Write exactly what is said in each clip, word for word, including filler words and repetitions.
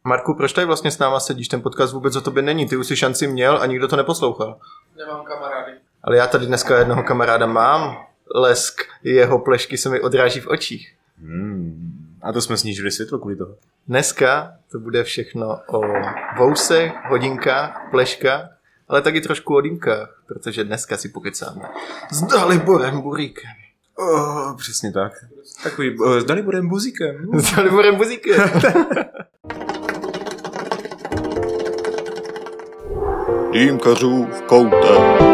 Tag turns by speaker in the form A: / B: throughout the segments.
A: Marku, proč tady vlastně s náma sedíš? Ten podcast vůbec o tobě není. Ty už si šanci měl a nikdo to neposlouchal.
B: Nemám kamarády.
A: Ale já tady dneska jednoho kamaráda mám. Lesk, jeho plešky se mi odráží v očích.
C: Hmm. A to jsme snížili světlo kvůli toho.
A: Dneska to bude všechno o vousech, hodinkách, pleškách, ale taky trošku o dýmkách, protože dneska si pokecáme s Daliborem Buríkem.
C: Oh, přesně tak. Takový uh, s Daliborem Buzíkem.
A: S Daliborem Buzíkem.
D: Dýmkařův koutek.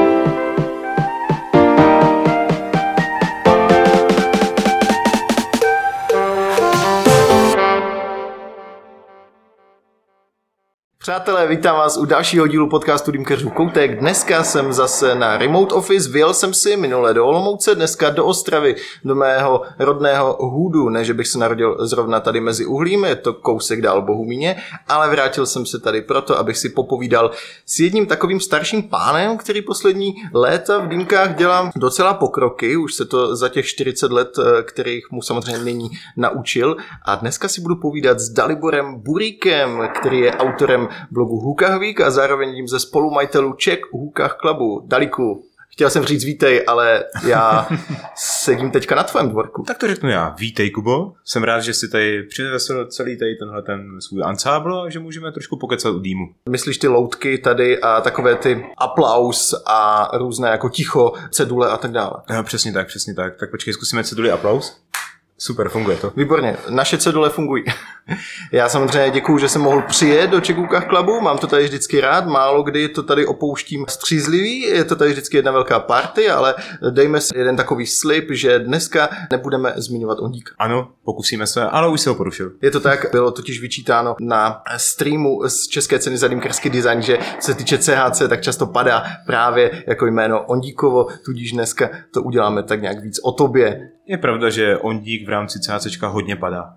A: Přátelé, vítám vás u dalšího dílu podcastu Dýmkařův koutek. Dneska jsem zase na remote office, vyjel jsem si minule do Olomouce, dneska do Ostravy, do mého rodného Hůdu. Ne, že bych se narodil zrovna tady mezi uhlím, je to kousek dál Bohumíně, ale vrátil jsem se tady proto, abych si popovídal s jedním takovým starším pánem, který poslední léta v dýmkách dělá docela pokroky, už se to za těch čtyřicet let, kterých mu samozřejmě není, naučil. A dneska si budu povídat s Daliborem Buríkem, který je autorem blogu Hookah Week a zároveň jedním ze spolumajitelů Czech Hookah Clubu. Daliku, chtěl jsem říct vítej, ale já sedím teďka na tvém dvorku.
C: Tak to řeknu já. Vítej, Kubo. Jsem rád, že si tady přinesl celý tady tenhle ten svůj ansábl a že můžeme trošku pokecat u dýmu.
A: Myslíš ty loutky tady a takové ty aplaus a různé jako ticho, cedule a tak dále?
C: No, přesně tak, přesně tak. Tak počkej, zkusíme ceduly aplaus. Super, funguje to.
A: Výborně, naše cedule fungují. Já samozřejmě děkuju, že jsem mohl přijet do Czech Hookah Clubu, mám to tady vždycky rád, málo kdy to tady opouštím střízlivý, je to tady vždycky jedna velká party, ale dejme si jeden takový slib, že dneska nebudeme zmiňovat Ondíka.
C: Ano, pokusíme se, ale už se ho porušil.
A: Je to tak, bylo totiž vyčítáno na streamu z České ceny za dýmkařský design, že co se týče C H C, tak často padá právě jako jméno Ondíkovo, tudíž dneska to uděláme tak nějak víc o tobě.
C: Je pravda, že Ondík v rámci CHCčka hodně padá.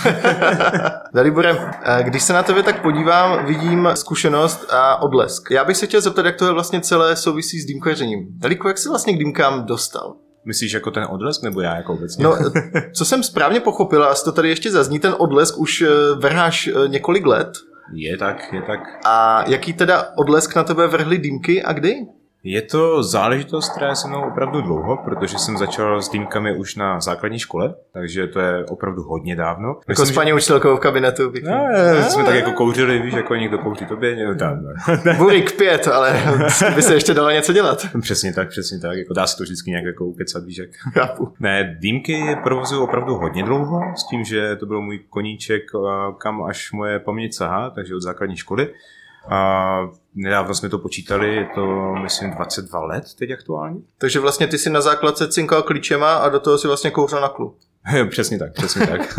A: Dalibore, když se na tebe tak podívám, vidím zkušenost a odlesk. Já bych se chtěl zeptat, jak to je vlastně celé souvisí s dýmkařením. Daliku, jak se vlastně k dýmkám dostal?
C: Myslíš jako ten odlesk, nebo já jako obecně?
A: No, co jsem správně pochopil, a to tady ještě zazní, ten odlesk už vrháš několik let.
C: Je tak, je tak.
A: A jaký teda odlesk na tebe vrhly dýmky a kdy?
C: Je to záležitost, která je se mnou opravdu dlouho, protože jsem začal s dýmkami už na základní škole, takže to je opravdu hodně dávno.
A: Jako
C: Myslím,
A: s paní že... učitelkou v kabinetu.
C: No, no, jsme tak jako kouřili, víš, jako někdo kouří tobě.
A: Burík pět, ale by se ještě dalo něco dělat.
C: Přesně tak, přesně tak, jako dá se to vždycky nějak jako ukecat, víš, jak.
A: Chápu.
C: Ne, dýmky provozuju opravdu hodně dlouho, s tím, že to byl můj koníček, kam až moje paměť sahá, takže od základní školy. A nedávno jsme to počítali, je to myslím dvacet dva let teď aktuálně.
A: Takže vlastně ty si na základce cinkal klíčema a do toho si vlastně kouřil na klu.
C: Přesně tak, přesně tak.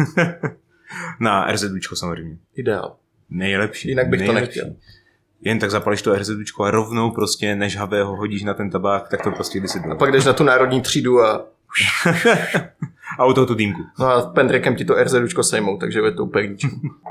C: Na RZDčko samozřejmě.
A: Ideál.
C: Nejlepší.
A: Jinak bych
C: nejlepší.
A: to nechtěl.
C: Jen tak zapališ to RZDčko a rovnou prostě nežhavého hodíš na ten tabák, tak to prostě kdysi bylo.
A: A pak jdeš na tu národní třídu a...
C: a u toho tu dýmku.
A: No a pendrekem ti to RZDčko sejmou, takže je to úplně ničím.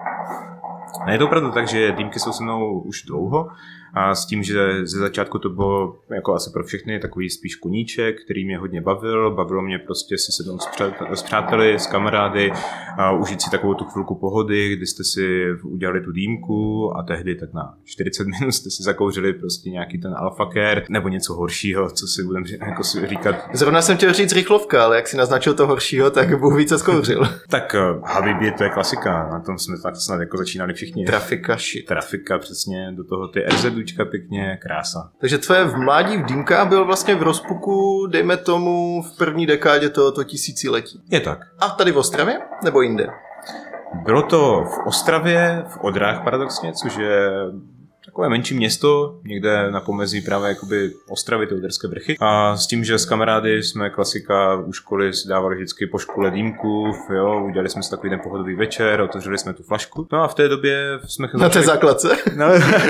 C: A je to opravdu tak, že dýmky jsou se mnou už dlouho a s tím, že ze začátku to bylo jako asi pro všechny takový spíš koníček, který mě hodně bavil. Bavilo mě prostě si sednout s přáteli, s kamarády a užít si takovou tu chvilku pohody, kdy jste si udělali tu dýmku a tehdy tak na čtyřicet minut jste si zakouřili prostě nějaký ten alpha care nebo něco horšího, co si budeme jako si říkat.
A: Zrovna jsem chtěl říct rychlovka, ale jak si naznačil to horšího, tak Bůh více zkouřil.
C: Tak Habibi, to je klasika, na tom jsme tak snad jako začínali všichni.
A: Trafika, shit.
C: Trafika, přesně, do toho ty RZDčka pěkně, krása.
A: Takže tvoje v mládí v dýmkách byl vlastně v rozpuku, dejme tomu, v první dekádě tohoto tisíciletí.
C: Je tak.
A: A tady v Ostravě? Nebo jinde?
C: Bylo to v Ostravě, v Odrách paradoxně, což je takové menší město, někde na pomezí právě jakoby Ostravy, ty Uherské Břechy. A s tím, že s kamarády jsme klasika u školy si dávali vždycky po škole dýmku, jo, udělali jsme si takový ten pohodový večer, otevřeli jsme tu flašku. No a v té době jsme...
A: Na té základce?
C: No.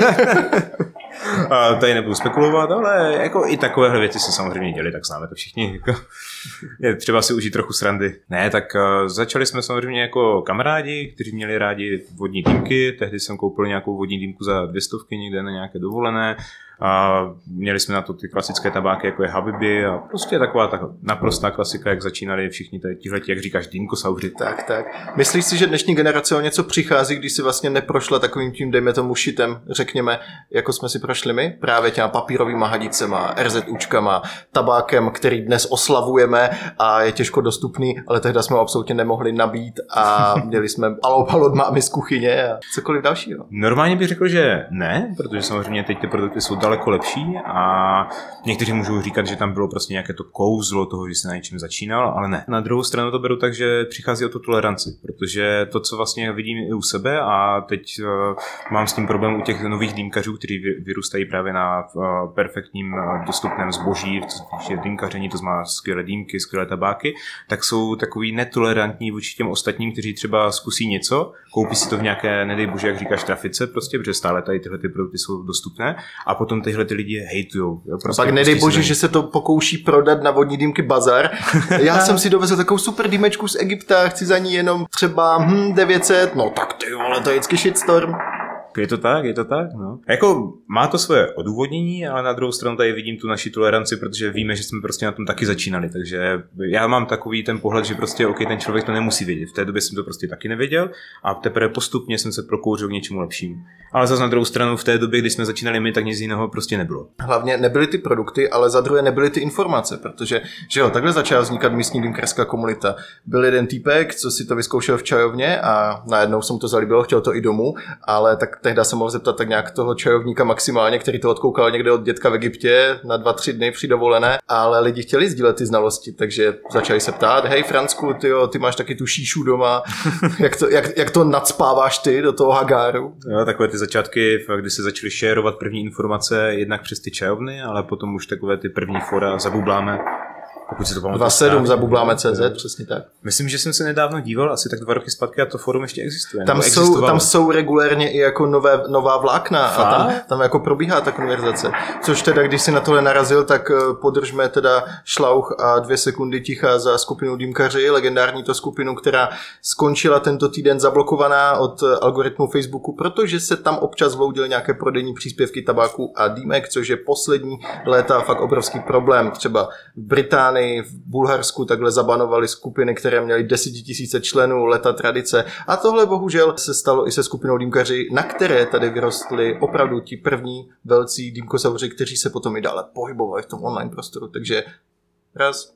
C: A tady nebudu spekulovat, ale jako i takovéhle věci se samozřejmě děly, tak známe to všichni. Je třeba si užít trochu srandy. Ne, tak uh, začali jsme samozřejmě jako kamarádi, kteří měli rádi vodní dýmky. Tehdy jsem koupil nějakou vodní dýmku za dvě stovky někde na nějaké dovolené. A měli jsme na to ty klasické tabáky, jako je Habibi a prostě taková ta naprostá klasika, jak začínali všichni tihleti, jak říkáš, dýmkosauři.
A: Tak, tak. Myslíš si, že dnešní generace o něco přichází, když si vlastně neprošla takovým tím, dejme tomu, šitem, řekněme, jako jsme si prošli my, právě těma papírovýma hadicema, RZUčkama, tabákem, který dnes oslavujeme a je těžko dostupný, ale tehdy jsme ho absolutně nemohli nabít a měli jsme alopal od mámy z kuchyně a cokoliv dalšího.
C: Normálně bych řekl, že ne, protože samozřejmě teď ty produkty jsou daleko lepší a někteří můžou říkat, že tam bylo prostě nějaké to kouzlo toho, že se na něčem začínal, ale ne. Na druhou stranu to beru tak, že přichází o tu toleranci, protože to, co vlastně vidím i u sebe a teď uh, mám s tím problém u těch nových dýmkařů, kteří vyrůstají právě na uh, perfektním uh, dostupném zboží, co je dýmkaření, to znamená skvělé dýmky, skvělé tabáky, tak jsou takový netolerantní vůči těm ostatním, kteří třeba zkusí něco, koupí si to v nějaké, nedej bože, jak říkáš, trafice, prostě, protože stále tady tyhle ty produkty jsou dostupné a potom tyhle ty lidi hejtujou.
A: Prostě pak nedej bože, že se to pokouší prodat na vodní dýmky bazar. Já jsem si dovezl takovou super dýmečku z Egypta, chci za ní jenom třeba hm, devět set, no tak ty vole, to je vždycky shitstorm.
C: Je to tak, je to tak, no. Jako má to svoje odůvodnění, ale na druhou stranu tady vidím tu naši toleranci, protože víme, že jsme prostě na tom taky začínali, takže já mám takový ten pohled, že prostě ok, ten člověk to nemusí vědět. V té době jsem to prostě taky nevěděl a teprve postupně jsem se prokouřil k něčemu lepšímu. Ale zase na druhou stranu v té době, kdy jsme začínali my, tak nic jiného prostě nebylo.
A: Hlavně nebyly ty produkty, ale za druhé nebyly ty informace, protože že jo, takhle začala vznikat místní dýmkařská komunita. Byl jeden týpek, co si to vyzkoušel v čajovně a najednou se mu to zalíbilo, chtěl to i domů, ale tak tehdy se mohl zeptat tak nějak toho čajovníka maximálně, který to odkoukal někde od dětka v Egyptě na dva, tři dny při dovolené, ale lidi chtěli sdílet ty znalosti, takže začali se ptát, hej Francku, tyjo, ty máš taky tu šíšu doma, jak, to, jak, jak to nacpáváš ty do toho hagáru?
C: Jo, takové ty začátky, kdy se začaly šérovat první informace jednak přes ty čajovny, ale potom už takové ty první fora zabubláme. Pokud si to
A: dva sedm zabubláme C Z, přesně tak.
C: Myslím, že jsem se nedávno díval, asi tak dva roky zpátky a to forum ještě existuje.
A: Tam, jsou, tam jsou regulérně i jako nové, nová vlákna Fá? a tam, tam jako probíhá ta konverzace. Což teda, když si na tohle narazil, tak podržme teda šlauch a dvě sekundy ticha za skupinu Dýmkaři, legendární to skupinu, která skončila tento týden zablokovaná od algoritmu Facebooku, protože se tam občas vloudily nějaké prodejní příspěvky tabáku a dýmek, což je poslední léta fakt obrovský problém. Třeba v Británii, v Bulharsku takhle zabanovali skupiny, které měly desetitisíce členů, leta tradice a tohle bohužel se stalo i se skupinou dýmkaři, na které tady vyrostly opravdu ti první velcí dýmkosauři, kteří se potom i dále pohybovali v tom online prostoru, takže raz.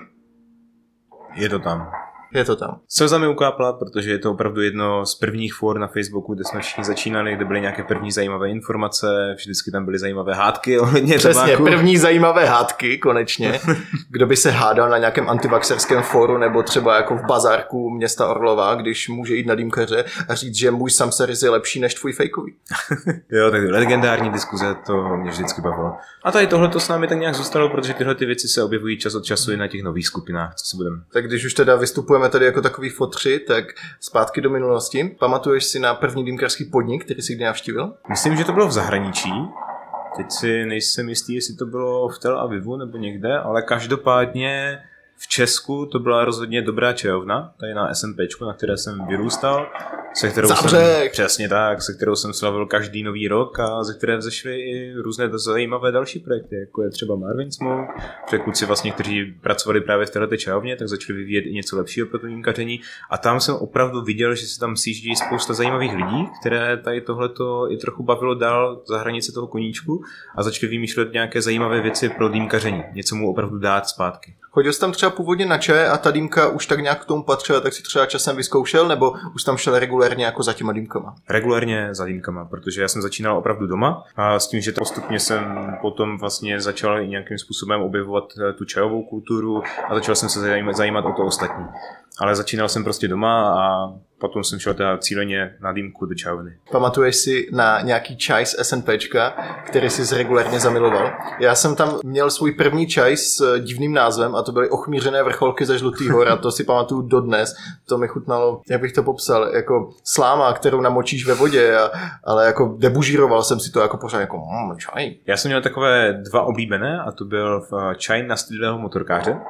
C: Je to tam.
A: Je to tam.
C: Slza mi ukápla, protože je to opravdu jedno z prvních for na Facebooku, kde jsme všichni začínali, kde byly nějaké první zajímavé informace, vždycky tam byly zajímavé hádky ohledně
A: Přesně,
C: tabáku.
A: první zajímavé hádky, konečně. Kdo by se hádal na nějakém antivaxerském fóru nebo třeba jako v bazárku města Orlova, když může jít na dýmkaře a říct, že můj Samsaris je lepší než tvůj fejkový.
C: Jo, tak legendární diskuze, to mě vždycky bavilo. A tady tohle to s námi tak nějak zůstalo, protože tyhle ty věci se objevují čas od času i na těch nových skupinách, co si budeme.
A: Tak když už teda vystupujeme tady jako takový fotři, tak zpátky do minulosti. Pamatuješ si na první dýmkařský podnik, který jsi kdy navštívil?
C: Myslím, že to bylo v zahraničí. Teď si nejsem jistý, jestli to bylo v Tel Avivu nebo někde, ale každopádně v Česku to byla rozhodně dobrá čajovna, tady na SNPčku, na které jsem vyrůstal, se kterou jsem, přesně tak, se kterou jsem slavil každý nový rok a ze které vzešly i různé zajímavé další projekty, jako je třeba Marvin Smoke, protože kluci vlastně, kteří pracovali právě v této čajovně, tak začali vyvíjet i něco lepšího pro to dýmkaření a tam jsem opravdu viděl, že se tam sjíždí spousta zajímavých lidí, které tady tohleto i trochu bavilo dál za hranice toho koníčku a začali vymýšlet nějaké zajímavé věci pro dýmkaření, něco mu opravdu dát zpátky.
A: Chodil jsi tam třeba původně na čaje a ta dýmka už tak nějak k tomu patřila, tak si třeba časem vyzkoušel, nebo už tam šel regulérně jako za těma dýmkama?
C: Regulérně za dýmkama, protože já jsem začínal opravdu doma a s tím, že postupně jsem potom vlastně začal i nějakým způsobem objevovat tu čajovou kulturu a začal jsem se zajímat, zajímat o to ostatní. Ale začínal jsem prostě doma a potom jsem šel teda cíleně na dýmku do čajovny.
A: Pamatuješ si na nějaký čaj z SNPčka, který jsi regulérně zamiloval? Já jsem tam měl svůj první čaj s divným názvem a to byly ochmířené vrcholky ze Žlutý hor a to si pamatuju dodnes. To mi chutnalo, jak bych to popsal, jako sláma, kterou namočíš ve vodě, a, ale jako debužíroval jsem si to jako pořád jako mm, čaj.
C: Já jsem měl takové dva oblíbené a to byl čaj na stydlého motorkáře.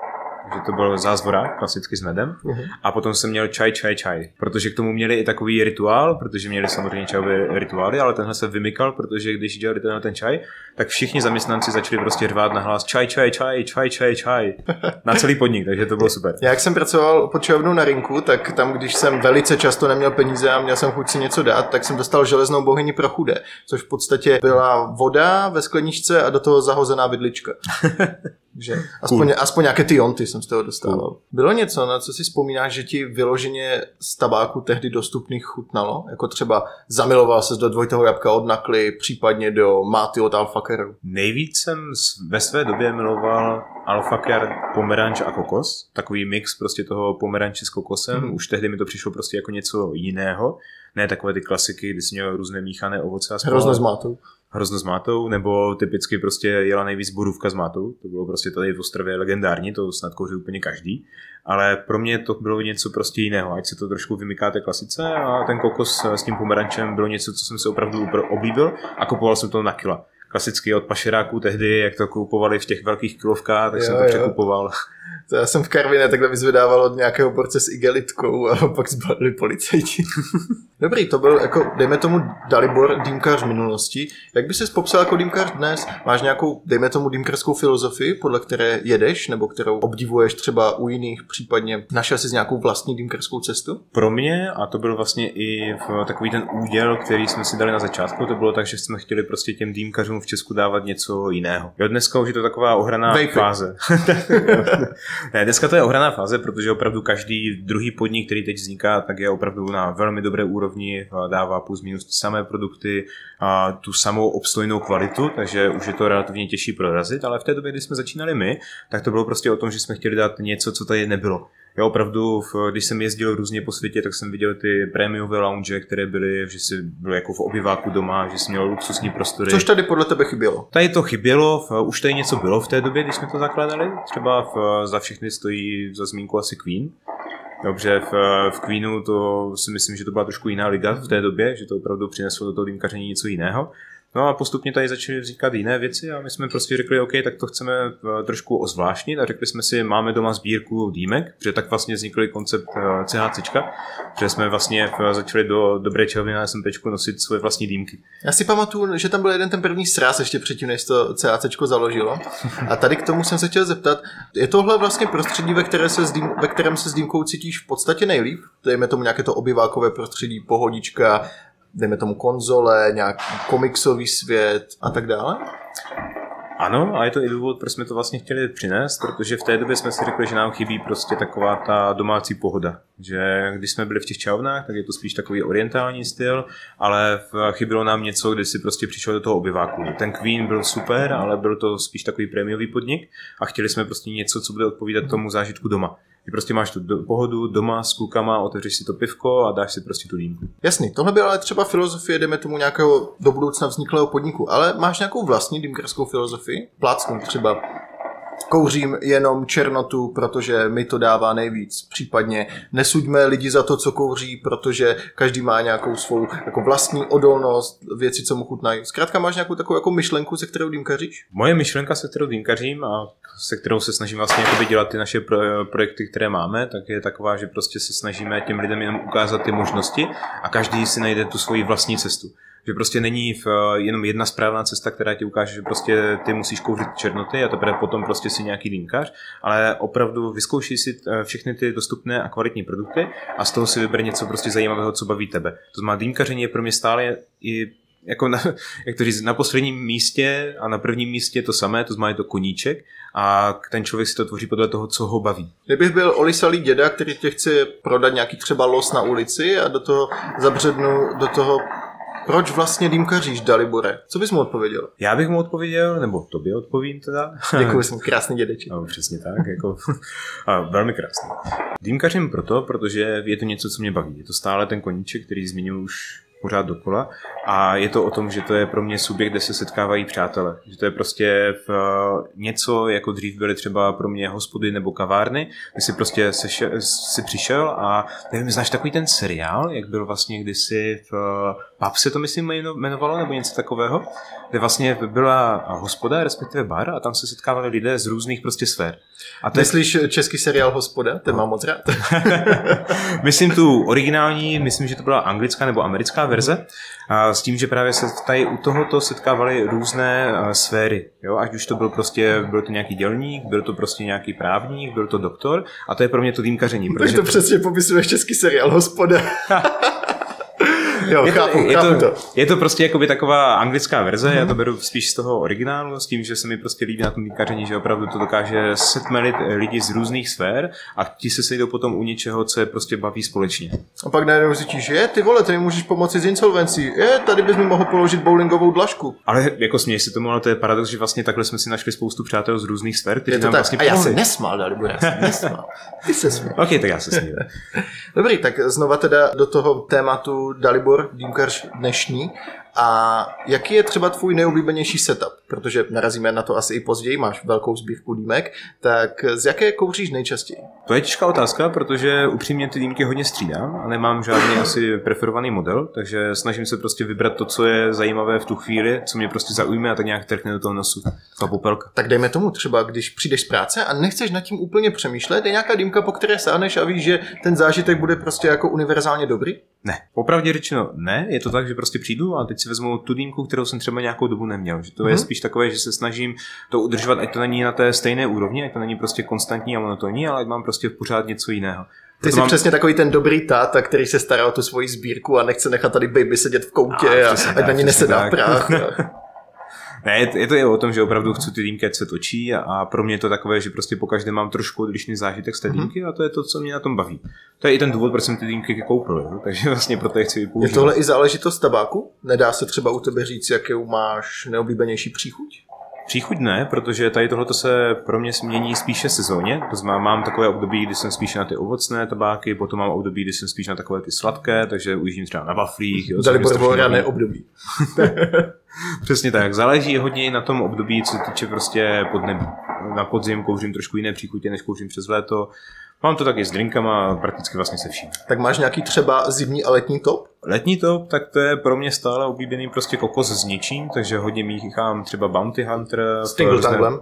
C: že to byl zázvorák, klasicky s medem. Uh-huh. A potom jsem měl čaj, čaj, čaj. Protože k tomu měli i takový rituál, protože měli samozřejmě čajové rituály, ale tenhle se vymykal, protože když dělali tenhle ten čaj, tak všichni zaměstnanci začali prostě řvát na hlas čaj, čaj, čaj, čaj, čaj, čaj. Na celý podnik, takže to bylo super.
A: Já jak jsem pracoval pod čajovnou na Rinku, tak tam, když jsem velice často neměl peníze a měl jsem chuť si něco dát, tak jsem dostal železnou bohyni pro chudé, což v podstatě byla voda ve skleničce a do toho zahozená vidlička. Že aspoň, cool. aspoň nějaké ty jonty jsem z toho dostával. Cool. Bylo něco, na co si vzpomínáš, že ti vyloženě z tabáku tehdy dostupných chutnalo? Jako třeba zamiloval ses do dvojitého jabka od Nakly, případně do Máty od Alpha Caru?
C: Nejvíc jsem ve své době miloval Alpha Car, pomeranč a kokos. Takový mix prostě toho pomeranče s kokosem. Hmm. Už tehdy mi to přišlo prostě jako něco jiného. Ne takové ty klasiky, kdy jsi měl různé míchané ovoce a spolu.
A: Hrozno s mátou.
C: Hrozno s mátou, nebo typicky prostě jela nejvíc borůvka s mátou. To bylo prostě tady v Ostravě legendární, to snad kouří úplně každý. Ale pro mě to bylo něco prostě jiného, ať se to trošku vymyká té klasice a ten kokos s tím pomerančem bylo něco, co jsem si opravdu oblíbil a kupoval jsem to na kila. Klasicky od pašeráků tehdy, jak to kupovali v těch velkých kilovkách, tak jo, jsem to jo. překupoval.
A: To já jsem v Karviné takhle vyzvedával od nějakého porce s igelitkou a pak zbalili policajti. Dobrý, to byl jako, dejme tomu, Dalibor, dýmkař minulosti. Jak by ses popsal jako dýmkař dnes? Máš nějakou, dejme tomu, dýmkařskou filozofii, podle které jedeš, nebo kterou obdivuješ třeba u jiných, případně našel jsi nějakou vlastní dýmkařskou cestu?
C: Pro mě, a to byl vlastně i v takový ten úděl, který jsme si dali na začátku, to bylo tak, že jsme chtěli prostě těm dýmkařům v Česku dávat něco jiného. Jo, dneska už je to taková ohraná Vejpy. fáze. Ne, dneska to je ohraná fáze, protože opravdu každý druhý podnik, který teď vzniká, tak je opravdu na velmi dobré úrovni, dává plus minus ty samé produkty, a tu samou obstojnou kvalitu, takže už je to relativně těžší prorazit, ale v té době, kdy jsme začínali my, tak to bylo prostě o tom, že jsme chtěli dát něco, co tady nebylo. Já opravdu, když jsem jezdil různě po světě, tak jsem viděl ty prémiové lounge, které byly, že si byl jako v obyváku doma, že jsi měl luxusní prostory.
A: Což tady podle tebe chybělo?
C: Tady to chybělo, už tady něco bylo v té době, když jsme to zakládali. Třeba v, za všechny stojí za zmínku asi Queen. Dobře, v, v Queenu to si myslím, že to byla trošku jiná liga v té době, že to opravdu přineslo do toho dýmkaření něco jiného. No a postupně tady začaly říkat jiné věci a my jsme prostě řekli, OK, tak to chceme trošku ozvláštnit a řekli jsme si, máme doma sbírku dýmek, protože tak vlastně vznikl koncept CHCčka, že jsme vlastně začali do dobré čajovny na SMPčku nosit svoje vlastní dýmky.
A: Já si pamatuju, že tam byl jeden ten první sráz ještě předtím, než to CHCčko založilo. A tady k tomu jsem se chtěl zeptat, je tohle vlastně prostředí, ve, které se s dým, ve kterém se s dýmkou cítíš v podstatě nejlíp? Dejme tomu nějaké to obyvákové prostředí, pohodička, dejme tomu konzole, nějaký komiksový svět a tak dále?
C: Ano, a je to i důvod, proč jsme to vlastně chtěli přinést, protože v té době jsme si řekli, že nám chybí prostě taková ta domácí pohoda. Že když jsme byli v těch čajovnách, tak je to spíš takový orientální styl, ale chybilo nám něco, kdy si prostě přišel do toho obyváku. Ten Queen byl super, ale byl to spíš takový prémiový podnik a chtěli jsme prostě něco, co bude odpovídat tomu zážitku doma. Že prostě máš tu do, pohodu doma s klukama, otevřeš si to pivko a dáš si prostě tu dýmku.
A: Jasný, tohle byla ale třeba filozofie, jdeme tomu nějakého do budoucna vzniklého podniku, ale máš nějakou vlastní dýmkařskou filozofii? Plácnu třeba. Kouřím jenom černotu, protože mi to dává nejvíc. Případně nesuďme lidi za to, co kouří, protože každý má nějakou svou jako vlastní odolnost, věci, co mu chutnají. Zkrátka máš nějakou takovou jako myšlenku, se kterou dýmkaříš?
C: Moje myšlenka, se kterou dýmkařím a se kterou se snažím vlastně dělat ty naše pro, projekty, které máme, tak je taková, že prostě se snažíme těm lidem jenom ukázat ty možnosti a každý si najde tu svoji vlastní cestu. Že prostě není v, jenom jedna správná cesta, která ti ukáže, že prostě ty musíš kouřit černoty a teprve potom prostě si nějaký dýmkař, ale opravdu vyzkoušej si všechny ty dostupné a kvalitní produkty a z toho si vyber něco prostě zajímavého, co baví tebe. To znamená, dýmkaření je pro mě stále i jako na, jak to říct, na posledním místě a na prvním místě to samé, to znamená je to koníček a ten člověk si to tvoří podle toho, co ho baví.
A: Kdybych byl olisalý děda, který tě chce prodat nějaký třeba los na ulici a do toho zabřednu do toho, proč vlastně dýmkaříš, Dalibore? Co bys mu odpověděl?
C: Já bych mu odpověděl, nebo tobě odpovím teda.
A: Děkuji, jsem krásný dědeček.
C: No, přesně tak, jako a velmi krásný. Dýmkařím proto, protože je to něco, co mě baví. Je to stále ten koníček, který zmiňuji už pořád dokola. A je to o tom, že to je pro mě subjekt, kde se setkávají přátelé. Že to je prostě v, něco, jako dřív byly třeba pro mě hospody nebo kavárny, kde si prostě sešel, si přišel a nevím, znáš takový ten seriál, jak byl vlastně kdysi v pub se to myslím jmenovalo, nebo něco takového, kde vlastně byla hospoda, respektive bar a tam se setkávali lidé z různých prostě sfér. A to
A: Myslíš je... český seriál Hospoda? Ten mám moc rád.
C: Myslím tu originální, myslím, že to byla anglická nebo americká verze, a s tím, že právě se tady u tohoto setkávaly různé uh, sféry. Jo? Ať už to byl prostě, byl to nějaký dělník, byl to prostě nějaký právník, byl to doktor a to je pro mě to dýmkaření.
A: Takže to přesně popisuješ český seriál Hospoda. Jo,
C: je, to,
A: chápu,
C: je,
A: chápu
C: to,
A: to.
C: je to prostě jakoby taková anglická verze, mm-hmm. Já to beru spíš z toho originálu, s tím, že se mi prostě líbí na tom dýmkaření, že opravdu to dokáže setmelit lidi z různých sfér a ti se sejdou potom u něčeho, co je prostě baví společně.
A: A pak najednou říkáš, je, ty vole, ty mi můžeš pomoci s insolvencí, je, tady bys mi mohl položit bowlingovou dlažku.
C: Ale jako směj si tomu, ale to je paradox, že vlastně takhle jsme si našli spoustu přátel z různých sfér, kteří nám
A: tak.
C: vlastně
A: A já
C: pomohli.
A: se nesmál, Dalibor, já se nesmál. Ty se směl.
C: Ok, tak já se směl.
A: Dobrý, tak znova teda do toho tématu Dalibor, dýmkař dnešní. A jaký je třeba tvůj nejoblíbenější setup? Protože narazíme na to asi i později, máš velkou sbírku dýmek, tak z jaké kouříš nejčastěji?
C: To je těžká otázka, protože upřímně ty dýmky hodně střídám a nemám žádný asi preferovaný model, takže snažím se prostě vybrat to, co je zajímavé v tu chvíli, co mě prostě zaujme a tak nějak trkne do toho nosu. Ta popelka.
A: Tak dejme tomu třeba, když přijdeš z práce a nechceš nad tím úplně přemýšlet, je nějaká dýmka, po které sáhneš a víš, že ten zážitek bude prostě jako univerzálně dobrý?
C: Ne, popravdě řečeno ne, je to tak, že prostě přijdu a teď si vezmu tu dýmku, kterou jsem třeba nějakou dobu neměl. Že to mm-hmm. je spíš takové, že se snažím to udržovat, ať to není na té stejné úrovni, ať to není prostě konstantní a monotónní, ale ať mám prostě pořád něco jiného.
A: Ty
C: Proto
A: jsi
C: mám...
A: přesně takový ten dobrý táta, který se stará o tu svoji sbírku a nechce nechat tady baby sedět v koutě a, a ať na ní nesedá prach.
C: Ne, je to je o tom, že opravdu chci ty dýmky, ať se točí a, a pro mě je to takové, že prostě pokaždé mám trošku odlišný zážitek z té dýmky a to je to, co mě na tom baví. To je i ten důvod, proč jsem ty dýmky koupil, jo? Takže vlastně proto je chci vypoužít.
A: Je tohle i záležitost tabáku? Nedá se třeba u tebe říct, jakou máš neoblíbenější příchuť?
C: Příchuť ne, protože tady tohleto se pro mě změní spíše sezóně. To znamená, mám takové období, kdy jsem spíše na ty ovocné tabáky, potom mám období, kdy jsem spíš na takové ty sladké, takže ujíždím třeba na waflích.
A: Dalibor Vorané období.
C: Přesně tak, záleží hodně na tom období, co se týče prostě podnebí. Na podzim kouřím trošku jiné příchutě, než kouřím přes léto. Mám to taky s drinkama, prakticky vlastně se vším.
A: Tak máš nějaký třeba zimní a letní top?
C: Letní top, tak to je pro mě stále oblíbený prostě kokos s ničím, takže hodně míchám třeba Bounty Hunter.
A: S Tingle Tanglem?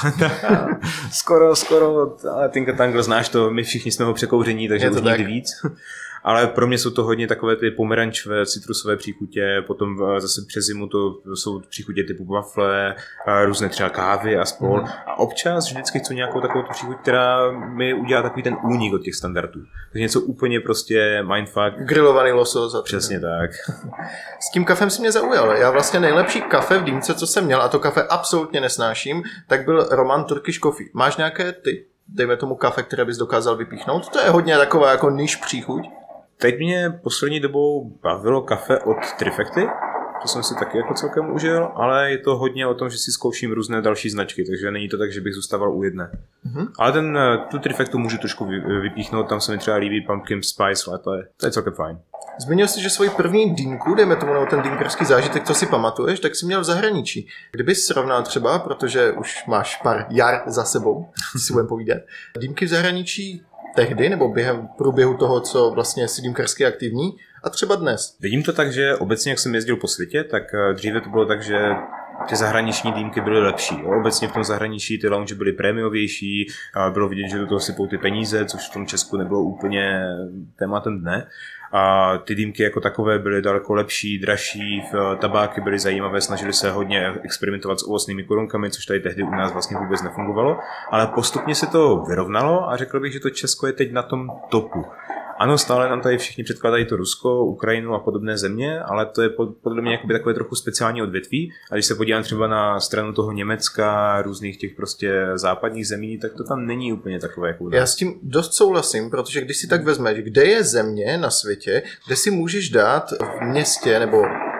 C: skoro, skoro, ale Tingle Tangle znáš to, my všichni jsme ho překouření, takže už nikdy víc. Ale pro mě jsou to hodně takové ty pomerančové, citrusové příchutě, potom zase přes zimu to jsou příchutě typu wafle, různé třeba kávy a spol. Mm. A občas vždycky chci nějakou takovou příchuť, která mi udělá takový ten únik od těch standardů. Takže něco úplně prostě mindfuck.
A: Grillovaný losos.
C: Přesně tak.
A: S tím kafem si mě zaujal. Já vlastně nejlepší kafe v dýmce, co jsem měl, a to kafe absolutně nesnáším, tak byl Roman Turkish Coffee. Máš nějaké ty, dejme tomu kafe, které bys dokázal vypíchnout? To je hodně taková jako niž příchuť.
C: Teď mě poslední dobou bavilo kafe od Trifecty, to jsem si taky jako celkem užil, ale je to hodně o tom, že si zkouším různé další značky, takže není to tak, že bych zůstával u jedné. Mm-hmm. Ale ten, tu Trifectu můžu trošku vypíchnout, tam se mi třeba líbí Pumpkin Spice Latte, to je celkem fajn.
A: Zmínil jsi, že svoji první dýmku, dejme tomu na ten dýmkarský zážitek, co si pamatuješ, tak jsi měl v zahraničí. Kdybys srovnal třeba, protože už máš pár jar za sebou, si budeme povídat, dýmky v zahraničí tehdy, nebo během průběhu toho, co vlastně si dýmkarsky aktivní, a třeba dnes?
C: Vidím to tak, že obecně, jak jsem jezdil po světě, tak dříve to bylo tak, že ty zahraniční dýmky byly lepší. Jo? Obecně v tom zahraničí ty lounge byly prémiovější, bylo vidět, že do toho sypou ty peníze, což v tom Česku nebylo úplně tématem dne. A ty dýmky jako takové byly daleko lepší, dražší, tabáky byly zajímavé, snažili se hodně experimentovat s ovocnými korunkami, což tady tehdy u nás vlastně vůbec nefungovalo, ale postupně se to vyrovnalo a řekl bych, že to Česko je teď na tom topu. Ano, stále nám tady všichni předkládají to Rusko, Ukrajinu a podobné země, ale to je podle mě jakoby takové trochu speciální odvětví. A když se podívám třeba na stranu toho Německa, různých těch prostě západních zemí, tak to tam není úplně takové jako.
A: Já s tím dost souhlasím, protože když si tak vezmeš, kde je země na světě, kde si můžeš dát v městě nebo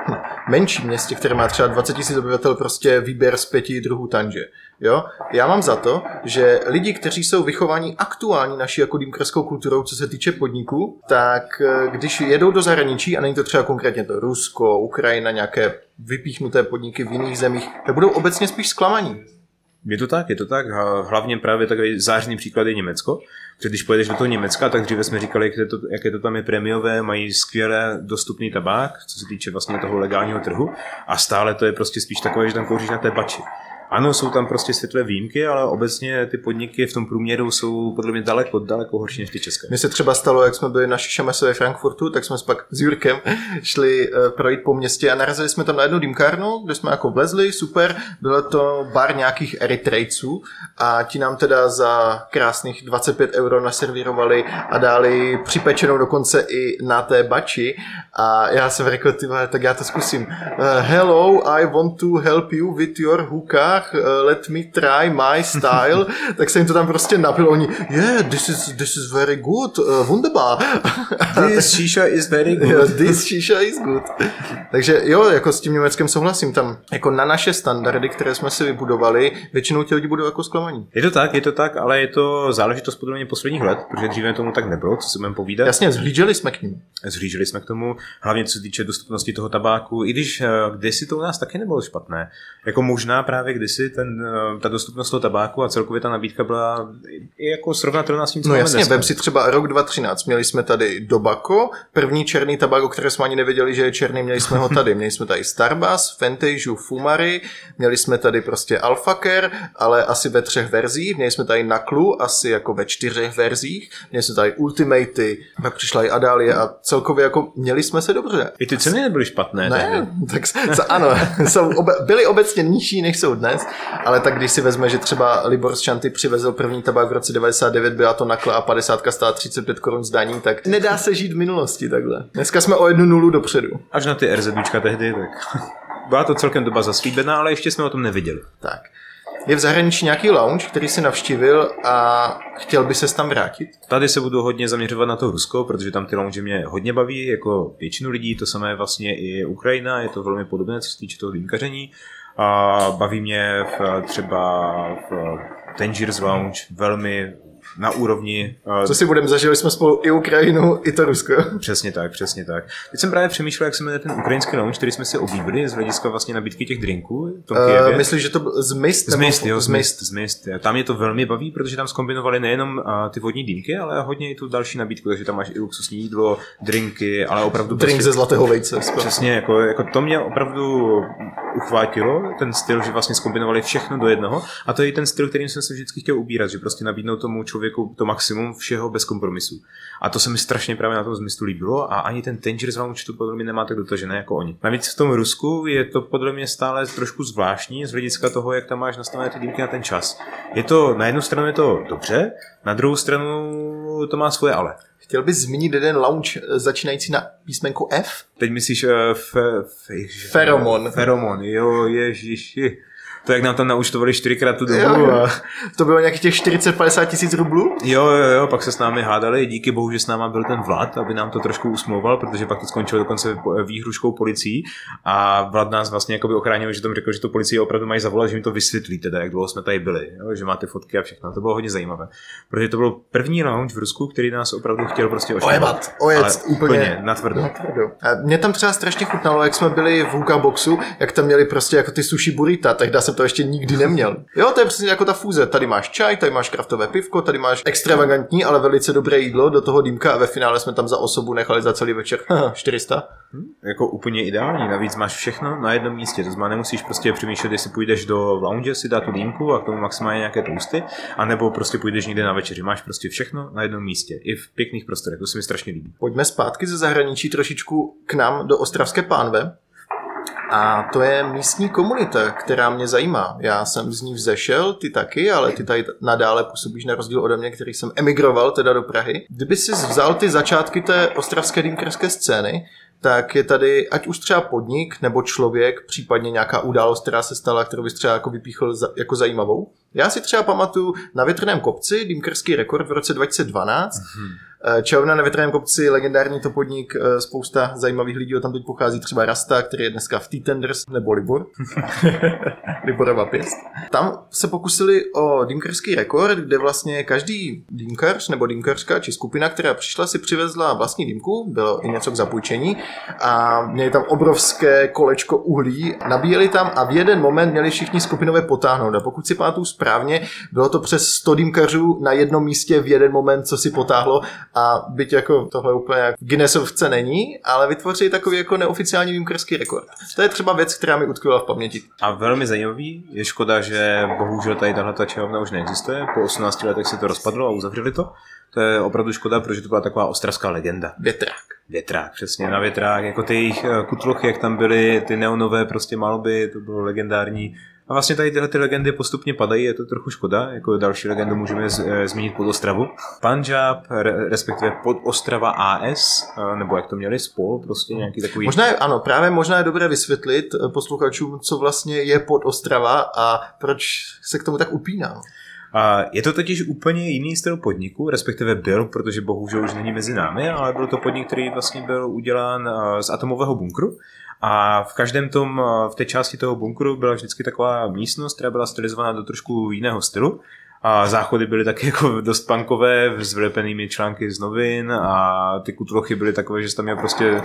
A: menším městě, které má třeba dvacet tisíc obyvatel, prostě výběr z pěti druhů tanže. Jo? Já mám za to, že lidi, kteří jsou vychovaní aktuální naší jako dýmkařskou kulturou, co se týče podniků, tak když jedou do zahraničí, a není to třeba konkrétně to Rusko, Ukrajina, nějaké vypíchnuté podniky v jiných zemích, tak budou obecně spíš zklamaní.
C: Je to tak, je to tak. Hlavně právě takový zářný příklad je Německo. Protože když pojedeš do toho Německa, tak dříve jsme říkali, jak, to, jak je to tam je prémiové, mají skvěle dostupný tabák, co se týče vlastně toho legálního trhu. A stále to je prostě spíš takové, že tam kouříš na té bači. Ano, jsou tam prostě světlé výjimky, ale obecně ty podniky v tom průměru jsou podle mě daleko, daleko horší než ty české.
A: Mně se třeba stalo, jak jsme byli na Šišamese ve Frankfurtu, tak jsme pak s Jurkem šli uh, projít po městě a narazili jsme tam na jednu dýmkárnu, kde jsme jako vlezli, super, bylo to bar nějakých Eritrejců a ti nám teda za krásných dvacet pět euro naservírovali a dali připečenou dokonce i na té bači a já jsem řekl, ty vole, tak já to zkusím. Uh, hello, I want to help you with your hookah. Let me try my style, tak se jim to tam prostě napilo, oni, yeah, this is, this is very good, uh, wunderbar.
C: This shisha is very good.
A: Yeah, this shisha is good. Takže jo, jako s tím Německem souhlasím, tam jako na naše standardy, které jsme si vybudovali, většinou ti lidi budou jako zklamaní.
C: Je to tak, je to tak, ale je to záležitost podle mě posledních let, protože dříve tomu tak nebylo, co si budeme povídat.
A: Jasně, zhlíželi jsme k ním.
C: Zhlíželi jsme k tomu, hlavně co se týče dostupnosti toho tabáku, i když kdysi to u nás taky nebylo špatné. Jako možná právě kdysi ten, ta dostupnost toho tabáku a celkově ta nabídka byla i jako srovnatelná s tím, co
A: no
C: máme
A: jasně,
C: dneska.
A: vem si třeba rok dva tisíce třináct, měli jsme tady Dobako, první černý tabák, o které jsme ani nevěděli, že je černý, měli jsme ho tady. Měli jsme tady Starbass, Fantasia, Fumari, měli jsme tady prostě Alfaker, ale asi ve třech verzích, měli jsme tady Naklu, asi jako ve čtyřech verzích, měli jsme tady Ultimatey, pak přišla i Adalie a celkově jako měli jsme se dobře.
C: I ty ceny nebyly špatné.
A: Ne, tak ano, jsou obe, byly obecně nižší, než jsou dnes, ale tak když si vezme, že třeba Libor z Chanty přivezl první tabák v roce devadesát devět, byla to Nakla a padesátka stála třicet pět korun zdaní, tak nedá se žít v minulosti takhle. Dneska jsme o jednu nulu dopředu.
C: Až na ty RZBčka tehdy, tak byla to celkem doba zaslíbená, ale ještě jsme o tom neviděli.
A: Tak. Je v zahraničí nějaký lounge, který si navštívil a chtěl by ses tam vrátit?
C: Tady se budu hodně zaměřovat na to Rusko, protože tam ty lounge mě hodně baví, jako většinu lidí, to samé vlastně i Ukrajina, je to velmi podobné, co se týče toho dýmkaření. A baví mě v, třeba v Tangiers Lounge velmi na úrovni...
A: Co si budeme, zažili jsme spolu i Ukrajinu, i to Rusko.
C: Přesně tak, přesně tak. Teď jsem právě přemýšlel, jak se jmenuje ten ukrajinský lounge, který jsme si oblíbili z hlediska vlastně nabídky těch drinků.
A: Uh, myslíš, že to byl z Mist?
C: Z Mist, jo, z Mist, z Mist. Tam je to velmi baví, protože tam zkombinovali nejenom uh, ty vodní dýmky, ale hodně i tu další nabídku, takže tam máš i luxusní jídlo, drinky, ale opravdu...
A: Drink
C: prostě,
A: ze zlatého vejce.
C: Přesně, jako, jako to mě opravdu uchvátilo, ten styl, že vlastně zkombinovali všechno do jednoho a to je i ten styl, kterým jsem se vždycky chtěl ubírat, že prostě nabídnout tomu člověku to maximum všeho bez kompromisu. A to se mi strašně právě na tom zmyslu líbilo a ani ten Tangiers Lounge to podle mě nemá tak dotažené jako oni. Navíc v tom Rusku je to podle mě stále trošku zvláštní z hlediska toho, jak tam máš nastavené ty dýmky na ten čas. Je to, na jednu stranu je to dobře, na druhou stranu to má svoje ale.
A: Chtěl bys zmínit jeden lounge začínající na písmenku F?
C: Teď myslíš uh, f, f, ježiš,
A: Feromon.
C: Feromon, jo, ježiši. To, jak nám tam naučtovali čtyřikrát tu dobu.
A: Jo,
C: a...
A: To bylo nějakých těch čtyřicet padesát tisíc rublů?
C: Jo, jo, jo, pak se s námi hádali, díky bohu, že s náma byl ten Vlad, aby nám to trošku usmlouval, protože pak to skončilo dokonce výhruškou policií a Vlad nás vlastně jakoby ochránil, že tomu řekl, že to policie opravdu mají zavolat, že mi to vysvětlí, teda jak dlouho jsme tady byli, jo, že máte fotky a všechno. To bylo hodně zajímavé. Protože to byl první lounge v Rusku, který nás opravdu chtěl prostě
A: oštěvat. Ojet, úplně,
C: úplně natvrdo.
A: natvrdo. A mě tam třeba strašně chutnalo, jak jsme byli v Hookah Boxu, jak tam měli prostě jako ty sushi burrita, tehdy jsem to ještě nikdy neměl. Jo, to je přesně jako ta fúze. Tady máš čaj, tady máš kraftové pivko, tady máš extravagantní, ale velice dobré jídlo do toho dýmka a ve finále jsme tam za osobu nechali za celý večer čtyři sta.
C: Hmm, jako úplně ideální. Navíc máš všechno na jednom místě. To znamená, nemusíš prostě přemýšlet, jestli půjdeš do lounge, si dát tu dýmku a k tomu maximálně nějaké toasty, anebo prostě půjdeš někde na večeři. Máš prostě všechno na jednom místě. I v pěkných prostorech. To se mi strašně líbí.
A: Pojďme zpátky ze zahraničí trošičku k nám do Ostravské pánve. A to je místní komunita, která mě zajímá. Já jsem z ní vzešel, ty taky, ale ty tady nadále působíš na rozdíl ode mě, který jsem emigroval teda do Prahy. Kdyby jsi vzal ty začátky té ostravské dýmkařské scény, tak je tady ať už třeba podnik nebo člověk, případně nějaká událost, která se stala, kterou bys třeba jako vypíchl za, jako zajímavou. Já si třeba pamatuju na Větrném kopci dýmkařský rekord v roce dva tisíce dvanáct. Mm-hmm. Čajovna na Větrném kopci, legendární to podnik, spousta zajímavých lidí, tam teď pochází třeba Rasta, který je dneska v T-Tenders, nebo Libor. Liborova pěst. Tam se pokusili o dýmkarský rekord, kde vlastně každý dýmkař nebo dýmkařka či skupina, která přišla, si přivezla vlastní dýmku, bylo i něco k zapůjčení a měli tam obrovské kolečko uhlí, nabíjeli tam a v jeden moment měli všichni skupinové potáhnout. A pokud si pamatuju správně, bylo to přes sto dýmkařů na jednom místě v jeden moment, co si potáhlo a byť jako tohle úplně jak v Guinnessovce není, ale vytvoří takový jako neoficiální dýmkarský rekord. To je třeba věc, která mi utkvěla v paměti.
C: A velmi zajímavý, je škoda, že bohužel tady tahle čajovna už neexistuje, po osmnácti letech se to rozpadlo a uzavřeli to. To je opravdu škoda, protože to byla taková ostravská legenda.
A: Větrák.
C: Větrák, přesně, na Větrák, jako ty jejich kutlochy, jak tam byly, ty neonové prostě malby, to bylo legendární. A vlastně tady tyhle ty legendy postupně padají, je to trochu škoda, jako další legendu můžeme z, e, zmínit pod Ostravu. Punjab, re, respektive pod Ostrava A S, e, nebo jak to měli, spol, prostě nějaký takový...
A: Možná je, ano, právě možná je dobré vysvětlit posluchačům, co vlastně je pod Ostrava a proč se k tomu tak upíná.
C: A je to totiž úplně jiný styl podniku, respektive byl, protože bohužel už není mezi námi, ale byl to podnik, který vlastně byl udělán z atomového bunkru. A v každém tom, v té části toho bunkru byla vždycky taková místnost, která byla stylizovaná do trošku jiného stylu. A záchody byly taky jako dost punkové, s vylepenými články z novin a ty kutlochy byly takové, že jsi tam měl prostě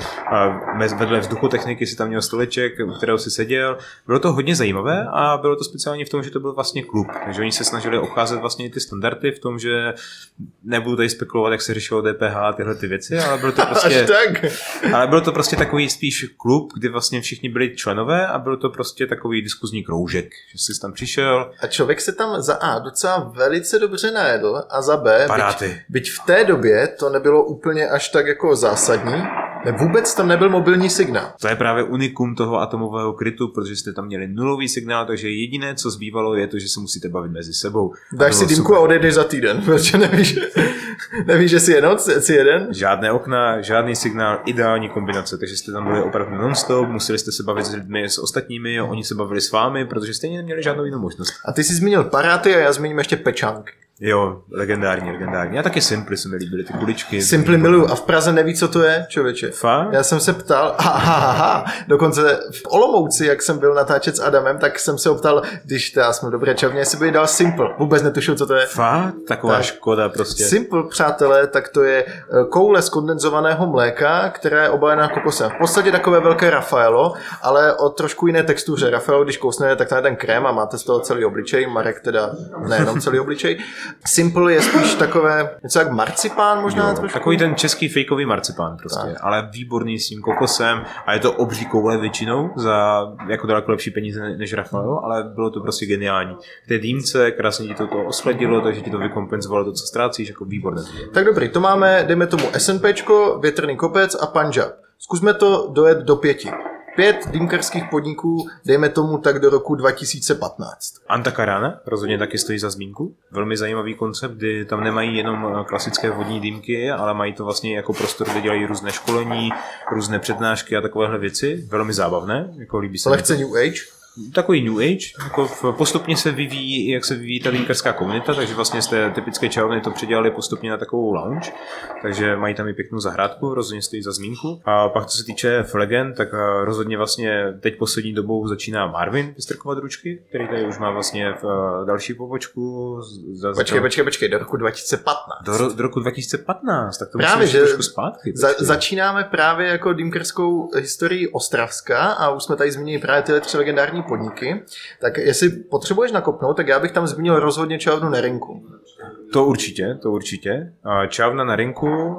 C: vedle vzduchotechniky si tam měl stoleček, u kterého si seděl. Bylo to hodně zajímavé a bylo to speciálně v tom, že to byl vlastně klub. Takže oni se snažili obcházet vlastně ty standardy v tom, že nebudu tady spekulovat, jak se řešilo D P H a tyhle ty věci, ale bylo to prostě ale bylo to prostě takový spíš klub, kdy vlastně všichni byli členové a byl to prostě takový diskuzní kroužek, že jsi tam přišel.
A: A člověk se tam za A docela velice dobře najedl a za B, byť, byť v té době to nebylo úplně až tak jako zásadní, ne, vůbec tam nebyl mobilní signál.
C: To je právě unikum toho atomového krytu, protože jste tam měli nulový signál, takže jediné, co zbývalo, je to, že se musíte bavit mezi sebou.
A: Dáš si dýmku a odejdeš za týden, protože nevíš, nevíš, že jsi je noc, jsi jeden.
C: Žádné okna, žádný signál, ideální kombinace, takže jste tam byli opravdu non-stop, museli jste se bavit s lidmi, s ostatními, oni se bavili s vámi, protože stejně neměli žádnou jinou možnost.
A: A ty jsi zmínil paráty a já zmíním ještě pečánky.
C: Jo, legendární, legendární. A taky Simply se mi líbily, ty kuličky.
A: Simply miluju a v Praze neví, co to je, člověče.
C: Fakt?
A: Já jsem se ptal, ha, dokonce v Olomouci, jak jsem byl natáčet s Adamem, tak jsem se optal, když teda jsme v dobré čavně, jestli by dal Simple. Vůbec netušil, co to je.
C: Fakt? Taková tak. Škoda prostě.
A: Simple, přátelé, tak to je koule z kondenzovaného mléka, která je obalená kokosem. V podstatě takové velké Raffaello, ale o trošku jiné textuře. Raffaello, když kousnete, tak na ten krém a máte z toho celý obličej, Marek teda nejenom celý obličej. Simple je spíš takové, něco jak marcipán možná jo, trošku.
C: Takový ten český fejkový marcipán prostě, tak. Ale výborný s tím kokosem a je to obří koule většinou za jako daleko lepší peníze než Raffaello, ale bylo to prostě geniální. K té dýmce krásně ti to, to osladilo, takže ti to vykompenzovalo to, co ztrácíš, jako výborné.
A: Tak dobrý, to máme, dejme tomu SNPčko, Větrný kopec a Punjab. Zkusme to dojet do pěti. Pět dýmkarských podniků, dejme tomu tak do roku dva tisíce patnáct.
C: Antakarana rozhodně taky stojí za zmínku. Velmi zajímavý koncept, kdy tam nemají jenom klasické vodní dýmky, ale mají to vlastně jako prostor, kde dělají různé školení, různé přednášky a takovéhle věci. Velmi zábavné, jako líbí se.
A: Lehce New Age.
C: Takový New Age, jako postupně se vyvíjí, jak se vyvíjí ta dýmkarská komunita, takže vlastně z té typické čajovny to předělali postupně na takovou lounge, takže mají tam i pěknou zahrádku, rozhodně stojí za zmínku. A pak co se týče Flegen, tak rozhodně vlastně teď poslední dobou začíná Marvin vystrkovat ručky, který tady už má vlastně v další pobočku.
A: Za, počkej, to... počkej, počkej, do roku dva tisíce patnáct.
C: Do, do roku dva tisíce patnáct, tak to
A: právě,
C: musíme trošku zpátky.
A: Za, začínáme právě jako dýmkarskou historii Ostravska a už jsme tady zmínili právě tyhle tři legendární podniky, tak jestli potřebuješ nakopnout, tak já bych tam zmínil rozhodně čajovnu na Rinku.
C: To určitě, to určitě. Čajovna na Rinku,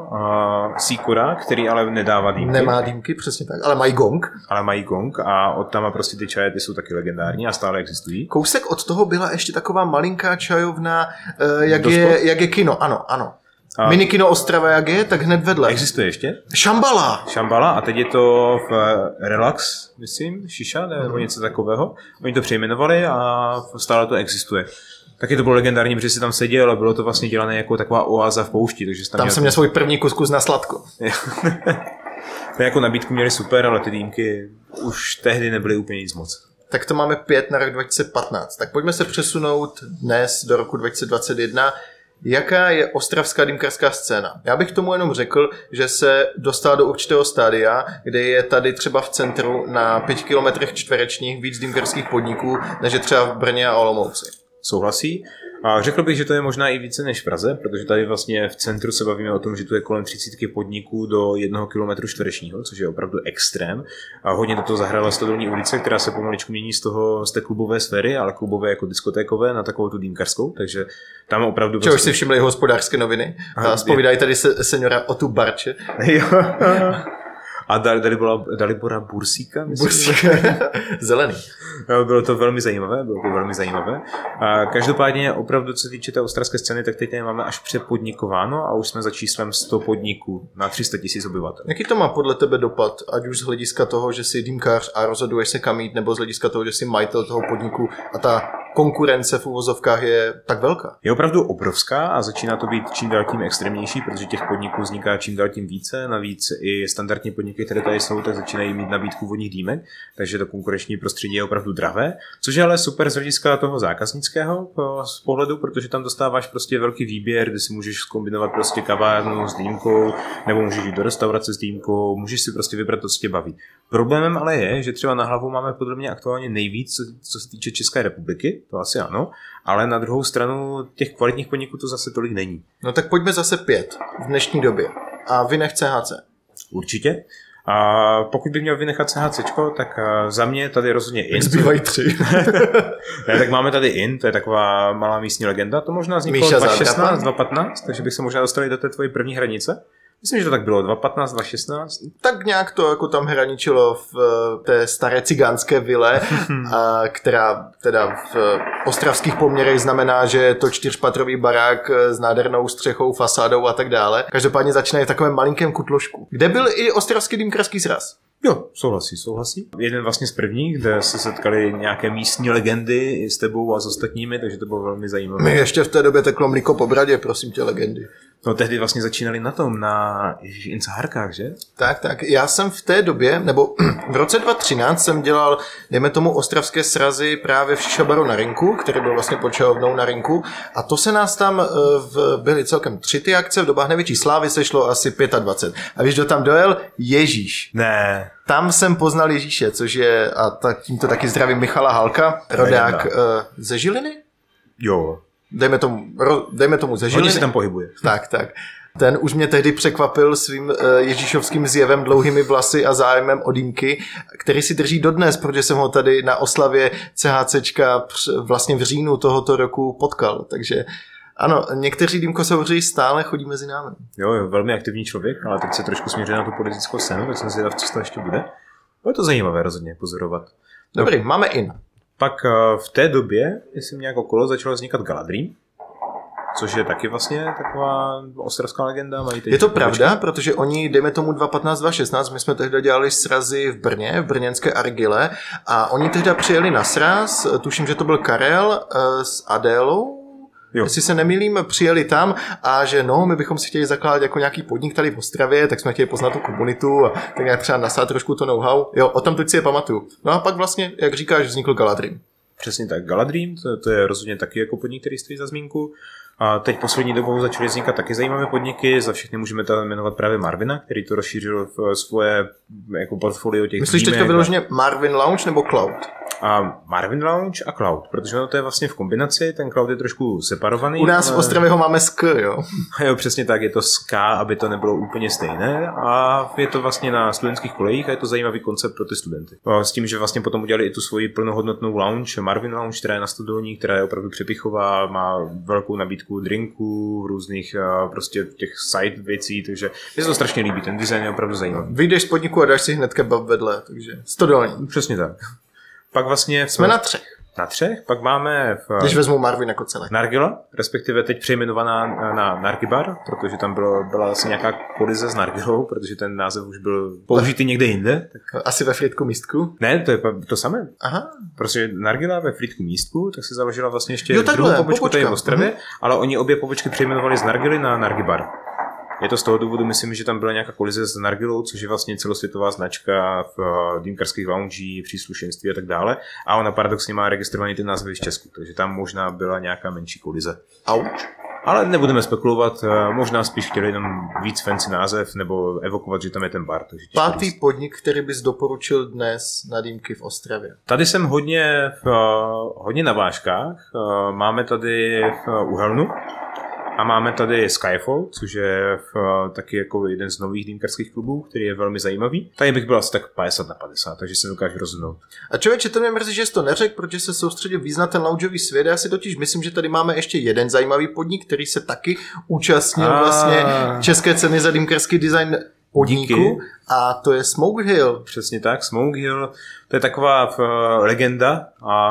C: Sikora, který ale nedává dýmky.
A: Nemá dýmky, přesně tak, ale mají gong.
C: Ale mají gong a od tam prostě ty čaje, ty jsou taky legendární a stále existují.
A: Kousek od toho byla ještě taková malinká čajovna, jak, je, jak je kino, ano, ano. A minikino Ostrava, jak je, tak hned vedle.
C: Existuje ještě?
A: Šambala.
C: Šambala a teď je to v Relax, myslím, Šiša, nebo něco takového. Oni to přejmenovali a stále to existuje. Taky to bylo legendární, protože si tam seděl a bylo to vlastně dělané jako taková oáza v poušti. Takže tam
A: tam jsem měl svůj první kuskus na sladko.
C: To jako nabídku měli super, ale ty dýmky už tehdy nebyly úplně nic moc.
A: Tak to máme pět na rok dva tisíce patnáct. Tak pojďme se přesunout dnes do roku dva tisíce dvacet jedna. Jaká je ostravská dýmkarská scéna? Já bych tomu jenom řekl, že se dostala do určitého stádia, kde je tady třeba v centru na pěti kilometrech čtverečních víc dýmkarských podniků, než je třeba v Brně a Olomouci.
C: Souhlasí. A řekl bych, že to je možná i více než v Praze, protože tady vlastně v centru se bavíme o tom, že tu je kolem třicítky podniků do jednoho kilometru čtverečního, což je opravdu extrém. A hodně do toho zahrála Stodolní ulice, která se pomaličku mění z toho z té klubové sféry, ale klubové jako diskotékové na takovou tu dýmkarskou, takže tam opravdu...
A: Čehož si všimli Hospodářské noviny a zpovídají tady se, seniora Otu Barče.
C: A Dalibora, Dalibora Bursíka, myslím.
A: Bursíka. Zelený.
C: Bylo to velmi zajímavé, bylo to velmi zajímavé. A každopádně opravdu, co se týče té ostravské scény, tak teď máme až přepodnikováno a už jsme za číslem sto podniků na tři sta tisíc obyvatel.
A: Jaký to má podle tebe dopad, ať už z hlediska toho, že jsi dýmkař a rozhoduješ se kam jít, nebo z hlediska toho, že jsi majitel toho podniku a ta konkurence v uvozovkách je tak velká?
C: Je opravdu obrovská a začíná to být čím dál tím extrémnější, protože těch podniků vzniká čím dál tím více. Navíc i standardní podniky, které tady jsou, tak začínají mít nabídku vodních dýmek, takže to konkurenční prostředí je opravdu dravé, což je ale super z hlediska toho zákaznického z pohledu, protože tam dostáváš prostě velký výběr, kde si můžeš zkombinovat prostě kavárnu s dýmkou, nebo můžeš jít do restaurace s dýmkou, můžeš si prostě vybrat to, co tě baví. Problémem ale je, že třeba na hlavu máme podle mě aktuálně nejvíc, co, co se týče České republiky, to asi ano, ale na druhou stranu těch kvalitních podniků to zase tolik není.
A: No tak pojďme zase pět v dnešní době. A vy nech C H C.
C: Určitě. A pokud bych měl vynechat CHCčko, tak za mě tady rozhodně In.
A: Zbývají tři.
C: Ne, tak máme tady In, to je taková malá místní legenda, to možná vzniklo dva šestnáct, dva patnáct, takže bych se možná dostali do té tvojí první hranice. Myslím, že to tak bylo, dva patnáct, dva šestnáct.
A: Tak nějak to jako tam hraničilo v té staré cigánské vile, a která teda v ostravských poměrech znamená, že je to čtyřpatrový barák s nádhernou střechou, fasádou a tak dále. Každopádně začínají v takovém malinkém kutlošku, kde byl i ostravský dýmkarský sraz.
C: Jo, souhlasí, souhlasí. Jeden vlastně z prvních, kde se setkali nějaké místní legendy i s tebou a s ostatními, takže to bylo velmi zajímavé.
A: My ještě v té době teklo mlíko po bradě, prosím tě, legendy.
C: No tehdy vlastně začínali na tom, na Incaharkách, že?
A: Tak, tak. Já jsem v té době, nebo v roce dva tisíce třináct jsem dělal, dejme tomu, ostravské srazy právě v Šišabaru na rinku, který byl vlastně pod čahovnou na rinku. A to se nás tam v, byly celkem tři ty akce, v dobách největší slávy se šlo asi dvacet pět. A víš, kdo tam dojel? Ježíš.
C: Ne.
A: Tam jsem poznal Ježíše, což je, a tak, tímto taky zdravím Michala Halka, rodák uh, ze Žiliny?
C: Jo.
A: Dejme tomu, ro, dejme tomu ze Žiliny.
C: Hodně se tam pohybuje.
A: Tak, tak. Ten už mě tehdy překvapil svým uh, ježíšovským zjevem, dlouhými vlasy a zájmem o dýmky, který si drží dodnes, protože jsem ho tady na oslavě CHCčka vlastně v říjnu tohoto roku potkal. Takže ano, někteří dýmkosouři stále chodí mezi námi.
C: Jo, jo, velmi aktivní člověk, ale teď se trošku směřuje na tu politickou scénu, tak jsem si zvědav, co to ještě bude. Je to zajímavé rozhodně pozorovat.
A: Dobrý, no. Máme In.
C: Pak v té době, jestli mě jako okolo, začalo vznikat Galadream, což je taky vlastně taková ostravská legenda. Mají
A: je to pravda, počkej. Protože oni, dejme tomu dva patnáct, dva šestnáct, my jsme tehdy dělali srazy v Brně, v brněnské Argile a oni tehdy přijeli na sraz, tuším, že to byl Karel s Adélou, jo. Jestli se nemýlím, přijeli tam a že no, my bychom si chtěli zakládat jako nějaký podnik tady v Ostravě, tak jsme chtěli poznat tu komunitu a tak nějak třeba nasát trošku to know-how. Jo, o tam teď si je pamatuju. No a pak vlastně, jak říkáš, vznikl Galadream.
C: Přesně tak, Galadream, to, to je rozhodně taky jako podnik, který stojí za zmínku. A teď poslední dobou začaly vznikat taky zajímavé podniky, za všechny můžeme tady jmenovat právě Marvina, který to rozšířil v svoje jako portfolio těch.
A: Myslíš teďka vyloženě Marvin Lounge nebo Cloud?
C: A Marvin Lounge a Cloud, protože to je vlastně v kombinaci, ten Cloud je trošku separovaný.
A: U nás
C: ale...
A: v Ostravě ho máme Sk, jo?
C: Jo, přesně tak, je to K, aby to nebylo úplně stejné a je to vlastně na studentských kolejích a je to zajímavý koncept pro ty studenty. S tím, že vlastně potom udělali i tu svoji plnohodnotnou lounge, Marvin Lounge, která je na Stodolní, která je opravdu přepichová, má velkou nabídku drinků, různých prostě těch side věcí, takže mě se to strašně líbí, ten design je opravdu zajímavý.
A: Vyjdeš z podniku a dáš si hned kebab vedle, takže Stodolní.
C: Přesně tak. Pak vlastně...
A: Jsme v... na třech.
C: Na třech, pak máme... V...
A: Když vezmu Marvin jako celé.
C: Nargila, respektive teď přejmenovaná na, na Nargibar, protože tam bylo, byla asi nějaká kolize s Nargilou, protože ten název už byl použitý někde jinde. Tak...
A: Asi ve Frýdku místku?
C: Ne, to je to samé.
A: Aha.
C: Protože Nargila ve Frýdku místku, tak se založila vlastně ještě
A: jo,
C: druhou pobočku tady v Ostravě,
A: uh-huh.
C: ale oni obě pobočky přejmenovali z Nargily na Nargibar. Je to z toho důvodu, myslím, že tam byla nějaká kolize s Nargilou, což je vlastně celosvětová značka v dýmkarských lounge, příslušenství a tak dále. A ona paradoxně má registrovaný ty názvy v Česku, takže tam možná byla nějaká menší kolize.
A: Auč.
C: Ale nebudeme spekulovat, možná spíš chtěli jenom víc fancy název nebo evokovat, že tam je ten bar.
A: Pátý podnik, který bys doporučil dnes na dýmky v Ostravě.
C: Tady jsem hodně, hodně na vážkách. Máme tady uhelnu a máme tady Skyfall, což je taky jako jeden z nových dýmkarských klubů, který je velmi zajímavý. Tady bych byl asi tak padesát na padesát, takže se dokážu rozhodnout. A
A: člověče, to mě mrzí, že jsi to neřekl, protože se soustředil víc na ten loungeový svět. Já si totiž myslím, že tady máme ještě jeden zajímavý podnik, který se taky účastnil a... vlastně české ceny za dýmkarský design podniku. Díky. A to je Smoke Hill.
C: Přesně tak, Smoke Hill. To je taková uh, legenda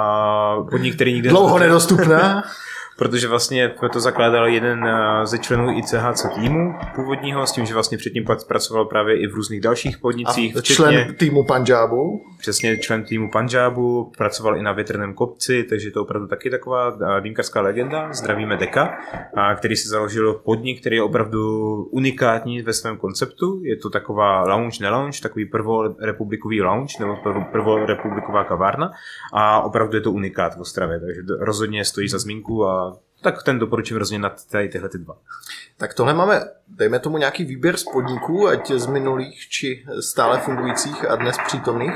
C: a podnik, který nikdy...
A: Dlouho nedostupná.
C: Protože vlastně to zakládal jeden ze členů I C H C týmu původního, s tím, že vlastně předtím pracoval právě i v různých dalších podnicích.
A: A člen včetně, týmu Punjabu.
C: Přesně, člen týmu Punjabu, pracoval i na Větrném kopci, takže je to opravdu taky taková dýmkarská legenda. Zdravíme Deka, který si založil podnik, který je opravdu unikátní ve svém konceptu. Je to taková lounge, ne-lounge, takový prvorepublikový lounge, nebo prvorepubliková kavárna a opravdu je to unikát v Ostravě, takže rozhodně stojí za zmínku a tak ten doporučím hrozně na tady tyhle ty dva.
A: Tak tohle máme, dejme tomu nějaký výběr z podniků, ať z minulých či stále fungujících a dnes přítomných.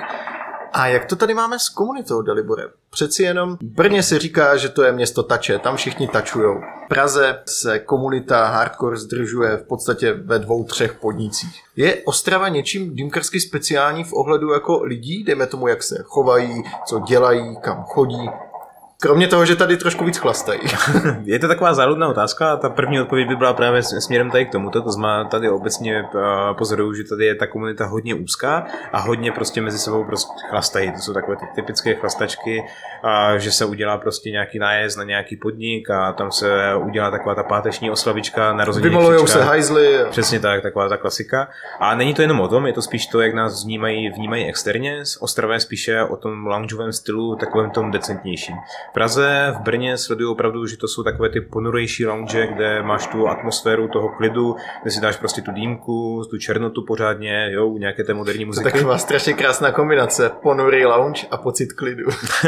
A: A jak to tady máme s komunitou, Dalibore? Přeci jenom v Brně se říká, že to je město tače, tam všichni tačujou. V Praze se komunita hardcore zdržuje v podstatě ve dvou, třech podnicích. Je Ostrava něčím dýmkarsky speciální v ohledu jako lidí? Dejme tomu, jak se chovají, co dělají, kam chodí. Kromě toho, že tady trošku víc chlastají.
C: Je to taková záludná otázka a ta první odpověď by byla právě směrem tady k tomuto. To znamená, tady obecně pozoruju, že tady je ta komunita hodně úzká a hodně prostě mezi sebou prostě chlastají. To jsou takové ty typické chlastačky, a že se udělá prostě nějaký nájezd na nějaký podnik a tam se udělá taková ta páteční oslavička na rozenění.
A: Vymalujou se hajzly.
C: Přesně tak, taková ta klasika. A není to jenom o tom, je to spíš to, jak nás vnímají, vnímají externě. Ostrava je spíše o tom loungeovém stylu, takovém tom decentnějším. V Praze, v Brně sleduju opravdu, že to jsou takové ty ponurejší lounge, kde máš tu atmosféru toho klidu, kde si dáš prostě tu dýmku, tu černotu pořádně, jo, nějaké té moderní muziky.
A: To je taková strašně krásná kombinace, ponurý lounge a pocit klidu.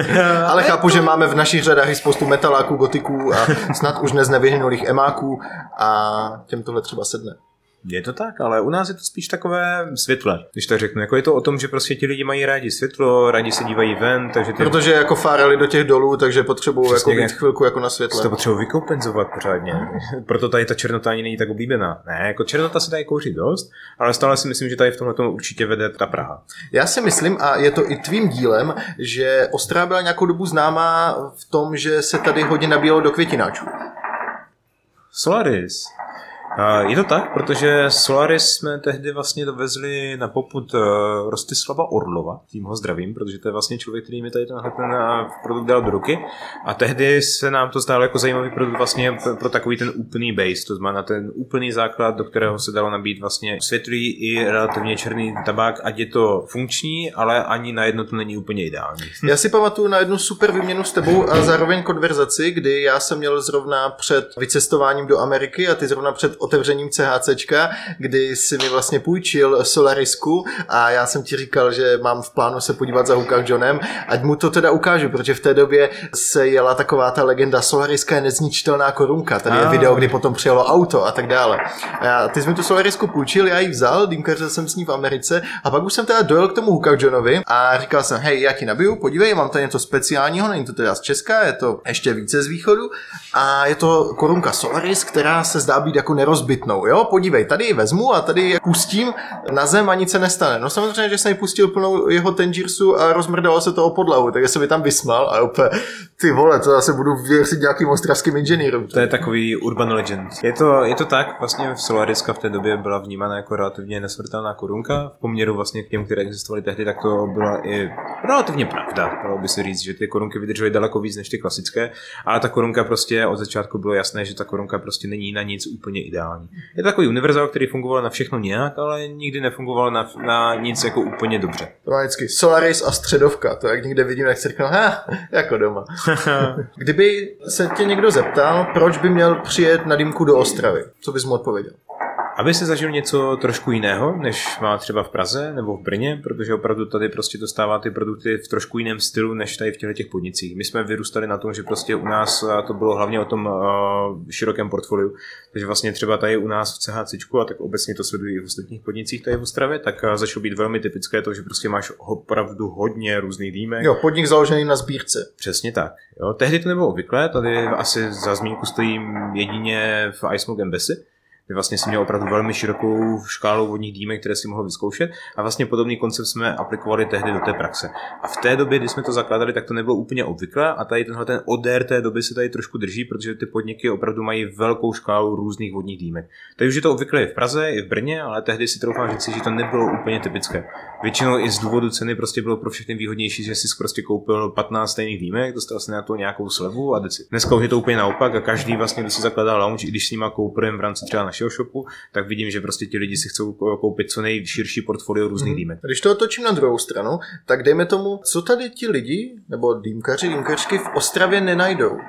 A: Ale chápu, že máme v našich řadách i spoustu metaláků, gotiků a snad už dnes nevyhynulých emáků a těm tohle třeba sedne.
C: Je to tak, ale u nás je to spíš takové světle, když to řeknu. Jako je to o tom, že prostě ti lidi mají rádi světlo, rádi se dívají ven, takže ty...
A: Protože jako fárali do těch dolů, takže potřebují jako být chvilku jako na světle.
C: To potřebují vykompenzovat pořádně. Proto tady ta černota ani není tak oblíbená. Ne, jako černota se tady kouří dost, ale stále si myslím, že tady v tomhle tomu určitě vede ta Praha.
A: Já si myslím, a je to i tvým dílem, že Ostrava byla nějakou dobu známá v tom, že se tady hodně nabíjelo do květináčů.
C: Solaris. Je to tak, protože Solaris jsme tehdy vlastně dovezli na popud Rostislava Orlova, tím ho zdravím, protože to je vlastně člověk, který mi tady tenhle ten produkt dal do ruky a tehdy se nám to zdálo jako zajímavý produkt vlastně pro takový ten úplný base, to znamená ten úplný základ, do kterého se dalo nabít vlastně světlý i relativně černý tabák, ať je to funkční, ale ani na jedno to není úplně ideální.
A: Já si pamatuju na jednu super výměnu s tebou a zároveň konverzaci, kdy já jsem měl zrovna před vycestováním do Ameriky a ty zrovna před otevřením CHCčka, kdy si mi vlastně půjčil Solarisku a já jsem ti říkal, že mám v plánu se podívat za Hukach Johnem, ať mu to teda ukážu, protože v té době se jela taková ta legenda Solariska je nezničitelná korunka. Tady je ah. video, kdy potom přijelo auto a tak dále. A já, ty jsi mi tu Solarisku půjčil, já ji vzal, dýmkařil jsem s ní v Americe a pak už jsem teda dojel k tomu Hukach Johnovi a říkal jsem, hej, já ti nabiju, podívej, mám tady něco speciálního, není to teda z Česka, je to ještě více z východu a je to korunka Solaris, která se zdá být jako nerozbitnou, jo, podívej, tady ji vezmu a tady ji pustím na zem a nic se nestane. No samozřejmě, že jsem ji pustil plnou jeho Tangiersu a rozmrdalo se to o podlahu, takže jsem mi tam vysmál a opět, ty vole, to zase budu věřit nějakým ostravským inženýrům.
C: To je takový urban legend. Je to, je to tak, vlastně v Solariska v té době byla vnímána jako relativně nesmrtelná korunka, v poměru vlastně k těm, které existovaly tehdy, tak to byla i relativně pravda, dalo by se říct, že ty korunky vydržely daleko víc než ty klasické, ale ta korunka prostě od začátku bylo jasné, že ta korunka prostě není na nic úplně ideální. Je to takový univerzál, který fungoval na všechno nějak, ale nikdy nefungoval na, na nic jako úplně dobře.
A: To má vždycky Solaris a středovka, to jak někde vidím, jak se řeknu, ha, jako doma. Kdyby se tě někdo zeptal, proč by měl přijet na dýmku do Ostravy, co bys mu odpověděl?
C: aby se zažil něco trošku jiného, než má třeba v Praze nebo v Brně, protože opravdu tady prostě dostává ty produkty v trošku jiném stylu, než tady v těchto těch podnicích. My jsme vyrůstali na tom, že prostě u nás to bylo hlavně o tom uh, širokém portfoliu, takže vlastně třeba tady u nás v CHCčku, a tak obecně to sledují i v ostatních podnicích tady v Ostravě, tak uh, začalo být velmi typické to, že prostě máš opravdu hodně různých dýmek.
A: Jo, podnik založený na sbírce.
C: Přesně tak. Jo, tehdy to nebylo obvyklé, tady asi za zmínku stojí jedině v iSmoke Embassy, kde vlastně si měl opravdu velmi širokou škálu vodních dýmek, které si mohl vyzkoušet a vlastně podobný koncept jsme aplikovali tehdy do té praxe. A v té době, kdy jsme to zakládali, tak to nebylo úplně obvyklé a tady tenhle ten odér té doby se tady trošku drží, protože ty podniky opravdu mají velkou škálu různých vodních dýmek. Tady už je to obvyklé i v Praze, i v Brně, ale tehdy si troufám říct, že to nebylo úplně typické. Většinou i z důvodu ceny prostě bylo pro všechny výhodnější, že si prostě koupil patnáct stejných dýmek, dostal si na to nějakou slevu a deci. Dneska už je to úplně naopak a každý vlastně, když si zakládá lounge, i když s nima koupím v rámci třeba našeho shopu, tak vidím, že prostě ti lidi si chcou koupit co nejširší portfolio různých mm. dýmek.
A: Když to otočím na druhou stranu, tak dejme tomu, co tady ti lidi, nebo dýmkaři, dýmkařky v Ostravě nenajdou.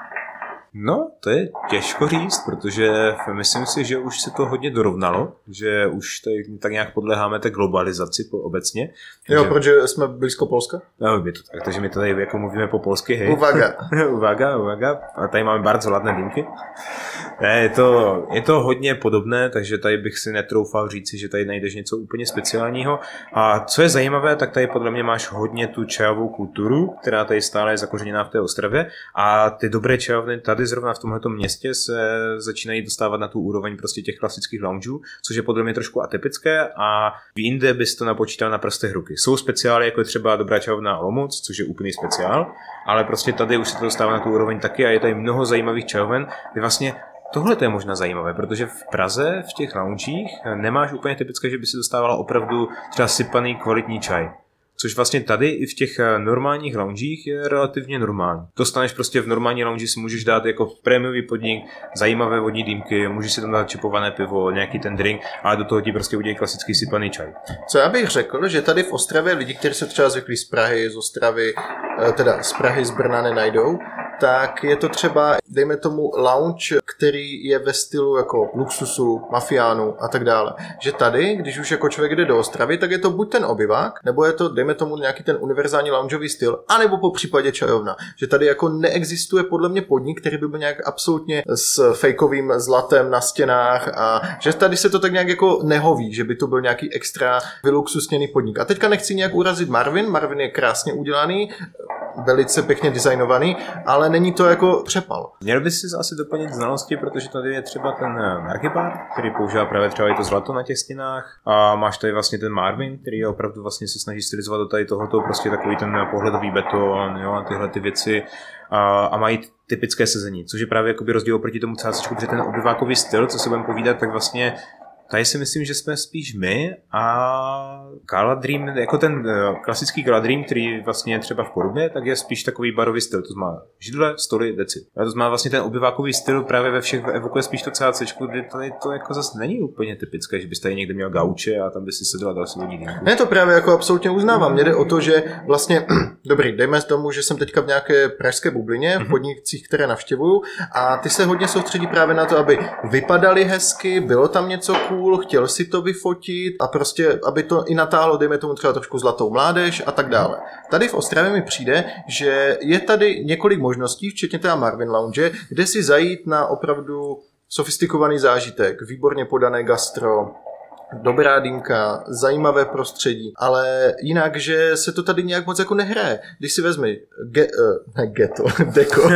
C: No, to je těžko říct, protože myslím si, že už se to hodně dorovnalo, že už tady tak nějak podléháme té globalizaci po obecně.
A: Jo, protože jsme blízko Polska?
C: No, je to tak, takže my tady jako mluvíme po polsky, hej.
A: Uvaga.
C: uvaga, uvaga. A tady máme bardzo ladné dýmky. Ne, je to, je to hodně podobné, takže tady bych si netroufal říci, že tady najdeš něco úplně speciálního. A co je zajímavé, tak tady podle mě máš hodně tu čajovou kulturu, která tady stále je zakořeněná v té Ostravě a ty dobré čajovny tady zrovna v tomhleto městě se začínají dostávat na tu úroveň prostě těch klasických loungeů, což je podle mě trošku atypické a v jinde bys to napočítal na prstech ruky. Jsou speciály, jako je třeba dobrá čajovna Olomouc, což je úplný speciál, ale prostě tady už se to dostává na tu úroveň taky a je tady mnoho zajímavých čajoven, kdy vlastně tohle je možná zajímavé, protože v Praze v těch loungích nemáš úplně typické, že by se dostávala opravdu třeba sypaný kvalitní čaj. Což vlastně tady i v těch normálních loungích je relativně normální. Dostaneš prostě v normální loungi si můžeš dát jako prémiový podnik, zajímavé vodní dýmky, můžeš si tam dát čipované pivo, nějaký ten drink, ale do toho ti prostě udělají klasický sypaný čaj.
A: Co já bych řekl, že tady v Ostravě lidi, kteří se třeba zvyklí z Prahy, z Ostravy, teda z Prahy, z Brna nenajdou, tak je to třeba, dejme tomu, lounge, který je ve stylu jako luxusu, mafiánu a tak dále. Že tady, když už jako člověk jde do Ostravy, tak je to buď ten obyvák, nebo je to, dejme tomu, nějaký ten univerzální loungeový styl, anebo po případě čajovna. Že tady jako neexistuje podle mě podnik, který by byl nějak absolutně s fejkovým zlatem na stěnách a že tady se to tak nějak jako nehoví, že by to byl nějaký extra vyluxusněný podnik. A teďka nechci nějak urazit Marvin, Marvin je krásně udělaný, velice pěkně designovaný, ale není to jako přepal.
C: Měl bys si asi doplnit znalosti, protože tady je třeba ten Markibar, který používá právě třeba i to zlato na těch stěnách a máš tady vlastně ten Marvin, který je opravdu vlastně se snaží stylizovat do tady tohoto, prostě takový ten pohledový beton, jo, a tyhle ty věci a, a mají typické sezení, což je právě jakoby rozdíl oproti tomu cácečku, protože ten obyvákový styl, co se budeme povídat, tak vlastně tady si myslím, že jsme spíš my a Galadream, jako ten klasický Galadream, který vlastně je třeba v Porubě, tak je spíš takový barový styl, to znamená židle, stoly, deci. A to znamená vlastně ten obyvákový styl právě ve všech evokuje spíš to CACčku, kde tady to jako zase není úplně typické, že bys tady někde měl gauče a tam by si seděl a dal si vodní dýmku.
A: Ne, to právě jako absolutně uznávám. Mně jde o to, že vlastně, dobrý, dejme tomu, že jsem teďka v nějaké pražské bublině, v podnicích, které navštěvuju a ty se hodně soustředí právě na to, aby vypadaly hezky, bylo tam něco cool, chtěl si to vyfotit a prostě, aby to i natáhlo, dejme tomu třeba trošku zlatou mládež a tak dále. Tady v Ostravě mi přijde, že je tady několik možností, včetně teda Marvin Lounge, kde si zajít na opravdu sofistikovaný zážitek, výborně podané gastro, dobrá dýmka, zajímavé prostředí, ale jinak, že se to tady nějak moc jako nehraje. Když si vezmi ge, uh, ne ghetto, Deko.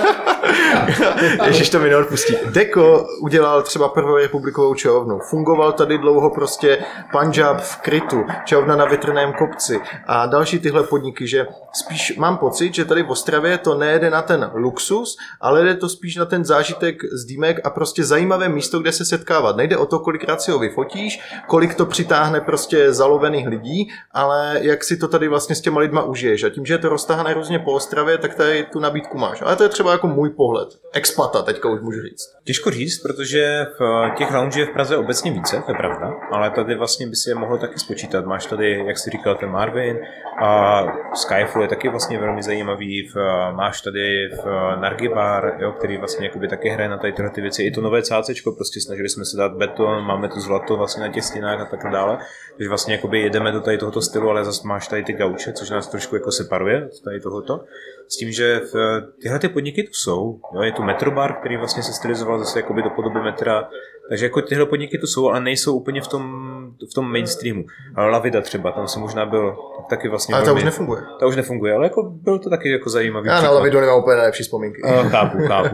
A: Ježiš, to mi neodpustí. Deko udělal třeba prvou republikovou čajovnu. Fungoval tady dlouho prostě Punjab v krytu, čajovna na Větrném kopci a další tyhle podniky, že spíš mám pocit, že tady v Ostravě to nejede na ten luxus, ale jde to spíš na ten zážitek z dýmek a prostě zajímavé místo, kde se setkávat. Nejde o to, kolikrát si ho vyfotíš, kolik to přitáhne prostě zalovených lidí, ale jak si to tady vlastně s těma lidma užiješ. A tím, že je to roztahané různě po Ostravě, tak tady tu nabídku máš. Ale to je třeba jako můj pohled? Expata, teďka už můžu říct.
C: Těžko říct, protože v těch lounge je v Praze obecně více, to je pravda, ale tady vlastně by si je mohlo taky spočítat. Máš tady, jak jsi říkal, ten Marvin, a Skyflow je taky vlastně velmi zajímavý, v, máš tady v Nargy Bar, jo, který vlastně jakoby taky hraje na tady tyhle ty věci. I to nové cácečko, prostě snažili jsme se dát beton, máme tu zlato vlastně na těch stěnách a tak dále. Takže vlastně jakoby jedeme do tady tohoto stylu, ale zase máš tady ty gauče, což nás trošku jako separuje od tady tohoto. S tím, že v tyhle ty podniky tu jsou. Jo, je tu Metrobar, který vlastně se stylizoval zase jakoby do podoby metra. Takže jako tyhle podniky tu jsou, ale nejsou úplně v tom, v tom mainstreamu. Ale Lavida třeba, tam jsem možná byl taky vlastně...
A: Ale ta už nefunguje.
C: Ta už nefunguje, ale jako byl to taky jako zajímavý
A: Já
C: příklad.
A: na Lavidu nemám úplně nejlepší vzpomínky.
C: Uh, chápu, chápu.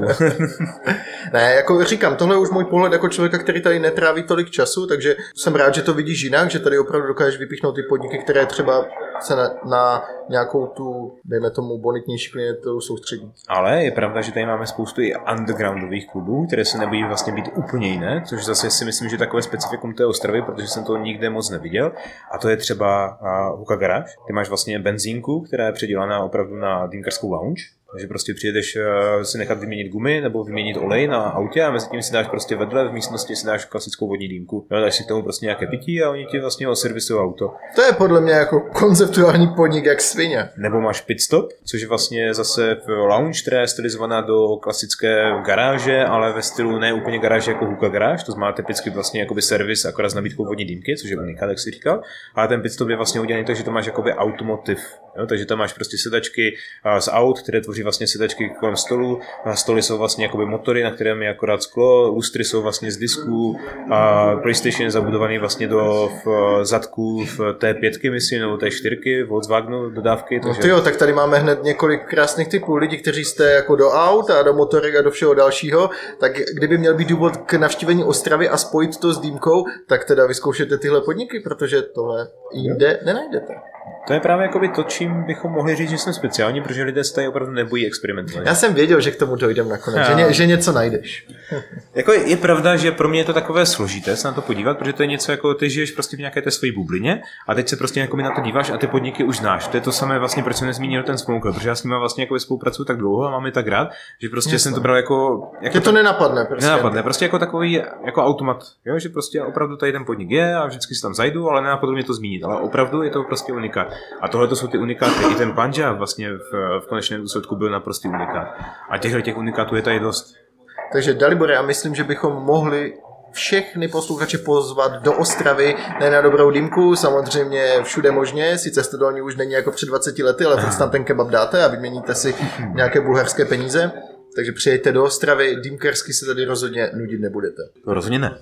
A: Ne, jako říkám, tohle je už můj pohled jako člověka, který tady netráví tolik času, takže jsem rád, že to vidíš jinak, že tady opravdu dokážeš vypíchnout ty podniky, které třeba se na, na nějakou tu, dejme tomu, bonitnější klientelu soustředí.
C: Ale je pravda, že tady máme spoustu i undergroundových klubů, které se nebojí vlastně být úplně jiné, což zase si myslím, že je takové specifikum té Ostravy, protože jsem to nikde moc neviděl. A to je třeba uh, Hookah Garage. Ty máš vlastně benzínku, která je předělaná opravdu na dýmkařskou lounge. Takže prostě přijedeš uh, si nechat vyměnit gumy nebo vyměnit olej na autě a mezi tím si dáš prostě vedle v místnosti si dáš klasickou vodní dýmku. Jo, dáš si k tomu prostě nějaké pití a oni ti vlastně oservisují auto.
A: To je podle mě jako konceptuální podnik jak svině.
C: Nebo máš pitstop, což je vlastně zase v lounge, která je stylizovaná do klasické garáže, ale ve stylu ne úplně garáže jako Hookah Garage, to znamená typicky vlastně jakoby servis akorát s nabídkou vodní dýmky, což je unikát, jak jsi říkal, ale ten pitstop je vlastně udělaný tak, že to máš jakoby automotiv. Jo, takže tam máš prostě sedačky z aut, které tvoří vlastně sedačky kolem stolu. Na stoly jsou vlastně jakoby motory, na kterém je akorát sklo, lustry jsou vlastně z disků, a PlayStation je zabudovaný vlastně do v zadku v té pětky, myslím, nebo té čtyřky, Volkswagenu dodávky. Takže...
A: No tyjo, tak tady máme hned několik krásných typů lidí, kteří jste jako do aut a do motorek a do všeho dalšího, tak kdyby měl být důvod k navštívení Ostravy a spojit to s dýmkou, tak teda vyzkoušete tyhle podniky, protože tohle jinde nenajdete.
C: To je právě jakoby to, čím bychom mohli říct, že jsme speciální, protože lidé se tady opravdu nebojí experimentovat.
A: Já jsem věděl, že k tomu dojdem nakonec, že, ně, že něco najdeš.
C: Jako je, je pravda, že pro mě je to takové složité se na to podívat, protože to je něco jako ty žiješ prostě v nějaké té své bublině a teď se prostě jako mi na to díváš a ty podniky už znáš. To je to samé vlastně, proč jsem nezmínil ten Smoker, protože já s nimi vlastně jako spolupracuju tak dlouho a mám je tak rád, že prostě Jasne. jsem to bral jako... jako
A: to tak, nenapadne prostě.
C: Nenapadne, prostě jako takový jako automat, jo? Že prostě opravdu tady ten podnik je a vždycky si tam zajdu, ale nenapadlo mě to zmínit, ale opravdu je to prostě unikát. A tohle to jsou ty unikáty. I ten Punjab vlastně v, v konečném důsledku byl naprostý unikát. A těchto těch unikátů je tady dost.
A: Takže Dalibore, já myslím, že bychom mohli všechny posluchače pozvat do Ostravy, ne na dobrou dýmku, samozřejmě všude možně, sice jste do ní už není jako před dvaceti lety, ale furt tam ten kebab dáte a vyměníte si nějaké bulharské peníze. Takže přijďte do Ostravy, dýmkarsky se tady rozhodně nudit nebudete.
C: Rozhodně ne.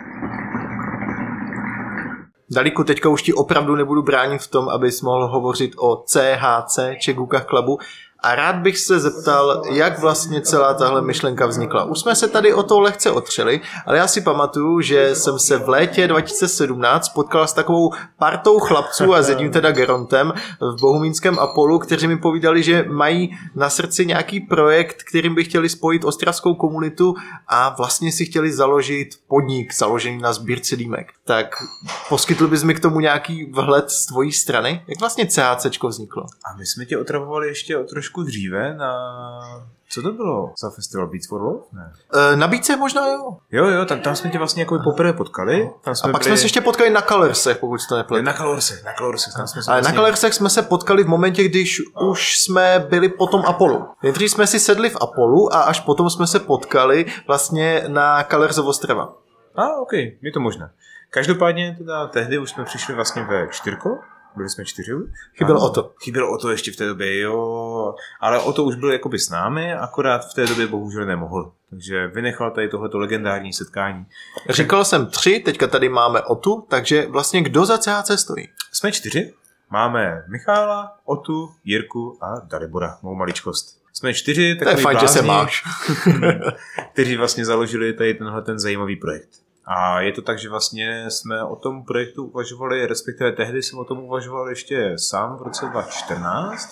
A: Dalíku, teďka už ti opravdu nebudu bránit v tom, abys mohl hovořit o C H C, Czech Hookah Clubu. A rád bych se zeptal, jak vlastně celá tahle myšlenka vznikla. Už jsme se tady o to lehce otřeli, ale já si pamatuju, že jsem se v létě dva tisíce sedmnáct potkal s takovou partou chlapců a s jedním teda gerontem v bohumínském Apolu, kteří mi povídali, že mají na srdci nějaký projekt, kterým by chtěli spojit ostravskou komunitu a vlastně si chtěli založit podnik založený na sbírce dýmek. Tak poskytl bys mi k tomu nějaký vhled z tvojí strany? Jak vlastně CHCčko vzniklo?
C: A my jsme tě otravovali ještě o trošku dříve na... Co to bylo za festival Beats for Love? Ne.
A: E, na Beatsech možná jo.
C: Jo, jo, tam, tam jsme tě vlastně jako poprvé potkali. Tam jsme
A: a pak
C: byli...
A: jsme se ještě potkali na Colorsech, pokud to nepletu.
C: Na Colorsech, na Colorsech. Tam jsme se
A: Ale
C: vlastně...
A: na Colorsech jsme se potkali v momentě, když už jsme byli po tom Apollu. Nejdřív jsme si sedli v Apollu a až potom jsme se potkali vlastně na Colors of Ostrava.
C: A, ah, ok, je to možné. Každopádně teda tehdy už jsme přišli vlastně ve čtyřko. Byli jsme čtyři už?
A: Chybělo Oto.
C: Chybělo Oto ještě v té době, jo. Ale Oto už byl jakoby s námi, akorát v té době bohužel nemohl. Takže vynechal tady tohleto legendární setkání.
A: Říkal jsem tři, teďka tady máme Otu, takže vlastně kdo za C H C stojí?
C: Jsme čtyři. Máme Michála, Otu, Jirku a Dalibora, mou maličkost. Jsme čtyři takový
A: to je fajn,
C: blázni,
A: že se máš.
C: kteří vlastně založili tady tenhle ten zajímavý projekt. A je to tak, že vlastně jsme o tom projektu uvažovali, respektive tehdy jsem o tom uvažoval ještě sám v roce dva tisíce čtrnáct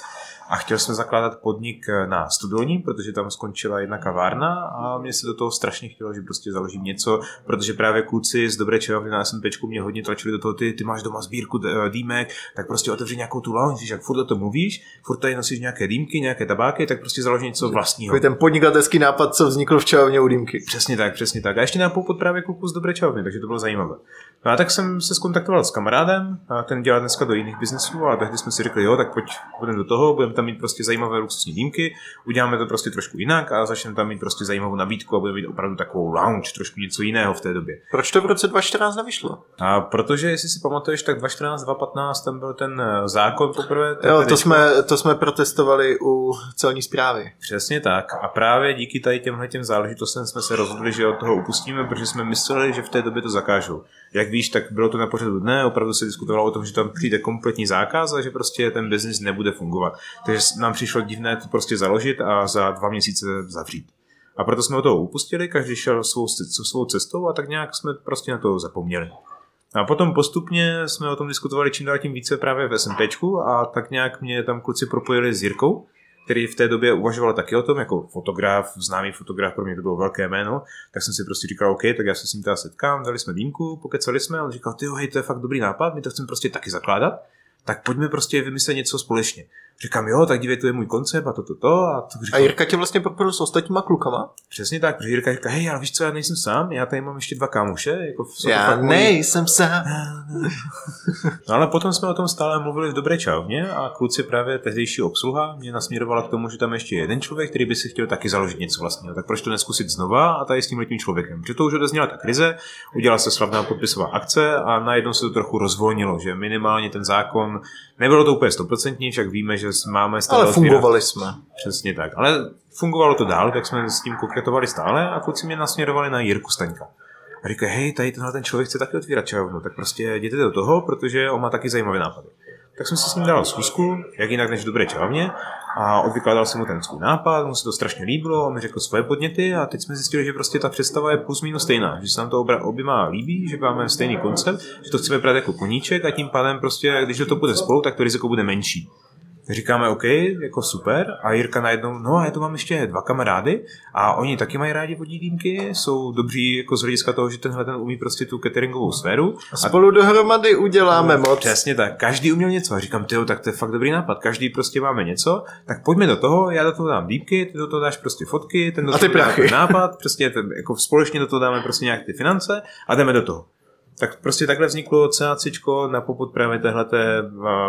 C: a chtěl jsem zakládat podnik na Studolní, protože tam skončila jedna kavárna a mě se do toho strašně chtělo, že prostě založím něco, protože právě kluci z Dobré čajovny na SMPčku mě hodně tlačili do toho, ty, ty máš doma sbírku dýmek, tak prostě otevři nějakou tu lounge, jak furt o tom mluvíš, furt tady nosíš nějaké dýmky, nějaké tabáky, tak prostě založ něco vlastního.
A: Ten podnikatelský nápad, co vznikl v čajovně u Dýmky.
C: Přesně tak, přesně tak. A ještě na popud právě kluku z Dobré čajovny, takže to bylo zajímavé. No a tak jsem se skontaktoval s kamarádem, a ten dělá dneska do jiných biznesů, ale tehdy jsme si řekli, jo, tak pojď budeme do toho, budeme tam mít prostě zajímavé luxusní dýmky, uděláme to prostě trošku jinak a začneme tam mít prostě zajímavou nabídku a budeme mít opravdu takovou lounge, trošku něco jiného v té době.
A: Proč to v roce dva tisíce čtrnáct nevyšlo?
C: A protože, jestli si pamatuješ, tak dva tisíce čtrnáct, dva tisíce patnáct tam byl ten zákon poprvé.
A: Jo, to jsme, to jsme protestovali u celní správy.
C: Přesně tak. A právě díky tady těmhle těm záležitostem jsme se rozhodli, že od toho upustíme, protože jsme mysleli, že v té době to zakážou. Jak víš, tak bylo to na pořadu dne, opravdu se diskutovalo o tom, že tam přijde kompletní zákaz a že prostě ten biznis nebude fungovat. Takže nám přišlo divné to prostě založit a za dva měsíce zavřít. A proto jsme o toho upustili, každý šel svou, svou cestou a tak nějak jsme prostě na to zapomněli. A potom postupně jsme o tom diskutovali čím dál tím více právě v SMPčku a tak nějak mě tam kluci propojili s Jirkou, který v té době uvažoval taky o tom, jako fotograf, známý fotograf, pro mě to bylo velké jméno, tak jsem si prostě říkal, OK, tak já se s ním teda setkám, dali jsme dýmku, pokecali jsme a on říkal, tyjo, hej, to je fakt dobrý nápad, my to chceme prostě taky zakládat, tak pojďme prostě vymyslet něco společně. Říkám, jo, tak dívej, to je můj koncept a toto, to, to. A, to říkám,
A: a Jirka tě vlastně propojil s ostatníma klukama?
C: Přesně tak, protože Jirka říká, hej, ale víš co, já nejsem sám, já tady mám ještě dva kámoše. Jako
A: já nejsem moji... sám.
C: No ale potom jsme o tom stále mluvili v Dobré čajovně a kluci právě tehdejší obsluha mě nasměrovala k tomu, že tam ještě jeden člověk, který by si chtěl taky založit něco vlastního. Tak proč to neskusit znova a tady s tímhletím člověkem? Protože to už odezněla ta krize, udělala se slavná podpisová akce a najednou se to trochu rozvolnilo, že minimálně ten zákon, nebylo to úplně stoprocentní, však víme, že máme stále
A: ale fungovali jsme.
C: Přesně tak. Ale fungovalo to dál, tak jsme s tím koketovali stále a kluci mě nasměrovali na Jirku Staňka. A říkají, hej, tady tenhle ten člověk chce taky otvírat čajovnu, tak prostě jděte do toho, protože on má taky zajímavé nápady. Tak jsem si s ním dal schůzku, jak jinak než v Dobré čajovně, a odvykládal jsem mu ten svůj nápad, mu se to strašně líbilo, on mi řekl svoje podněty a teď jsme zjistili, že prostě ta představa je plus minus stejná, že se nám to oběma líbí, že máme stejný koncept, že to chceme brát jako koníček a tím pádem prostě, když to půjde spolu, tak to riziko bude menší. Říkáme, OK, jako super. A Jirka najednou, no a já tu mám ještě dva kamarády a oni taky mají rádi vodní dýmky, jsou dobří jako z hlediska toho, že tenhle ten umí prostě tu cateringovou sféru.
A: A spolu dohromady uděláme moc.
C: Přesně tak, každý uměl něco. A říkám, tyjo, tak to je fakt dobrý nápad, každý prostě máme něco, tak pojďme do toho, já do toho dám dýmky, ty do toho dáš prostě fotky, ten do toho dá ten nápad, přesně ten, jako společně do toho dáme prostě nějaké ty finance a jdeme do toho. Tak prostě takhle vzniklo CACčko na popud právě téhleté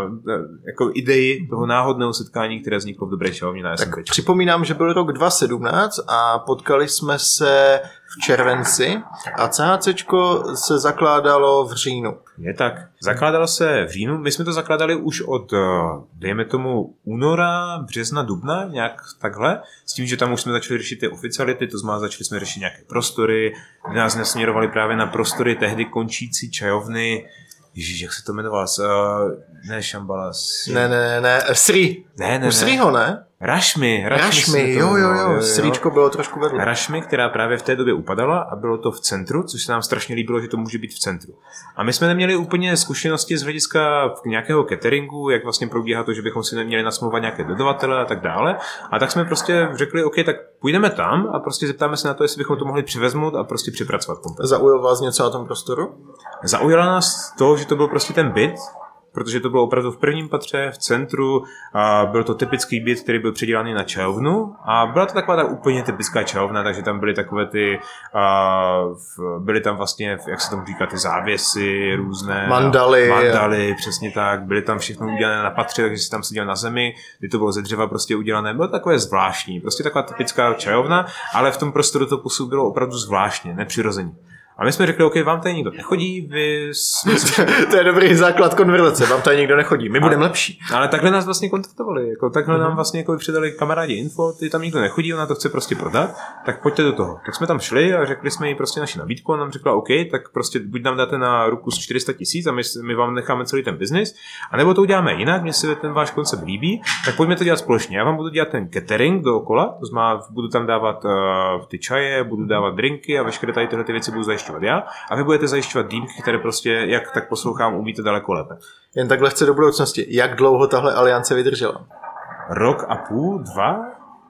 C: jako ideji toho náhodného setkání, které vzniklo v Dobré čajovně na SMPčku.
A: Tak připomínám, že byl rok dva tisíce sedmnáct a potkali jsme se v červenci a CACčko se zakládalo v říjnu.
C: Je tak. Zakládalo se v říjnu. My jsme to zakládali už od, dejme tomu, února, března, dubna, nějak takhle. S tím, že tam už jsme začali řešit ty oficiality, to znamená, začali jsme řešit nějaké prostory, kde nás nasměrovali právě na prostory tehdy končící čajovny. Ježíš, jak se to jmenovalo? Uh, ne Šambalas.
A: Ne, ne, ne, Sri.
C: Ne, ne,
A: U Sriho, ne?
C: Rašmi.
A: Rašmi, jo, jo, jo. Sríčko bylo trošku vedle.
C: Rašmi, která právě v té době upadala a bylo to v centru, což se nám strašně líbilo, že to může být v centru. A my jsme neměli úplně zkušenosti z hlediska nějakého cateringu, jak vlastně probíhá to, že bychom si neměli nasmluvat nějaké dodavatele a tak dále. A tak jsme prostě řekli, OK, tak půjdeme tam a prostě zeptáme se na to, jestli bychom to mohli přivezmout a prostě připracovat kompletně.
A: Zaujalo vás něco na tom prostoru?
C: Zaujalo nás to, že to byl prostě ten byt, protože to bylo opravdu v prvním patře, v centru, a byl to typický byt, který byl předělaný na čajovnu a byla to taková ta úplně typická čajovna, takže tam byly takové ty, a, byly tam vlastně, jak se tomu říká, ty závěsy různé.
A: Mandaly.
C: Mandaly, přesně tak, byly tam všechno udělané na patře, takže si tam seděl na zemi, kdy to bylo ze dřeva prostě udělané, bylo takové zvláštní, prostě taková typická čajovna, ale v tom prostoru to působilo opravdu zvláštně, nepřirozeně. A my jsme řekli, OK, vám tady nikdo nechodí, vy jsme...
A: To je dobrý základ konverzace, vám tady nikdo nechodí, my budeme lepší.
C: Ale takhle nás vlastně kontaktovali, jako takhle mm-hmm. nám vlastně jako předali kamarádi info, ty tam nikdo nechodí, ona to chce prostě prodat, tak pojďte do toho. Tak jsme tam šli a řekli jsme jí prostě naši nabídku a nám řekla, OK, tak prostě buď nám dáte na ruku z čtyři sta tisíc a my, my vám necháme celý ten biznis, anebo to uděláme jinak, mně se ten váš koncept líbí, tak pojďme to dělat společně. Já vám budu dělat ten catering dookola, to znamená, budu tam dávat uh, ty čaje, budu dávat drinky a veškeré tady tyhle ty věci budu zajišťovat já. A vy budete zajišťovat dýmky, které prostě, jak tak poslouchám, umíte daleko lépe.
A: Jen takhle chce do budoucnosti. Jak dlouho tahle aliance vydržela?
C: rok a půl, dva?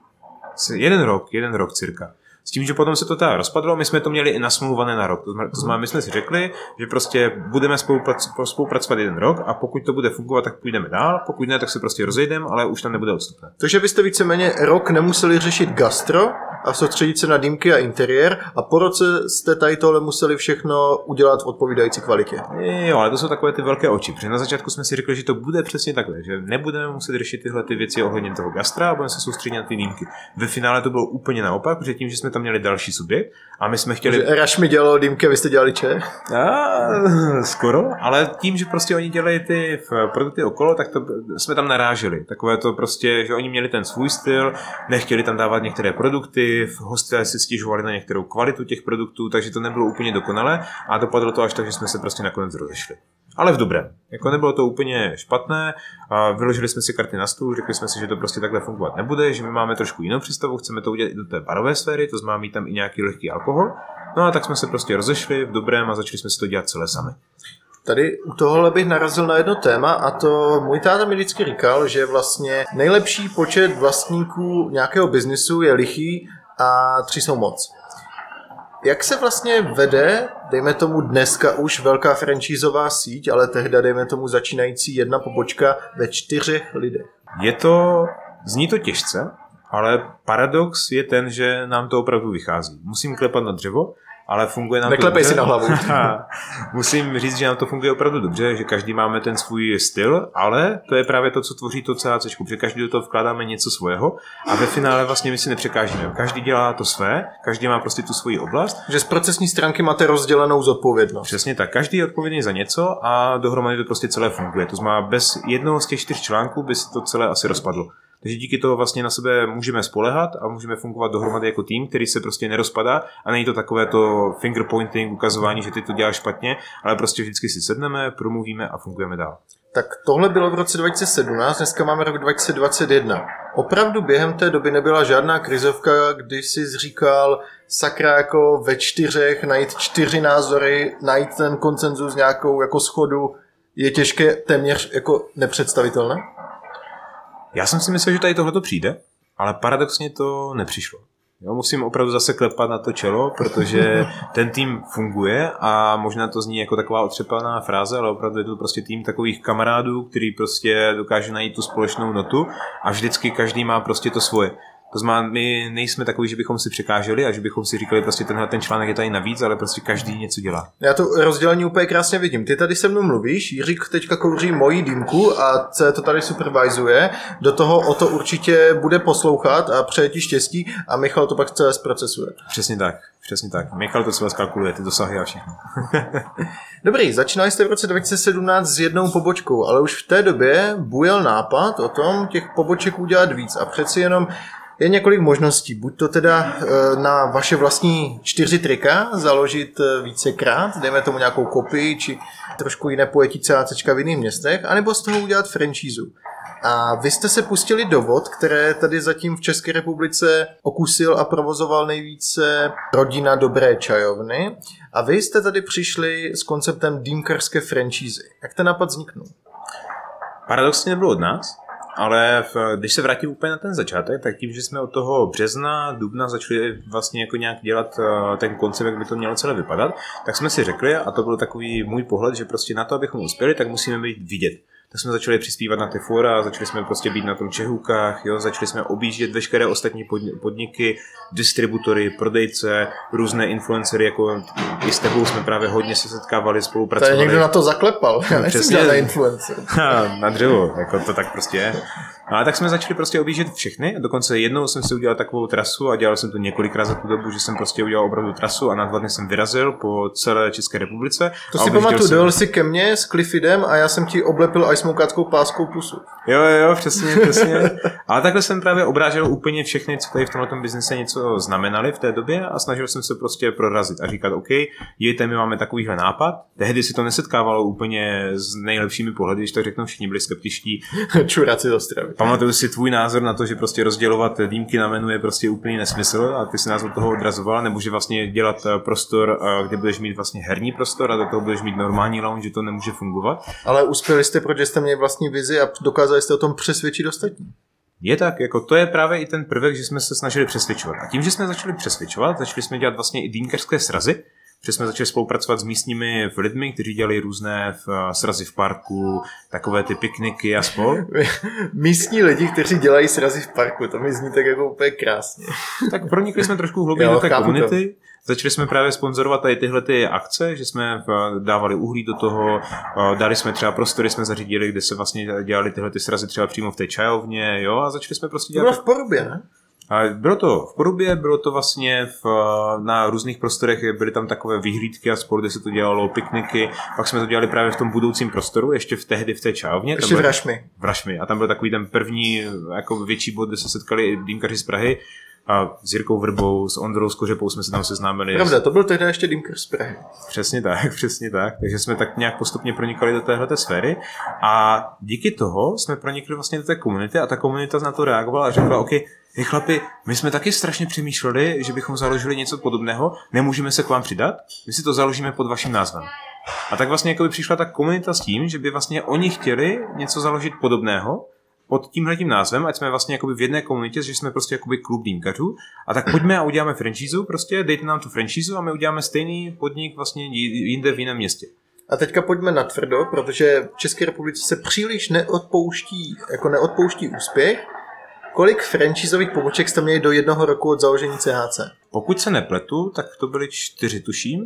C: Jeden rok, jeden rok cirka. S tím, že potom se to teda rozpadlo, my jsme to měli i nasmluvané na rok. To znamená, my jsme si řekli, že prostě budeme spoluprac- spolupracovat jeden rok a pokud to bude fungovat, tak půjdeme dál, pokud ne, tak se prostě rozejdeme, ale už tam nebude odstupné.
A: Takže byste víceméně rok nemuseli řešit gastro a soustředit se na dýmky a interiér a po roce jste tady tohle museli všechno udělat v odpovídající kvalitě.
C: Jo, ale to jsou takové ty velké oči, protože na začátku jsme si řekli, že to bude přesně takhle, že nebudeme muset řešit tyhle ty věci ohledně toho gastra a budeme se soustředit na ty dýmky. Ve finále to bylo úplně naopak, protože tím, že jsme tam měli další subjekt a my jsme chtěli...
A: Raš mi dělal dýmky a vy jste dělali če?
C: A, skoro, ale tím, že prostě oni dělají ty produkty okolo, tak to jsme tam naráželi. Takové to prostě, že oni měli ten svůj styl, nechtěli tam dávat některé produkty, hosté si stěžovali na některou kvalitu těch produktů, takže to nebylo úplně dokonalé a dopadlo to až tak, že jsme se prostě nakonec rozešli. Ale v dobrém. Jako nebylo to úplně špatné, a vyložili jsme si karty na stůl, řekli jsme si, že to prostě takhle fungovat nebude, že my máme trošku jinou představu, chceme to udělat i do té barové sféry, to znamená mít tam i nějaký lehký alkohol. No a tak jsme se prostě rozešli v dobrém a začali jsme si to dělat celé sami.
A: Tady u tohohle bych narazil na jedno téma a to můj táta mi vždycky říkal, že vlastně nejlepší počet vlastníků nějakého biznisu je lichý a tři jsou moc. Jak se vlastně vede, dejme tomu dneska už velká franšízová síť, ale tehdy dejme tomu začínající jedna pobočka ve čtyřech lidech?
C: Je to, zní to těžce, ale paradox je ten, že nám to opravdu vychází. Musím klepat na dřevo, ale funguje nám
A: Neklepej
C: to
A: si na hlavu.
C: Musím říct, že nám to funguje opravdu dobře, že každý máme ten svůj styl, ale to je právě to, co tvoří to CACčku, protože každý do toho vkládáme něco svého a ve finále vlastně my si nepřekážíme. Každý dělá to své, každý má prostě tu svoji oblast.
A: Že z procesní stránky máte rozdělenou zodpovědnost.
C: Přesně tak, každý je odpovědný za něco a dohromady to prostě celé funguje. To znamená, bez jednoho z těch čtyř článků by se to celé asi rozpadlo. Takže díky toho vlastně na sebe můžeme spolehat a můžeme fungovat dohromady jako tým, který se prostě nerozpadá a není to takové to finger pointing, ukazování, že ty to děláš špatně, ale prostě vždycky si sedneme, promluvíme a fungujeme dál.
A: Tak tohle bylo v roce dva tisíce sedmnáct, dneska máme rok dva tisíce dvacet jedna. Opravdu během té doby nebyla žádná krizovka, když jsi říkal, sakra, jako ve čtyřech najít čtyři názory, najít ten konsenzus nějakou jako schodu, je těžké, téměř jako nepředstavitelné?
C: Já jsem si myslel, že tady tohleto přijde, ale paradoxně to nepřišlo. Jo, musím opravdu zase klepat na to čelo, protože ten tým funguje a možná to zní jako taková otřepaná fráze, ale opravdu je to prostě tým takových kamarádů, který prostě dokáže najít tu společnou notu a vždycky každý má prostě to svoje. To znamená, my nejsme takový, že bychom si překáželi a že bychom si říkali, prostě tenhle ten článek je tady navíc, ale prostě každý něco dělá.
A: Já to rozdělení úplně krásně vidím. Ty tady se mnou mluvíš, Jiřík teďka kouří moji dýmku a C to tady supervizuje. Do toho o to určitě bude poslouchat a přeje ti štěstí a Michal to pak celé zprocesuje.
C: Přesně tak, přesně tak. Michal to celé zkalkuluje, ty dosahy a všechno.
A: Dobrý, začínali jste v roce dva tisíce sedmnáct s jednou pobočkou, ale už v té době bujel nápad o tom těch poboček udělat víc a přeci jenom je několik možností. Buď to teda na vaše vlastní čtyři trika založit vícekrát, dejme tomu nějakou kopii, či trošku jiné pojetí CACčka v jiných městech, anebo z toho udělat franšízu. A vy jste se pustili do vod, které tady zatím v České republice okusil a provozoval nejvíce rodina Dobré čajovny. A vy jste tady přišli s konceptem dýmkarské franšízy. Jak ten nápad vzniknul?
C: Paradoxně nebylo od nás. Ale v, když se vrátím úplně na ten začátek, tak tím, že jsme od toho března, dubna začali vlastně jako nějak dělat uh, ten koncept, jak by to mělo celé vypadat, tak jsme si řekli, a to byl takový můj pohled, že prostě na to, abychom uspěli, tak musíme být vidět. Tak jsme začali přispívat na ty fora, začali jsme prostě být na tom Čehůkách, jo, začali jsme objíždět veškeré ostatní podniky, distributory, prodejce, různé influencery, jako i s tebou jsme právě hodně se setkávali, spolupracovali.
A: Tady někdo na to zaklepal, já nechci
C: Přesně,
A: žádné influencer.
C: Na dřevo, jako to tak prostě je. Ale tak jsme začali prostě objíždět všechny, dokonce jednou jsem si udělal takovou trasu a dělal jsem to několikrát za tu dobu, že jsem prostě udělal opravdu trasu a na dva dny jsem vyrazil po celé České republice.
A: To si pamatuju, jsem... dojel si ke mně s Cliffidem a já jsem ti oblepil iSmokáckou páskou pusu.
C: Jo, jo, přesně, přesně. Ale takhle jsem právě obrážel úplně všechny, co tady v tomhle biznise něco znamenali v té době a snažil jsem se prostě prorazit a říkat, OK, jejte, my máme takovýhle nápad. Tehdy si to nesetkávalo úplně s nejlepšími pohledy, když to řeknou, všichni byli skeptičtí.
A: Čuráci z Ostravy.
C: Pamatuju si tvůj názor na to, že prostě rozdělovat dýmky na menu je prostě úplný nesmysl a ty si nás od toho odrazovala, nebo že vlastně dělat prostor, kde budeš mít vlastně herní prostor a do toho budeš mít normální lounge, že to nemůže fungovat.
A: Ale uspěli jste, protože jste měli vlastní vizi a dokázali jste o tom přesvědčit ostatní.
C: Je tak, jako to je právě i ten prvek, že jsme se snažili přesvědčovat. A tím, že jsme začali přesvědčovat, začali jsme dělat vlastně i dýmkařské srazy, že jsme začali spolupracovat s místními lidmi, kteří dělali různé v, srazy v parku, takové ty pikniky a spol.
A: Místní lidi, kteří dělají srazy v parku, to mi zní tak jako úplně krásně.
C: Tak pronikli jsme trošku hlouběji do té komunity. Začali jsme právě sponzorovat tady tyhle ty akce, že jsme dávali uhlí do toho, dali jsme třeba prostory, jsme zařídili, kde se vlastně dělali tyhle ty srazy třeba přímo v té čajovně, jo, a začali jsme prostě dělat...
A: To bylo v Porubě, ne?
C: A bylo to v Porubě, bylo to vlastně v, na různých prostorech, byly tam takové vyhlídky a spolu, kde se to dělalo, pikniky, pak jsme to dělali právě v tom budoucím prostoru, ještě v tehdy v té čajovně.
A: Ještě v Rašmi.
C: V Rašmi. A tam byl takový ten první jako větší bod, kde se setkali dýmkaři z Prahy. A s Jirkou Vrbou, s Ondrou Skořepou jsme se tam seznámili.
A: Pravda, to byl tehdy ještě dýmkař z Prahy.
C: Přesně tak, přesně tak. Takže jsme tak nějak postupně pronikali do téhleté sféry a díky toho jsme pronikli vlastně do té komunity a ta komunita na to reagovala a řekla, OK, hej chlapi, my jsme taky strašně přemýšleli, že bychom založili něco podobného, nemůžeme se k vám přidat, my si to založíme pod vaším názvem. A tak vlastně jako by přišla ta komunita s tím, že by vlastně oni chtěli něco založit podobného, pod tímhletím názvem, ať jsme vlastně jakoby v jedné komunitě, že jsme prostě jakoby klub dýmkařů. A tak pojďme a uděláme franšízu, prostě dejte nám tu franšízu a my uděláme stejný podnik vlastně jinde v jiném městě.
A: A teďka pojďme na tvrdo, protože v České republice se příliš neodpouští, jako neodpouští úspěch. Kolik franšízových poboček jste měli do jednoho roku od založení C H C?
C: Pokud se nepletu, tak to byly čtyři, tuším.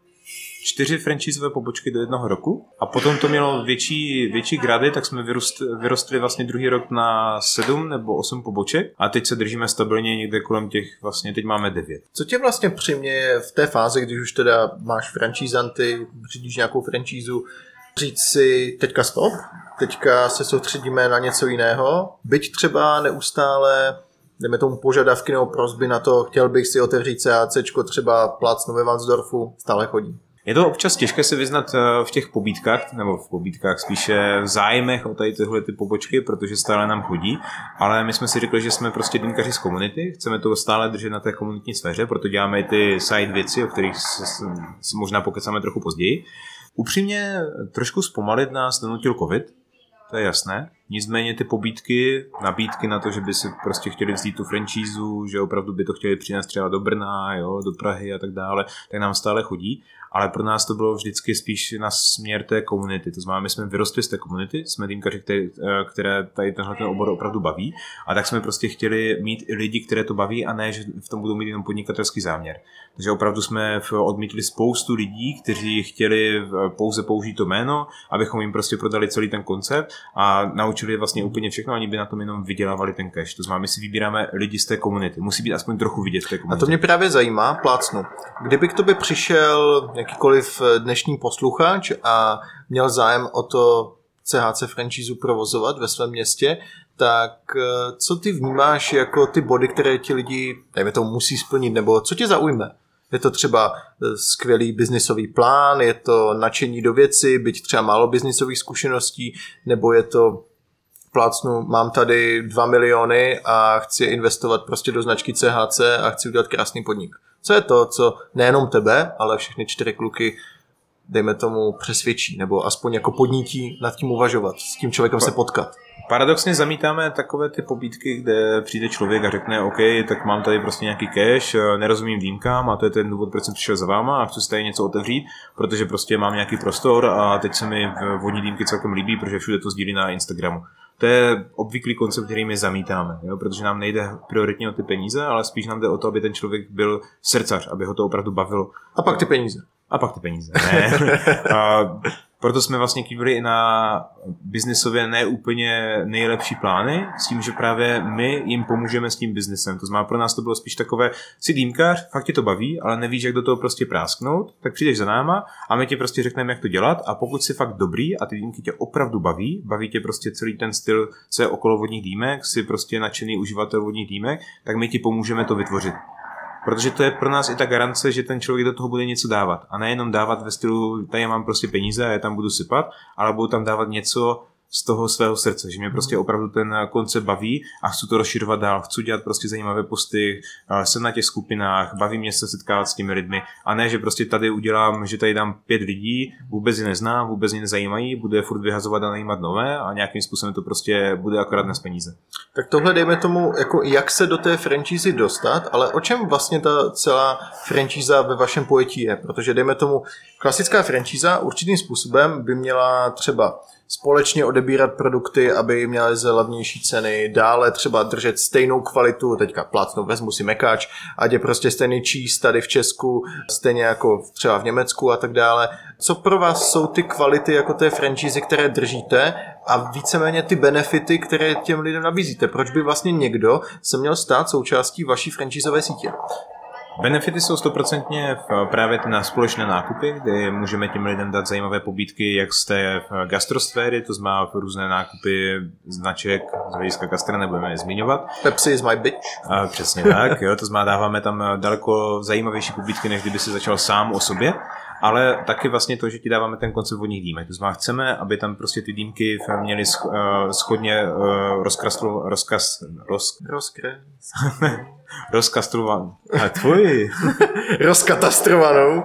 C: Čtyři franšízové pobočky do jednoho roku a potom to mělo větší, větší grady, tak jsme vyrost, vyrostli vlastně druhý rok na sedm nebo osm poboček a teď se držíme stabilně někde kolem těch, vlastně teď máme devět.
A: Co tě vlastně přiměje v té fázi, když už teda máš franšízanty, řídíš nějakou franšízu, říct si teďka stop, teďka se soustředíme na něco jiného, byť třeba neustále jdeme tomu požadavky nebo prosby na to, chtěl bych si otevřít CACčko, třeba Plácno ve Vansdorfu, stále chodí.
C: Je to občas těžké se vyznat v těch pobídkách, nebo v pobídkách spíše v zájmech o tady tyhle ty pobočky, protože stále nám chodí, ale my jsme si řekli, že jsme prostě dýmkaři z komunity, chceme to stále držet na té komunitní sféře, proto děláme i ty side věci, o kterých si možná pokecáme trochu později. Upřímně trošku zpomalit nás donutil covid, to je jasné. Nicméně ty pobídky, nabídky na to, že by si prostě chtěli vzít tu franšízu, že opravdu by to chtěli přinést třeba do Brna, jo, do Prahy a tak dále, tak nám stále chodí. Ale pro nás to bylo vždycky spíš na směr té komunity. To znamená, my jsme vyrostli z té komunity, jsme dýmkaři, které, které tady tenhle ten obor opravdu baví. A tak jsme prostě chtěli mít i lidi, které to baví a ne, že v tom budou mít jenom podnikatelský záměr. Takže opravdu jsme odmítli spoustu lidí, kteří chtěli pouze použít to jméno, abychom jim prostě prodali celý ten koncept a naučili vlastně úplně všechno, oni by na tom jenom vydělávali ten cash. To znamená, my si vybíráme lidi z té komunity. Musí být aspoň trochu vidět v té komunitě.
A: A to mě právě zajímá, Plácnu. Kdyby k tobě přišel jakýkoliv dnešní posluchač a měl zájem o to C H C franšízu provozovat ve svém městě, tak co ty vnímáš jako ty body, které ti lidi, dejme tomu, musí splnit, nebo co tě zaujme? Je to třeba skvělý biznisový plán, je to nadšení do věci, byť třeba málo biznisových zkušeností, nebo je to Plácnu, mám tady dva miliony a chci investovat prostě do značky C H C a chci udělat krásný podnik. Co je to, co nejenom tebe, ale všechny čtyři kluky, dejme tomu, přesvědčí, nebo aspoň jako podnítí nad tím uvažovat, s tím člověkem se potkat?
C: Paradoxně zamítáme takové ty pobídky, kde přijde člověk a řekne, OK, tak mám tady prostě nějaký cash, nerozumím dýmkám a to je ten důvod, proč jsem přišel za váma a chci si tady něco otevřít, protože prostě mám nějaký prostor a teď se mi vodní dýmky celkem líbí, protože všude to sdílí na Instagramu. To je obvyklý koncept, který my zamítáme, jo? Protože nám nejde prioritně o ty peníze, ale spíš nám jde o to, aby ten člověk byl srdcař, aby ho to opravdu bavilo.
A: A pak ty peníze.
C: A pak ty peníze, ne. A proto jsme vlastně kývili i na biznisově neúplně nejlepší plány, s tím, že právě my jim pomůžeme s tím biznisem. To znamená, pro nás to bylo spíš takové, si dýmkař, fakt tě to baví, ale nevíš, jak do toho prostě prásknout, tak přijdeš za náma a my ti prostě řekneme, jak to dělat a pokud jsi fakt dobrý a ty dýmky tě opravdu baví, baví tě prostě celý ten styl, co je okolo vodních dýmek, jsi prostě nadšený uživatel vodních dýmek, tak my ti pomůžeme to vytvořit. Protože to je pro nás i ta garance, že ten člověk do toho bude něco dávat. A nejenom dávat ve stylu, tady mám prostě peníze a já tam budu sypat, ale budu tam dávat něco, z toho svého srdce, že mě prostě opravdu ten koncept baví a chci to rozšiřovat dál, chci dělat prostě zajímavé posty, jsem na těch skupinách, baví mě se setkávat s těmi lidmi a ne, že prostě tady udělám, že tady dám pět lidí, vůbec je neznám, vůbec je nezajímají, budu je furt vyhazovat a najímat nové a nějakým způsobem to prostě bude akorát dnes peníze.
A: Tak tohle dejme tomu, jako jak se do té franšízy dostat, ale o čem vlastně ta celá franšíza ve vašem pojetí je, protože dejme tomu klasická franšíza určitým způsobem by měla třeba společně odebírat produkty, aby měly za levnější ceny, dále třeba držet stejnou kvalitu, teďka plácnu, vezmu si mekáč, ať je prostě stejný cheese tady v Česku, stejně jako třeba v Německu a tak dále. Co pro vás jsou ty kvality jako té franšízy, které držíte a víceméně ty benefity, které těm lidem nabízíte? Proč by vlastně někdo se měl stát součástí vaší franšízové sítě?
C: Benefity jsou stoprocentně právě na společné nákupy, kde můžeme těm lidem dát zajímavé pobídky, jak z té gastrosféry, to znamená různé nákupy značek z hlediska gastra, nebudeme je zmiňovat.
A: Pepsi is my bitch.
C: A přesně tak, jo, to znamená dáváme tam daleko zajímavější pobídky, než kdyby si začal sám o sobě. Ale taky vlastně to, že ti dáváme ten koncept vodních dýmek. To znamená, chceme, aby tam prostě ty dýmky měly schodně rozkrastlo, rozkaz, roz,
A: Rozkre...
C: rozkastrovanou. A tvoj.
A: Rozkatastrovanou.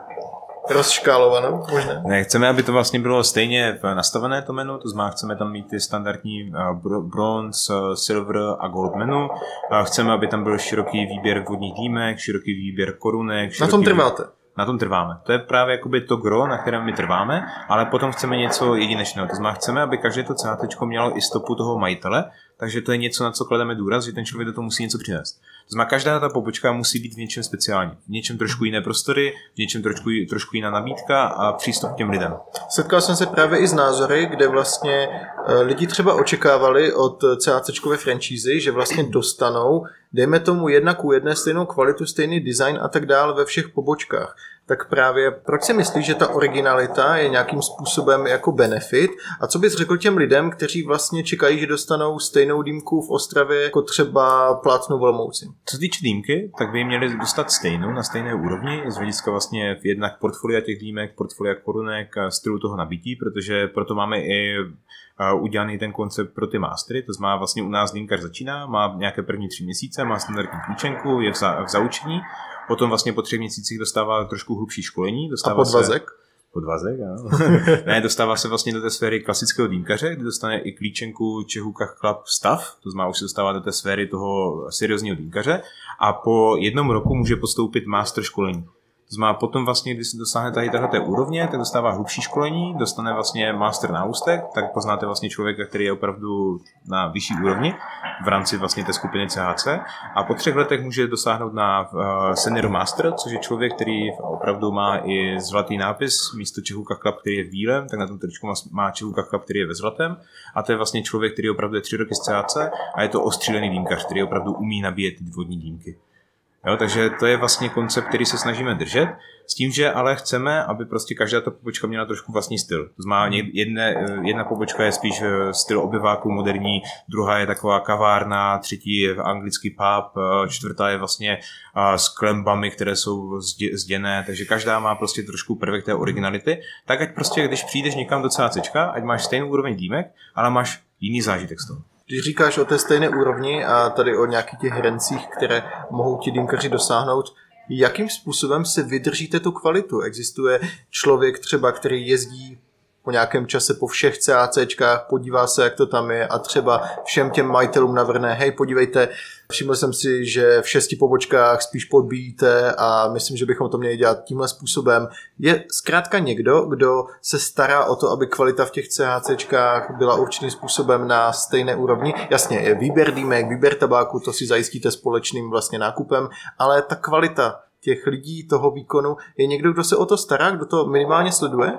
A: Rozškálovanou, možná.
C: Ne, chceme, aby to vlastně bylo stejně nastavené to menu, to znamená, chceme tam mít ty standardní bronze, silver a gold menu. Chceme, aby tam byl široký výběr vodních dýmek, široký výběr korunek.
A: Na tom trváte?
C: Na tom trváme. To je právě jakoby to gro, na kterém my trváme, ale potom chceme něco jedinečného. To znamená, chceme, aby každé to cáčko mělo i stopu toho majitele, takže to je něco, na co klademe důraz, že ten člověk do toho musí něco přinést. To znamená, každá ta pobočka musí být v něčem speciální. V něčem trošku jiné prostory, v něčem trošku, trošku jiná nabídka a přístup k těm lidem.
A: Setkal jsem se právě i s názory, kde vlastně lidi třeba očekávali od cáčkové franšízy, že vlastně dostanou, dejme tomu jedna ku jedné stejnou kvalitu, stejný design a tak dále ve všech pobočkách. Tak právě proč si myslíš, že ta originalita je nějakým způsobem jako benefit a co bys řekl těm lidem, kteří vlastně čekají, že dostanou stejnou dýmku v Ostravě jako třeba plácnu v Olomouci?
C: Co se týče dýmky, tak by měli dostat stejnou na stejné úrovni z hlediska vlastně jednak portfolia těch dýmek, portfolia korunek a stylu toho nabití, protože proto máme i udělaný ten koncept pro ty mastery, to znamená vlastně u nás dýmkař začíná, má nějaké první tři měsíce, má standardní klíčenku, je v, za, v zaučení, potom vlastně po třech měsících dostává trošku hlubší školení. Dostává
A: a podvazek?
C: Se, podvazek, ano. Ne, dostává se vlastně do té sféry klasického dýmkaře, kde dostane i klíčenku Čehůkach Club stav, to znamená už se dostává do té sféry toho seriózního dýmkaře a po jednom roku může podstoupit master školení. To znamená, potom vlastně, když se dosáhne tady této úrovně, tak dostává hlubší školení, dostane vlastně master náustek, tak poznáte vlastně člověka, který je opravdu na vyšší úrovni v rámci vlastně té skupiny C H C a po třech letech může dosáhnout na senior master, což je člověk, který opravdu má i zlatý nápis, místo Čehůkach Club, který je v bílém, tak na tom tričku má Čehůkach Club, který je ve zlatém a to je vlastně člověk, který opravdu je tři roky z C H C a je to ostřílený dýmkař, který opravdu umí nabíjet ty vodní dýmky. Jo, takže to je vlastně koncept, který se snažíme držet, s tím, že ale chceme, aby prostě každá ta pobočka měla trošku vlastní styl. To znamená, jedne, jedna pobočka je spíš styl obyváku moderní, druhá je taková kavárna, třetí je anglický pub, čtvrtá je vlastně s klembami, které jsou zděné, takže každá má prostě trošku prvek té originality, tak ať prostě, když přijdeš někam do cácečka, ať máš stejnou úroveň dýmek, ale máš jiný zážitek z toho.
A: Když říkáš o té stejné úrovni a tady o nějakých těch hranicích, které mohou ti dýmkaři dosáhnout, jakým způsobem si vydržíte tu kvalitu? Existuje člověk třeba, který jezdí po nějakém čase po všech CACčkách, podívá se, jak to tam je a třeba všem těm majitelům navrhne, hej, podívejte, všiml jsem si, že v šesti pobočkách spíš podbíjíte a myslím, že bychom to měli dělat tímhle způsobem. Je zkrátka někdo, kdo se stará o to, aby kvalita v těch CACčkách byla určitým způsobem na stejné úrovni. Jasně, je výběr dýmek, výběr tabáku, to si zajistíte společným vlastně nákupem, ale ta kvalita těch lidí, toho výkonu, je někdo, kdo se o to stará, kdo to minimálně sleduje?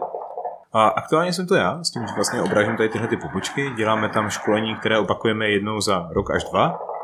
C: A aktuálně jsem to já, s tím, že vlastně obrážím tady tyhle ty pobočky, děláme tam školení, které opakujeme jednou za rok až dva.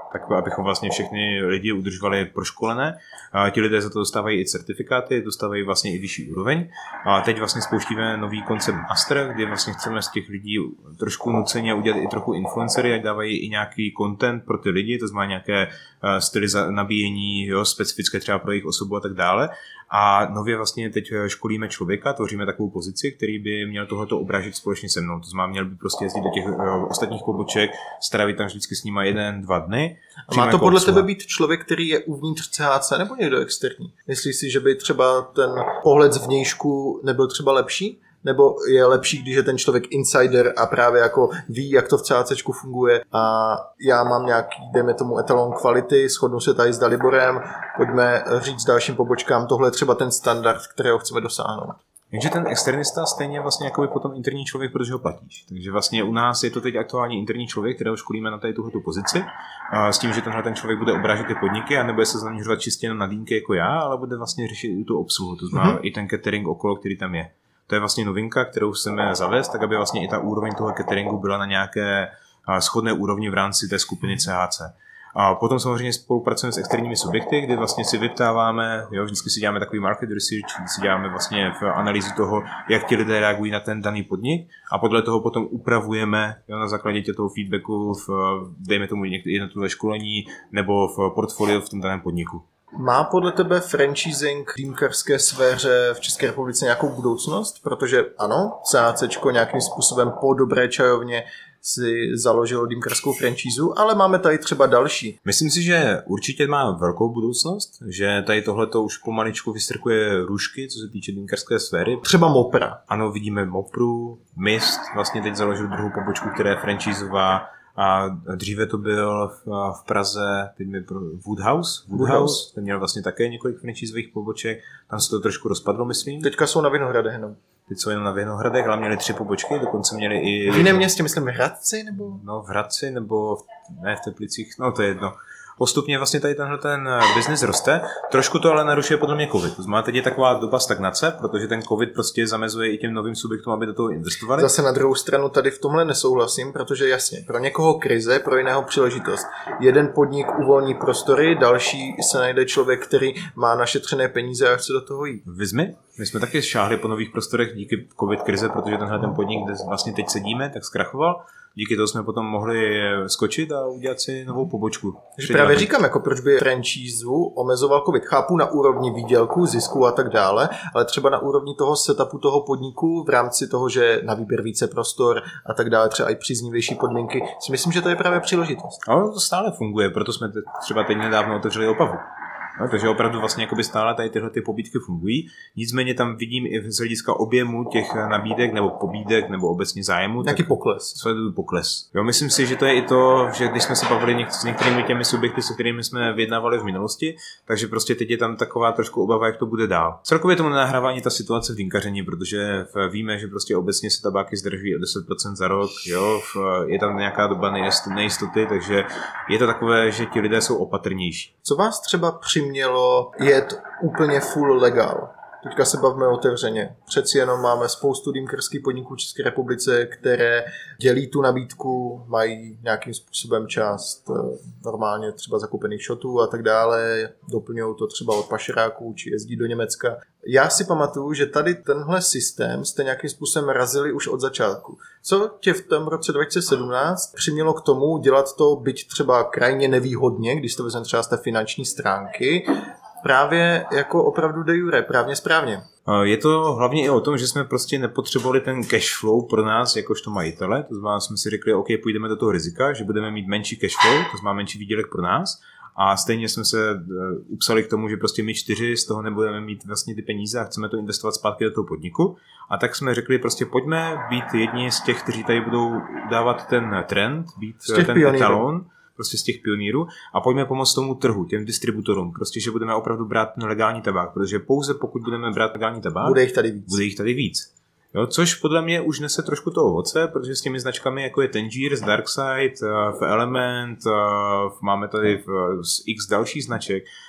C: tak abychom vlastně všechny lidi udržovali proškolené. A ti lidé za to dostávají i certifikáty, dostávají vlastně i vyšší úroveň. A teď vlastně spouštíme nový koncept Master, kde vlastně chceme z těch lidí trošku nuceně udělat i trochu influencery, ať dávají i nějaký content pro ty lidi, to znamená nějaké styly nabíjení, jo, specifické třeba pro jejich osobu a tak dále. A nově vlastně teď školíme člověka, tvoříme takovou pozici, který by měl tohleto obrážet společně se mnou. To znamená, měl by prostě jezdit do těch uh, ostatních poboček, strávit tam vždycky s nima jeden, dva dny.
A: A má to jako podle obsluha. Tebe být člověk, který je uvnitř C H C nebo někdo externí? Myslíš si, že by třeba ten pohled zvnějšku nebyl třeba lepší? Nebo je lepší, když je ten člověk insider a právě jako ví, jak to v CHCčku funguje a já mám nějaký, dejme tomu, etalon kvality, shodnu se tady s Daliborem, pojďme říct dalším pobočkám, tohle je třeba ten standard, kterého chceme dosáhnout.
C: Takže ten externista stejně vlastně jako by potom interní člověk, protože ho platíš. Takže vlastně u nás je to teď aktuálně interní člověk, kterého školíme na tady tuhletu pozici, s tím, že tenhle ten člověk bude obrážet ty podniky a nebude se zaměřovat čistě jenom na dýmky jako já, ale bude vlastně řešit i tu obsluhu, to znamená mm-hmm. i ten catering okolo, který tam je. To je vlastně novinka, kterou chceme zavést, tak aby vlastně i ta úroveň toho cateringu byla na nějaké shodné úrovni v rámci té skupiny C H C. A potom samozřejmě spolupracujeme s externími subjekty, kdy vlastně si vyptáváme, jo, vždycky si děláme takový market research, kdy si děláme vlastně v analýzu toho, jak ti lidé reagují na ten daný podnik a podle toho potom upravujeme, jo, na základě toho feedbacku v, dejme tomu jednotlivé školení nebo v portfoliu v tom daném podniku.
A: Má podle tebe franchising v dýmkarské sféře v České republice nějakou budoucnost? Protože ano, CHCčko nějakým způsobem po dobré čajovně si založilo dýmkarskou franšízu, ale máme tady třeba další.
C: Myslím si, že určitě má velkou budoucnost, že tady tohleto už pomaličku vystrkuje růžky, co se týče dýmkarské sféry.
A: Třeba Mopra.
C: Ano, vidíme Mopru, Mist, vlastně teď založil druhou pobočku, která je franchisová. A dříve to byl v, v Praze teď mi pro Woodhouse. Woodhouse, ten měl vlastně také několik franchisových poboček, tam se to trošku rozpadlo, myslím.
A: Teďka jsou na Vinohradech jenom.
C: Teď jsou jenom na Vinohradech, ale měli tři pobočky, dokonce měli i...
A: V jiném městě, myslím v Hradci, nebo?
C: No v Hradci, nebo v, ne v Teplicích, no to je jedno. Postupně vlastně tady tenhle ten biznis roste, trošku to ale narušuje podle mě covid. To znamená, teď je taková doba stagnace, protože ten covid prostě zamezuje i těm novým subjektům, aby do toho investovali.
A: Zase na druhou stranu tady v tomhle nesouhlasím, protože jasně, pro někoho krize, pro jiného příležitost. Jeden podnik uvolní prostory, další se najde člověk, který má našetřené peníze a chce do toho jít.
C: Vizmy? My jsme taky šáhli po nových prostorech díky covid krize, protože tenhle ten podnik, kde vlastně teď sedíme, tak zkrachoval. Díky toho jsme potom mohli skočit a udělat si novou pobočku.
A: Takže právě říkám, jako proč by franšízu omezoval covid. Chápu na úrovni výdělku, zisku a tak dále, ale třeba na úrovni toho setupu toho podniku v rámci toho, že na výběr více prostor a tak dále, třeba i příznivější podmínky, si myslím, že to je právě příležitost.
C: Ale to stále funguje, proto jsme třeba teď nedávno otevřeli Opavu. No, takže opravdu vlastně jakoby stále tady tyhle ty pobídky fungují. Nicméně tam vidím i z hlediska objemu těch nabídek nebo pobídek nebo obecně zájmu.
A: Nějaký pokles.
C: Sleduju pokles. Jo, myslím si, že to je i to, že když jsme se bavili něk- s některými těmi subjekty, se kterými jsme vyjednávali v minulosti, takže prostě teď je tam taková trošku obava, jak to bude dál. Celkově tomu nenahrává ani ta situace v dýmkaření, protože víme, že prostě obecně se tabáky zdržují o deset procent za rok, jo, je tam nějaká doba nejistoty, takže je to takové, že ti lidé jsou opatrnější.
A: Co vás třeba při mělo jet úplně full legal. Teďka se bavíme otevřeně. Přeci jenom máme spoustu dýmkarských podniků v České republice, které dělí tu nabídku, mají nějakým způsobem část normálně třeba zakoupených shotů a tak dále, doplňují to třeba od pašeráků, či jezdí do Německa. Já si pamatuju, že tady tenhle systém jste nějakým způsobem razili už od začátku. Co tě v tom roce dva tisíce sedmnáct přimělo k tomu dělat to, byť třeba krajně nevýhodně, když to vezmeme třeba z té finanční stránky, právě jako opravdu de jure, právně správně?
C: Je to hlavně i o tom, že jsme prostě nepotřebovali ten cash flow pro nás jakožto majitele, to znamená, jsme si řekli, OK, půjdeme do toho rizika, že budeme mít menší cash flow, to znamená menší výdělek pro nás. A stejně jsme se upsali k tomu, že prostě my čtyři z toho nebudeme mít vlastně ty peníze a chceme to investovat zpátky do toho podniku. A tak jsme řekli prostě pojďme být jedni z těch, kteří tady budou dávat ten trend, být ten etalon, prostě z těch pionýrů a pojďme pomoct tomu trhu, těm distributorům, prostě, že budeme opravdu brát ten legální tabák, protože pouze pokud budeme brát legální tabák,
A: bude jich tady víc.
C: Bude jich tady víc. Jo, což podle mě už nese trošku to ovoce, protože s těmi značkami jako je Tangiers, Darkside, v Element, máme tady z X dalších značek,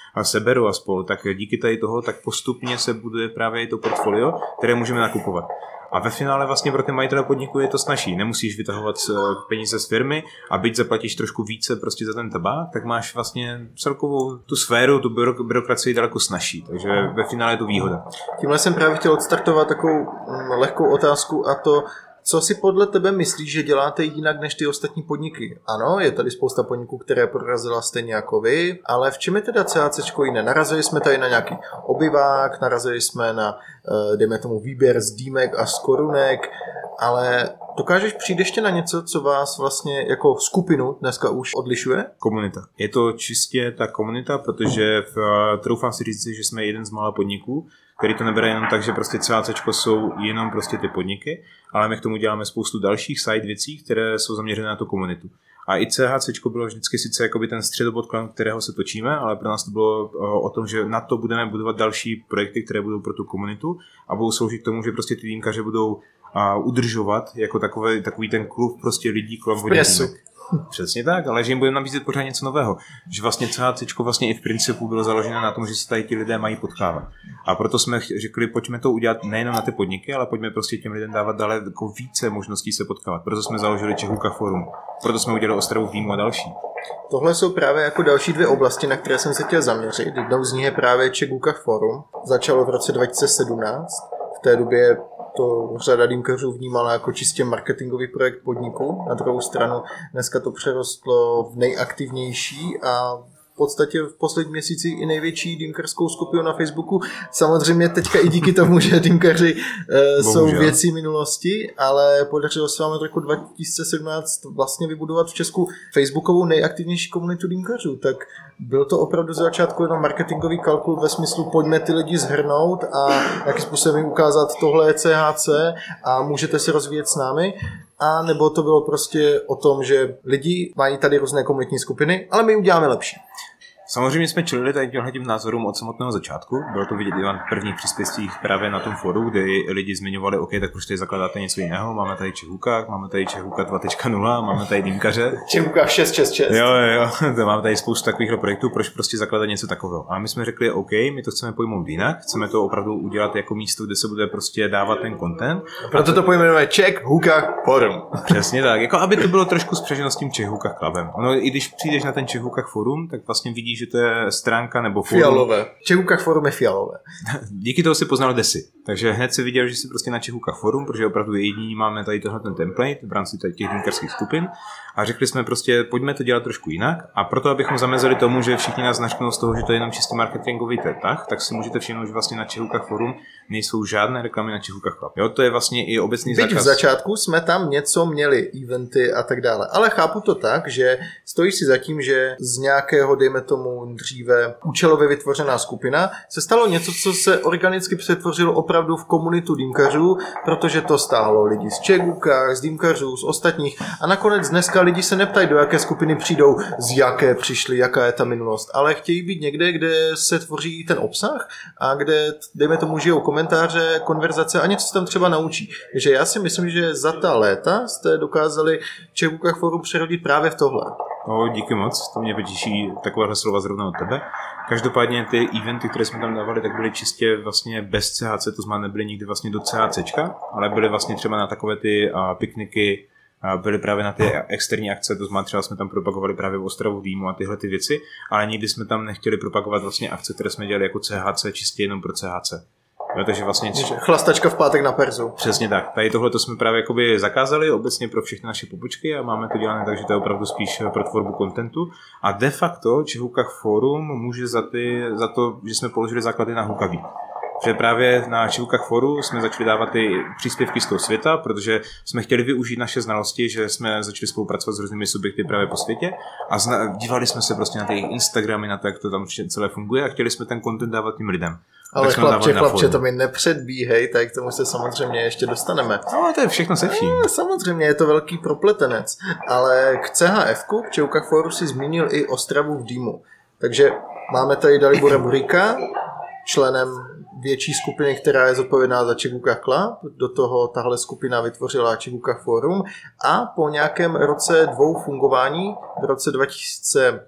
C: seberou a spolu, tak díky tady toho tak postupně se buduje právě i to portfolio, které můžeme nakupovat. A ve finále vlastně pro ty majitele podniku je to snazší. Nemusíš vytahovat peníze z firmy a byť zaplatíš trošku více prostě za ten tabák, tak máš vlastně celkovou tu sféru, tu byrokracii daleko snazší. Takže ve finále je to výhoda.
A: Tímhle jsem právě chtěl odstartovat takovou lehkou otázku a to, co si podle tebe myslíš, že děláte jinak než ty ostatní podniky? Ano, je tady spousta podniků, které prorazila stejně jako vy, ale v čem je teda CHCčko jiné? Narazili jsme tady na nějaký obyvák, narazili jsme na, dejme tomu, výběr z dýmek a z korunek, ale dokážeš přijít ještě na něco, co vás vlastně jako skupinu dneska už odlišuje?
C: Komunita. Je to čistě ta komunita, protože v, troufám si říct, že jsme jeden z mála podniků, který to nebere jenom tak, že prostě CHCčko jsou jenom prostě ty podniky, ale my k tomu děláme spoustu dalších side věcí, které jsou zaměřené na tu komunitu. A i CHCčko bylo vždycky sice jakoby ten středobod, kolem kterého se točíme, ale pro nás to bylo o tom, že na to budeme budovat další projekty, které budou pro tu komunitu a budou sloužit k tomu, že prostě ty dýmkaře budou a udržovat jako takový, takový ten klub prostě lidí kolem vodních. Přesně tak, ale že jim budeme nabízet pořád něco nového. Že vlastně CHCčko vlastně i v principu bylo založené na tom, že se tady ti lidé mají potkávat. A proto jsme řekli, pojďme to udělat nejenom na ty podniky, ale pojďme prostě těm lidem dávat daleko více možností se potkávat. Proto jsme založili Czech Hookah Forum. Proto jsme udělali Ostravu v Dýmu a další.
A: Tohle jsou právě jako další dvě oblasti, na které jsem se chtěl zaměřit. Jednou z nich je právě Czech Hookah Forum. Začalo v roce dva tisíce sedmnáct. V té době to řada dýmkařů vnímala jako čistě marketingový projekt podniku. Na druhou stranu dneska to přerostlo v nejaktivnější a v podstatě v posledních měsících i největší dýmkařskou skupinu na Facebooku. Samozřejmě teďka i díky tomu, že dýmkaři e, jsou věcí minulosti, ale podařilo se vám od roku dva tisíce sedmnáct vlastně vybudovat v Česku facebookovou nejaktivnější komunitu dýmkařů. Tak byl to opravdu z začátku jenom marketingový kalkul ve smyslu pojďme ty lidi zhrnout a jakým způsobem ukázat tohle je C H C a můžete se rozvíjet s námi. A nebo to bylo prostě o tom, že lidi mají tady různé komunitní skupiny, ale my uděláme lepší.
C: Samozřejmě jsme čelili tady těmhle názorům od samotného začátku. Bylo to vidět i na prvních příspěvcích právě na tom foru, kde lidi zmiňovali, OK, tak proč tady zakládáte něco jiného. Máme tady Czech Hookah, máme tady Czech Hookah dva tečka nula, máme tady dýmkaře.
A: Czech Hookah šest šest šest.
C: Jo, jo, jo. Máme tady spoustu takových projektů, proč prostě zakládat něco takového. A my jsme řekli, OK, my to chceme pojmout jinak, chceme to opravdu udělat jako místo, kde se bude prostě dávat ten content.
A: A proto to pojmenujeme Czech Hookah Forum.
C: Přesně tak, jako aby to bylo trošku spřeženo s tím Czech Hookah Clubem. Ono, i když přijdeš na ten Czech Hookah Forum, tak vlastně vidíš, že to je stránka nebo forum.
A: Fialové. Czech Hookah Forum je fialové.
C: Díky toho si poznal Desi. Takže hned si viděl, že jsi prostě na Czech Hookah Forum, protože opravdu jediní máme tady tohle ten template v rámci těch dýmkařských skupin a řekli jsme prostě, pojďme to dělat trošku jinak a proto, abychom zamezili tomu, že všichni nás nařknou z toho, že to je jenom čistý marketingový tah, tak si můžete všimnout, že vlastně na Czech Hookah Forum nejsou žádné reklamy na Czech Hookah Club. Jo, to je vlastně i obecný
A: Byť
C: zákaz.
A: V začátku jsme tam něco měli, eventy a tak dále, ale chápu to tak, že stojíš si za tím, že z nějakého, dejme tomu dříve účelově vytvořená skupina se stalo něco, co se organicky přetvořilo opravdu v komunitu dýmkařů, protože to stálo lidi z Czech Hookah, z dýmkařů, z ostatních a nakonec dneska lidi se neptají, do jaké skupiny přijdou, z jaké přišli, jaká je ta minulost, ale chtějí být někde, kde se tvoří ten obsah a kde, dejme tomu, žijou komentáře, konverzace a něco se tam třeba naučí. Takže já si myslím, že za ta léta jste dokázali Czech Hookah Forum přerodit právě v tohle.
C: No, díky moc, to mě potěší takovéhle slova zrovna od tebe. Každopádně ty eventy, které jsme tam dávali, tak byly čistě vlastně bez C H C, to znamená nebyly nikdy vlastně do CHCčka, ale byly vlastně třeba na takové ty uh, pikniky, uh, byly právě na ty externí akce, to znamená třeba jsme tam propagovali právě v Ostravu v Dýmu a tyhle ty věci, ale nikdy jsme tam nechtěli propagovat vlastně akce, které jsme dělali jako C H C, čistě jenom pro C H C. Jo, takže vlastně...
A: Chlastačka v pátek na Perzu.
C: Přesně tak. Tady tohle to jsme právě jakoby zakázali obecně pro všechny naše pobočky a máme to dělané tak, že to je opravdu spíš pro tvorbu kontentu. A de facto Czech Hookah Forum může za, ty, za to, že jsme položili základy na Hookaví. Protože právě na Czech Hookah Foru jsme začali dávat ty příspěvky z toho světa, protože jsme chtěli využít naše znalosti, že jsme začali spolupracovat s různými subjekty právě po světě a zna- dívali jsme se prostě na ty Instagramy, na to, jak to tam celé funguje a chtěli jsme ten content dávat těm lidem.
A: Ale chlapče, chlapče, to mi nepředbíhej, tak k tomu se samozřejmě ještě dostaneme.
C: No, to je všechno se vším.
A: No, samozřejmě je to velký propletenec, ale k C H F ku, k Czech Hookah Foru si zmínil i Ostravu v Dýmu. Takže máme tady Dalibora Burika, členem větší skupiny, která je zodpovědná za Czech Hookah Club. Do toho tahle skupina vytvořila Czech Hookah Forum a po nějakém roce dvou fungování, v roce dva tisíce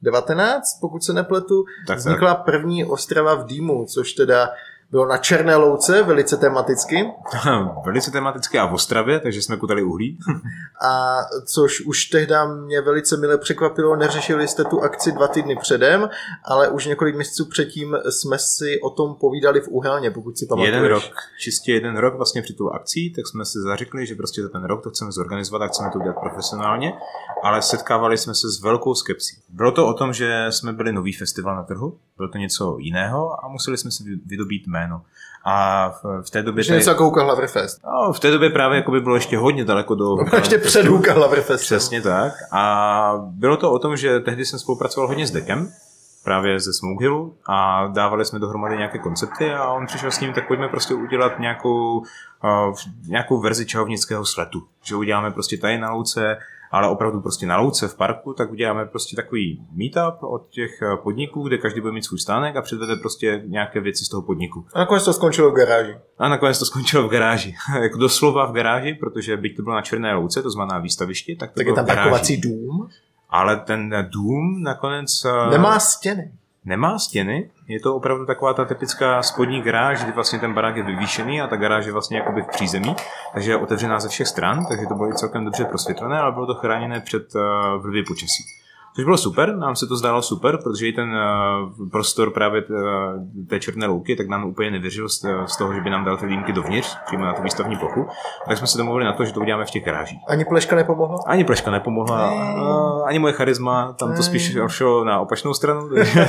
A: devatenáct, pokud se nepletu,
C: tak,
A: vznikla
C: tak.
A: první Ostrava v Dýmu, což teda bylo na Černé louce, velice tematicky.
C: Velice tematicky a v Ostravě, takže jsme kutali uhlí.
A: A což už tehdy mě velice mile překvapilo, neřešili jste tu akci dva týdny předem, ale už několik měsíců předtím jsme si o tom povídali v Uhelně, pokud si pamatuješ.
C: Jeden rok, čistě jeden rok vlastně před tou akcí, tak jsme si zařekli, že prostě za ten rok to chceme zorganizovat a chceme to udělat profesionálně, ale setkávali jsme se s velkou skepsí. Bylo to o tom, že jsme byli nový festival na trhu, bylo to něco jiného a museli jsme si vydobít jméno. A v, v té době...
A: Ještě něco jako Hůka Hlaverfest.
C: No, v té době právě jako by bylo ještě hodně daleko do...
A: No, ještě před Hůka Hlaverfest.
C: Přesně tak. A bylo to o tom, že tehdy jsem spolupracoval hodně s Dekem, právě ze Smoke Hillu, a dávali jsme dohromady nějaké koncepty a on přišel s ním, tak pojďme prostě udělat nějakou, uh, nějakou verzi čahovnického sletu. Že uděláme prostě tady na louce, ale opravdu prostě na louce v parku, tak uděláme prostě takový meetup od těch podniků, kde každý bude mít svůj stánek a předvede prostě nějaké věci z toho podniku.
A: A nakonec to skončilo v garáži.
C: A nakonec to skončilo v garáži. Jako doslova v garáži, protože byť to bylo na Černé louce, to znamená výstaviště, tak to
A: tak
C: bylo
A: je tam
C: v garáži.
A: parkovací dům.
C: Ale ten dům nakonec...
A: Nemá stěny.
C: Nemá stěny, je to opravdu taková ta typická spodní garáž, kdy vlastně ten barák je vyvýšený a ta garáž je vlastně jakoby v přízemí, takže je otevřená ze všech stran, takže to bylo i celkem dobře prosvětlené, ale bylo to chráněné před uh, vlivy počasí. Což bylo super, nám se to zdálo super, protože i ten uh, prostor právě t, uh, té Černé louky, tak nám úplně nevěřil z, z toho, že by nám dal ty výjimky dovnitř, přímo na tu výstavní plochu. Tak jsme se domluvili na to, že to uděláme v těch garážích.
A: Ani pleška nepomohla?
C: Ani pleška nepomohla, uh, ani moje charisma, tam to spíš šlo na opačnou stranu.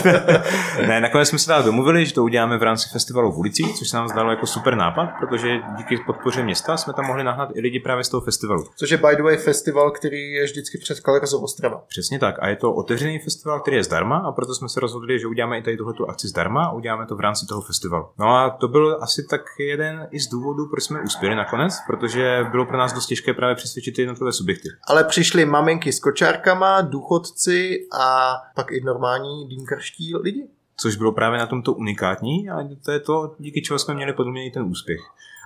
C: Ne, nakonec jsme se teda domluvili, že to uděláme v rámci festivalu v ulicích, což se nám zdalo jako super nápad, protože díky podpoře města jsme tam mohli nahnat i lidi právě z toho festivalu.
A: Což je by the way festival, který je vždycky před Kalerzou Ostrava.
C: Přesně tak. A je to otevřený festival, který je zdarma, a proto jsme se rozhodli, že uděláme i tady tuhletu akci zdarma a uděláme to v rámci toho festivalu. No a to byl asi tak jeden i z důvodů, proč jsme uspěli nakonec, protože bylo pro nás dost těžké právě přesvědčit jednotlivé subjekty.
A: Ale přišly maminky s kočárkama, důchodci a pak i normální dýmkarští lidi.
C: Což bylo právě na tomto unikátní a to je to, díky čeho jsme měli podle mě i ten úspěch.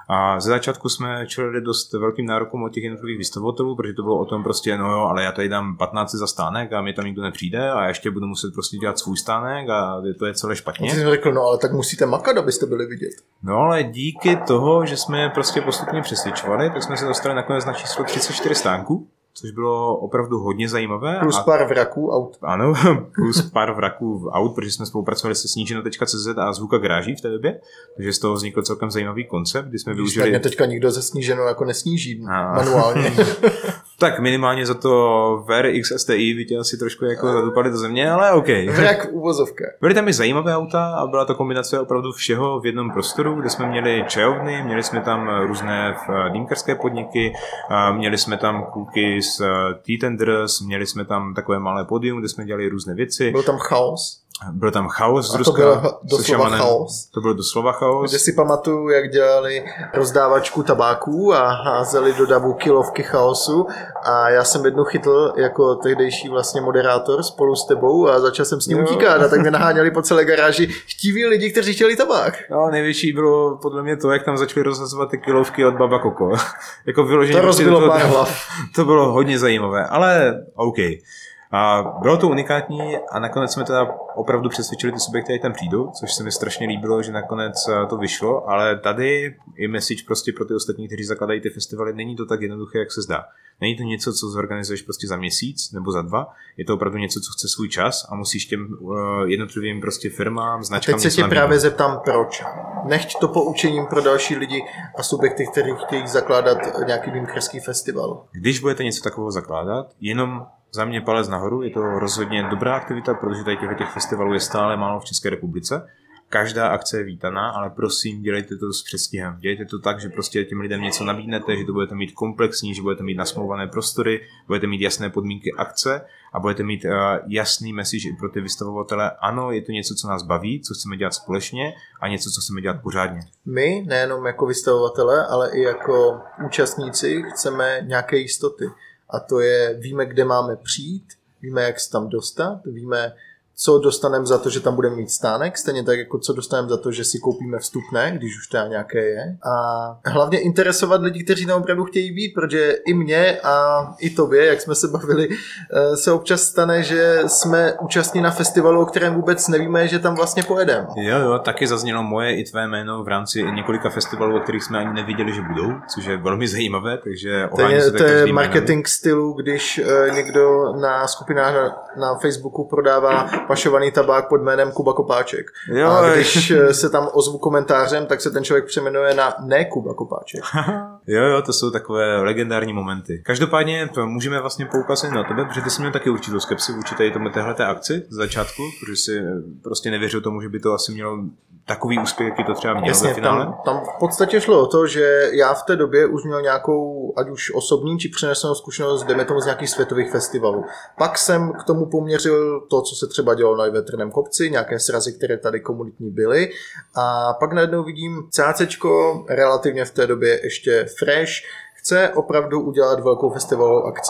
C: A ze začátku jsme čelili dost velkým nárokům od těch jednotlivých vystavovatelů, protože to bylo o tom prostě, no jo, ale já tady dám patnáct za stánek a mě tam nikdo nepřijde a já ještě budu muset prostě dělat svůj stánek a to je celé špatně.
A: A ty jsi řekl, no ale tak musíte makat, abyste byli vidět.
C: No ale díky toho, že jsme prostě postupně přesvědčovali, tak jsme se dostali nakonec na číslo třicet čtyři stánků, což bylo opravdu hodně zajímavé.
A: Plus
C: a...
A: pár vraků aut.
C: Ano, plus pár vraků aut, protože jsme spolupracovali se sníženo tečka cé zet a Zvuka garáží v té době, takže z toho vznikl celkem zajímavý koncept, kdy jsme využili...
A: Mě teďka nikdo ze sníženo jako nesníží a... manuálně.
C: Tak minimálně za to V R X S T I by tě asi trošku jako zadupali do země, ale OK.
A: Vrak uvozovka.
C: Byly tam i zajímavé auta a byla to kombinace opravdu všeho v jednom prostoru, kde jsme měli čajovny, měli jsme tam různé dýmkarské podniky, měli jsme tam kluky z T-Tenders, měli jsme tam takové malé pódium, kde jsme dělali různé věci.
A: Byl tam chaos.
C: Byl tam chaos z
A: a
C: Ruska.
A: To byl doslova chaos.
C: To byl doslova chaos.
A: Kde si pamatuju, jak dělali rozdávačku tabáků a házeli do davu kilovky chaosu a já jsem jednu chytl jako tehdejší vlastně moderátor spolu s tebou a začal jsem s ním utíkat a tak mě naháněli po celé garáži chtiví lidi, kteří chtěli tabák.
C: No, největší bylo podle mě to, jak tam začali rozhazovat ty kilovky od Baba Koko. Jako vyloženě
A: to rozbilo pár hlav.
C: To bylo hodně zajímavé, ale OK. A bylo to unikátní a nakonec jsme teda opravdu přesvědčili ty subjekty, jak tam přijdou, což se mi strašně líbilo, že nakonec to vyšlo, ale tady i message prostě pro ty ostatní, kteří zakladají ty festivaly, není to tak jednoduché, jak se zdá. Není to něco, co zorganizuješ prostě za měsíc nebo za dva, je to opravdu něco, co chce svůj čas a musíš těm uh, jednotlivým prostě firmám, značkám.
A: Teď se tě právě zeptám, proč. Nechť to poučením pro další lidi a subjekty, kteří chtějí zakládat nějaký dýmkarský festival.
C: Když budete něco takového zakládat, jenom za mě palec nahoru, je to rozhodně dobrá aktivita, protože tady těch, těch festivalů je stále málo v České republice. Každá akce je vítaná, ale prosím, dělejte to s předstihem. Dělejte to tak, že prostě těm lidem něco nabídnete, že to budete mít komplexní, že budete mít nasmlouvané prostory, budete mít jasné podmínky akce a budete mít uh, jasný message i pro ty vystavovatele. Ano, je to něco, co nás baví, co chceme dělat společně a něco, co chceme dělat pořádně.
A: My, nejenom jako vystavovatele, ale i jako účastníci, chceme nějaké jistoty. A to je, víme, kde máme přijít, víme, jak se tam dostat, víme, co dostaneme za to, že tam budeme mít stánek, stejně tak jako co dostaneme za to, že si koupíme vstupné, když už to nějaké je. A hlavně interesovat lidi, kteří tam opravdu chtějí být, protože i mě a i tobě, jak jsme se bavili, se občas stane, že jsme účastní na festivalu, o kterém vůbec nevíme, že tam vlastně pojedeme.
C: Jo, jo, taky zaznělo moje i tvé jméno v rámci několika festivalů, o kterých jsme ani neviděli, že budou, což je velmi zajímavé, takže
A: to je, to je marketing jménem. Stylu, když uh, někdo na skupinách na, na Facebooku prodává pašovaný tabák pod jménem Kuba Kopáček.
C: Jo,
A: a když uh, se tam ozvu komentářem, tak se ten člověk přejmenuje na ne Kuba Kopáček.
C: Jo, jo, to jsou takové legendární momenty. Každopádně můžeme vlastně poukázat na tebe, protože ty jsi měl taky určitou skepsi vůči téhleté akci z začátku, protože si prostě nevěřil tomu, že by to asi mělo takový úspěch, jaký to třeba mělo. Jasně, ve finále.
A: Tam, tam v podstatě šlo o to, že já v té době už měl nějakou, ať už osobní, či přenesenou zkušenost, jdeme tomu z nějakých světových festivalů. Pak jsem k tomu poměřil to, co se třeba dělalo na Větrném kopci, nějaké srazy, které tady komunitní byly. A pak najednou vidím CACčko, relativně v té době ještě fresh, chce opravdu udělat velkou festivalovou akci.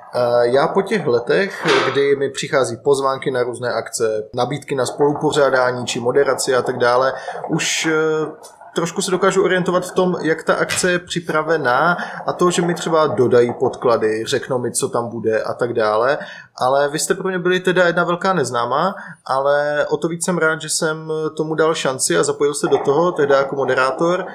A: Já po těch letech, kdy mi přichází pozvánky na různé akce, nabídky na spolupořádání či moderaci a tak dále, už trošku se dokážu orientovat v tom, jak ta akce je připravená a to, že mi třeba dodají podklady, řeknou mi, co tam bude a tak dále. Ale vy jste pro mě byli teda jedna velká neznámá, ale o to víc jsem rád, že jsem tomu dal šanci a zapojil se do toho, teda jako moderátor.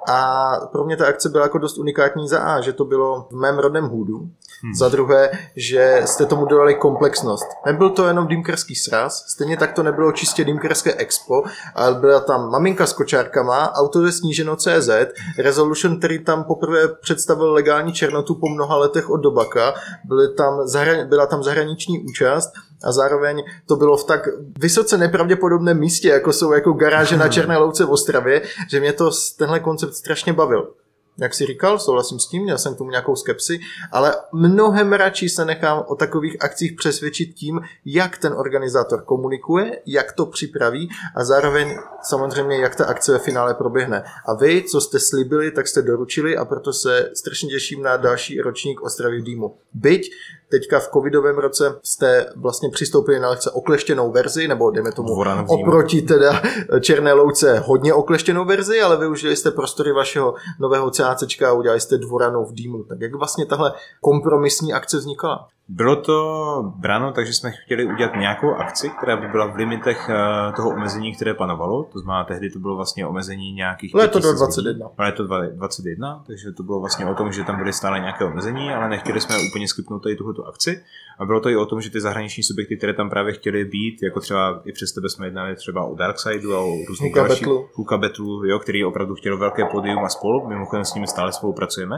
A: A pro mě ta akce byla jako dost unikátní za A, že to bylo v mém rodném Hoodu. Hmm. Za druhé, že jste tomu dodali komplexnost. Nebyl to jenom dýmkerský sraz, stejně tak to nebylo čistě dýmkerské expo, ale byla tam maminka s kočárkama, auto ze sníženo C Z, Resolution, který tam poprvé představil legální černotu po mnoha letech od Dobaka, byly tam zahra- byla tam zahraniční účast a zároveň to bylo v tak vysoce nepravděpodobném místě, jako jsou jako garáže na Černé Louce v Ostravě, že mě to tenhle koncept strašně bavil. Jak jsi říkal, souhlasím s tím, měl jsem k tomu nějakou skepsi, ale mnohem radši se nechám o takových akcích přesvědčit tím, jak ten organizátor komunikuje, jak to připraví a zároveň samozřejmě, jak ta akce ve finále proběhne. A vy, co jste slibili, tak jste doručili a proto se strašně těším na další ročník Ostravy v dýmu. Byť teďka v covidovém roce jste vlastně přistoupili na lehce okleštěnou verzi, nebo jdeme tomu oproti teda Černé Louce hodně okleštěnou verzi, ale využili jste prostory vašeho nového CACčka a udělali jste dvoranu v dýmu. Tak jak vlastně tahle kompromisní akce vznikala?
C: Bylo to bráno, takže jsme chtěli udělat nějakou akci, která by byla v limitech toho omezení, které panovalo. To znamená, tehdy to bylo vlastně omezení nějakých...
A: Léto dvacet jedna.
C: Léto dvacet jedna, takže to bylo vlastně o tom, že tam byly stále nějaké omezení, ale nechtěli jsme úplně skipnout tady tuhletu akci. A bylo to i o tom, že ty zahraniční subjekty, které tam právě chtěly být, jako třeba i přes tebe jsme jednali třeba o Darksideu a o různých dalších... Huka Battlu, jo, který opravdu chtěl velké pódium a spolu. Mimochodem s nimi stále spolupracujeme.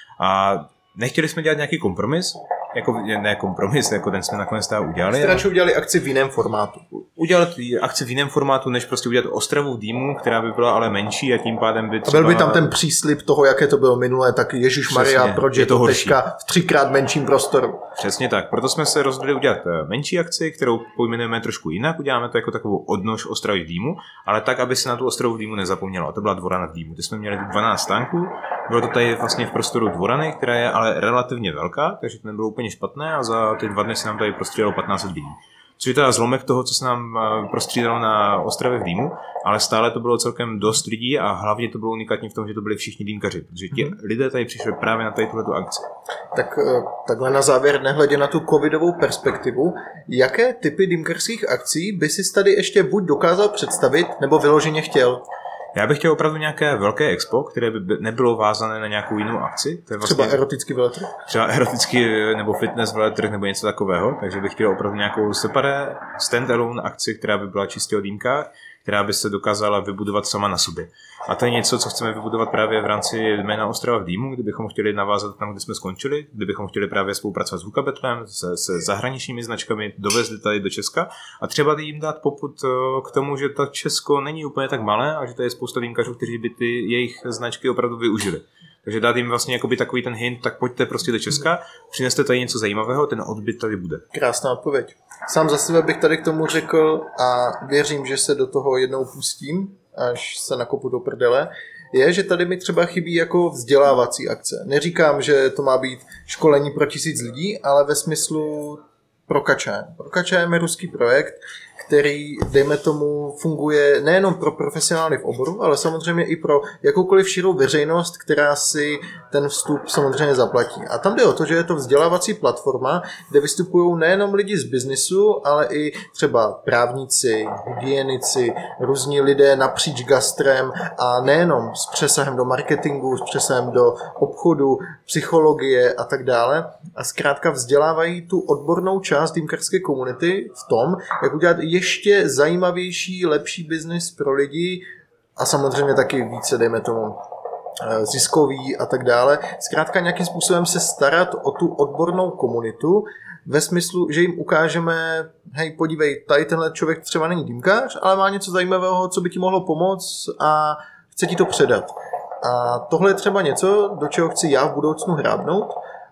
C: A nechtěli jsme dělat nějaký kompromis, jako ne kompromis, jako ten jsme nakonec toho udělali.
A: Jste radši udělali akci v jiném formátu.
C: Udělat akci v jiném formátu, než prostě udělat Ostravu v dýmu, která by byla ale menší a tím pádem by třeba...
A: A byl by tam ten příslib toho, jaké to bylo minulé, tak ježišmarja, proč je to, to teďka v třikrát menším prostoru.
C: Přesně tak, proto jsme se rozhodli udělat menší akci, kterou pojmenujeme trošku jinak, uděláme to jako takovou odnož Ostravy v dýmu, ale tak, aby se na tu Ostravu v dýmu nezapomnělo. A to byla Dvorana v dýmu. Ty jsme měli dvanáct stánků, bylo to tady vlastně v prostoru Dvorany, která je ale relativně velká, takže to nebylo úplně špatné a za ty dva dny se nám tady prostřídalo patnáct lidí. Což je teda zlomek toho, co se nám prostřídalo na Ostravě v dýmu, ale stále to bylo celkem dost lidí a hlavně to bylo unikátní v tom, že to byli všichni dýmkaři, protože ti mm-hmm. lidé tady přišli právě na tady tuhletu akci.
A: Tak takhle na závěr, nehledě na tu covidovou perspektivu, jaké typy dýmkařských akcí by si tady ještě buď dokázal představit, nebo vyloženě chtěl?
C: Já bych chtěl opravdu nějaké velké expo, které by nebylo vázané na nějakou jinou akci. To je vlastně
A: třeba erotický veletrh?
C: Třeba erotický nebo fitness veletrh nebo něco takového. Takže bych chtěl opravdu nějakou separé stand-alone akci, která by byla čistě o dýmkách, která by se dokázala vybudovat sama na sobě. A to je něco, co chceme vybudovat právě v rámci jména Ostrava v dýmu, kdybychom chtěli navázat tam, kde jsme skončili, kdybychom chtěli právě spolupracovat s Huka Battlem, se, se zahraničními značkami, dovezli tady do Česka a třeba jim dát popud k tomu, že to Česko není úplně tak malé a že tady je spousta dýmkařů, kteří by ty jejich značky opravdu využili. Takže dát jim vlastně jakoby takový ten hint, tak pojďte prostě do Česka, přineste tady něco zajímavého, ten odbyt tady bude.
A: Krásná odpověď. Sám za sebe bych tady k tomu řekl a věřím, že se do toho jednou pustím, až se nakopu do prdele, je, že tady mi třeba chybí jako vzdělávací akce. Neříkám, že to má být školení pro tisíc lidí, ale ve smyslu Prokačajem. Prokačajem je ruský projekt, který, dejme tomu, funguje nejenom pro profesionály v oboru, ale samozřejmě i pro jakoukoliv širou veřejnost, která si ten vstup samozřejmě zaplatí. A tam jde o to, že je to vzdělávací platforma, kde vystupují nejenom lidi z biznisu, ale i třeba právníci, hygienici, různí lidé napříč gastrem a nejenom s přesahem do marketingu, s přesahem do obchodu, psychologie a tak dále. A zkrátka vzdělávají tu odbornou část dýmkarské komunity v tom, jak udělat ještě zajímavější, lepší biznis pro lidi a samozřejmě taky více, dejme tomu, ziskový a tak dále. Zkrátka nějakým způsobem se starat o tu odbornou komunitu ve smyslu, že jim ukážeme, hej, podívej, tady tenhle člověk třeba není dýmkař, ale má něco zajímavého, co by ti mohlo pomoct a chce ti to předat. A tohle je třeba něco, do čeho chci já v budoucnu hrábnout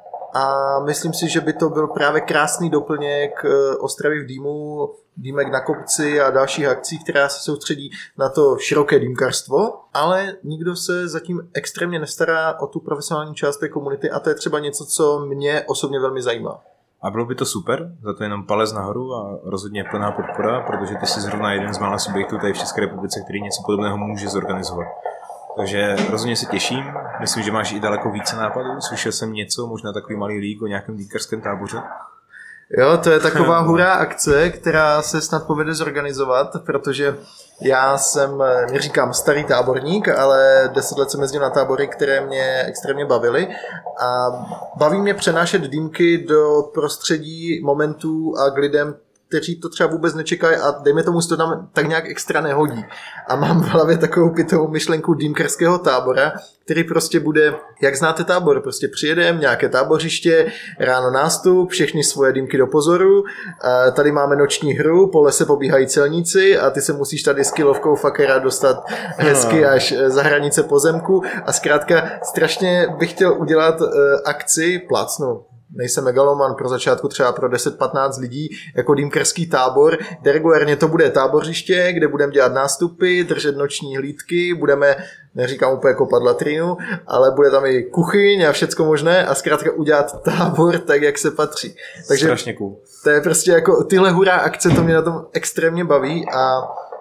A: a myslím si, že by to byl právě krásný doplněk Ostravy v dýmu, Dýmek na kopci a dalších akcí, která se soustředí na to široké dýmkarstvo, ale nikdo se zatím extrémně nestará o tu profesionální část té komunity a to je třeba něco, co mě osobně velmi zajímá.
C: A bylo by to super, za to jenom palec nahoru a rozhodně plná podpora, protože ty jsi zrovna jeden z mála subjektů tady v České republice, který něco podobného může zorganizovat. Takže rozhodně se těším, myslím, že máš i daleko více nápadů, slyšel jsem něco, možná takový malý lík o nějakém dýmkarském táboře.
A: Jo, to je taková hurá akce, která se snad povede zorganizovat, protože já jsem, neříkám starý táborník, ale deset let jsem jezdil na tábory, které mě extrémně bavily a baví mě přenášet dýmky do prostředí, momentů a k lidem, kteří to třeba vůbec nečekají a dejme tomu, se to tam tak nějak extra nehodí. A mám v hlavě takovou pitovou myšlenku dýmkarského tábora, který prostě bude, jak znáte tábor, prostě přijedeme, nějaké tábořiště, ráno nástup, všechny svoje dýmky do pozoru, a tady máme noční hru, po lese pobíhají celníci a ty se musíš tady s kilovkou fakera dostat hezky až za hranice pozemku a zkrátka strašně bych chtěl udělat uh, akci plácnu. Nejsem megaloman, pro začátku třeba pro deset patnáct lidí jako dýmkarský tábor, kde regulárně to bude tábořiště, kde budeme dělat nástupy, držet noční hlídky, budeme, neříkám úplně kopat latrínu, ale bude tam i kuchyň a všecko možné a zkrátka udělat tábor tak, jak se patří. Takže
C: strašně cool.
A: To je prostě jako tyhle hurá akce, to mě na tom extrémně baví a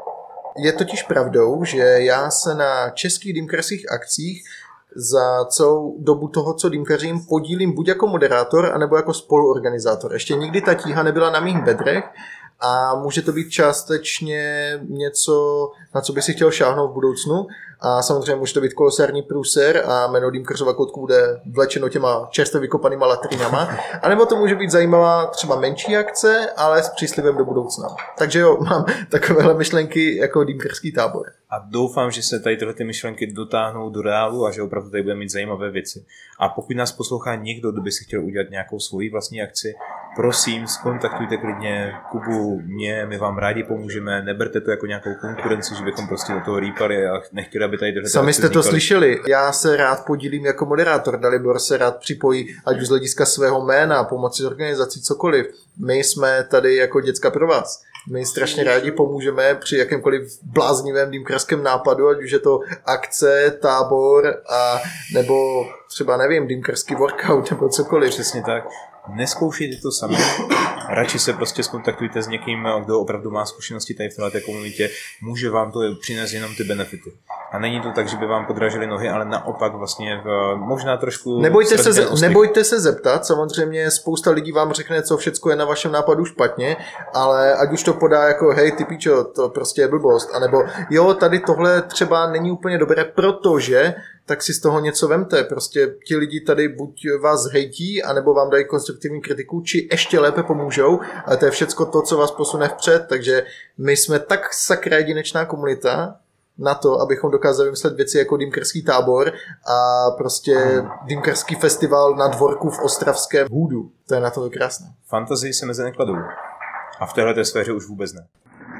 A: je totiž pravdou, že já se na českých dýmkarských akcích za celou dobu toho, co dýmkařím, podílím buď jako moderátor, anebo jako spoluorganizátor. Ještě nikdy ta tíha nebyla na mých bedrech a může to být částečně něco, na co bych si chtěl šáhnout v budoucnu. A samozřejmě může to být kolosární průser a jméno Dýmkařova koutku bude vlečeno těma čerstvě vykopanýma latrinama. A nebo to může být zajímavá třeba menší akce, ale s příslibem do budoucna. Takže jo, mám takovéhle myšlenky jako dýmkařský tábor.
C: A doufám, že se tady tyhle ty myšlenky dotáhnou do reálu a že opravdu tady budeme mít zajímavé věci. A pokud nás poslouchá někdo, kdo by si chtěl udělat nějakou svoji vlastní akci, prosím, skontaktujte klidně Kubu, mě, my vám rádi pomůžeme, neberte to jako nějakou konkurenci, že bychom prostě do toho rýpali a nechtěli, aby tady tyhle
A: Sami jste to slyšeli, já se rád podílím jako moderátor, Dalibor se rád připojí, ať už z hlediska svého jména, pomoci organizací, cokoliv. My jsme tady jako děcka pro vás. My strašně rádi pomůžeme při jakémkoliv bláznivém dýmkarském nápadu, ať už je to akce, tábor a nebo třeba nevím, dýmkarský workout nebo cokoliv.
C: Přesně tak. Neskoušejte to sami, radši se prostě skontaktujte s někým, kdo opravdu má zkušenosti tady v té komunitě, může vám to přinést jenom ty benefity. A není to tak, že by vám podražili nohy, ale naopak vlastně v, možná trošku...
A: Nebojte se, ze, nebojte se zeptat, samozřejmě spousta lidí vám řekne, co všecko je na vašem nápadu špatně, ale ať už to podá jako hej ty pičo, to prostě je blbost, anebo jo, tady tohle třeba není úplně dobré, protože tak si z toho něco vemte. Prostě ti lidi tady buď vás hejtí, anebo vám dají konstruktivní kritiku, či ještě lépe pomůžou, ale to je všecko to, co vás posune vpřed, takže my jsme tak sakra jedinečná komunita na to, abychom dokázali vymyslet věci jako dýmkarský tábor a prostě dýmkarský festival na dvorku v ostravském Hůdu. To je na to krásné.
C: Fantazii se mezi nekladou. A v téhleté sféře už vůbec ne.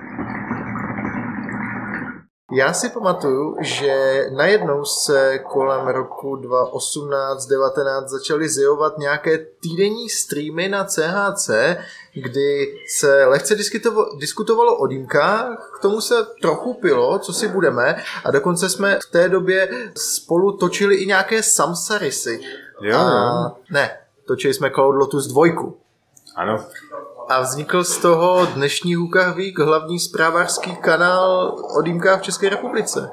A: Já si pamatuju, že najednou se kolem roku dva tisíce osmnáct devatenáct začaly zjevovat nějaké týdenní streamy na C H C, kdy se lehce diskutovalo o dýmkách, k tomu se trochu pilo, co si budeme, a dokonce jsme v té době spolu točili i nějaké samsarisy.
C: Jo,
A: a, ne, točili jsme Cloud Lotus dvojku.
C: Ano.
A: A vznikl z toho dnešní Hookah Week, hlavní zprávářský kanál o dýmkách v České republice.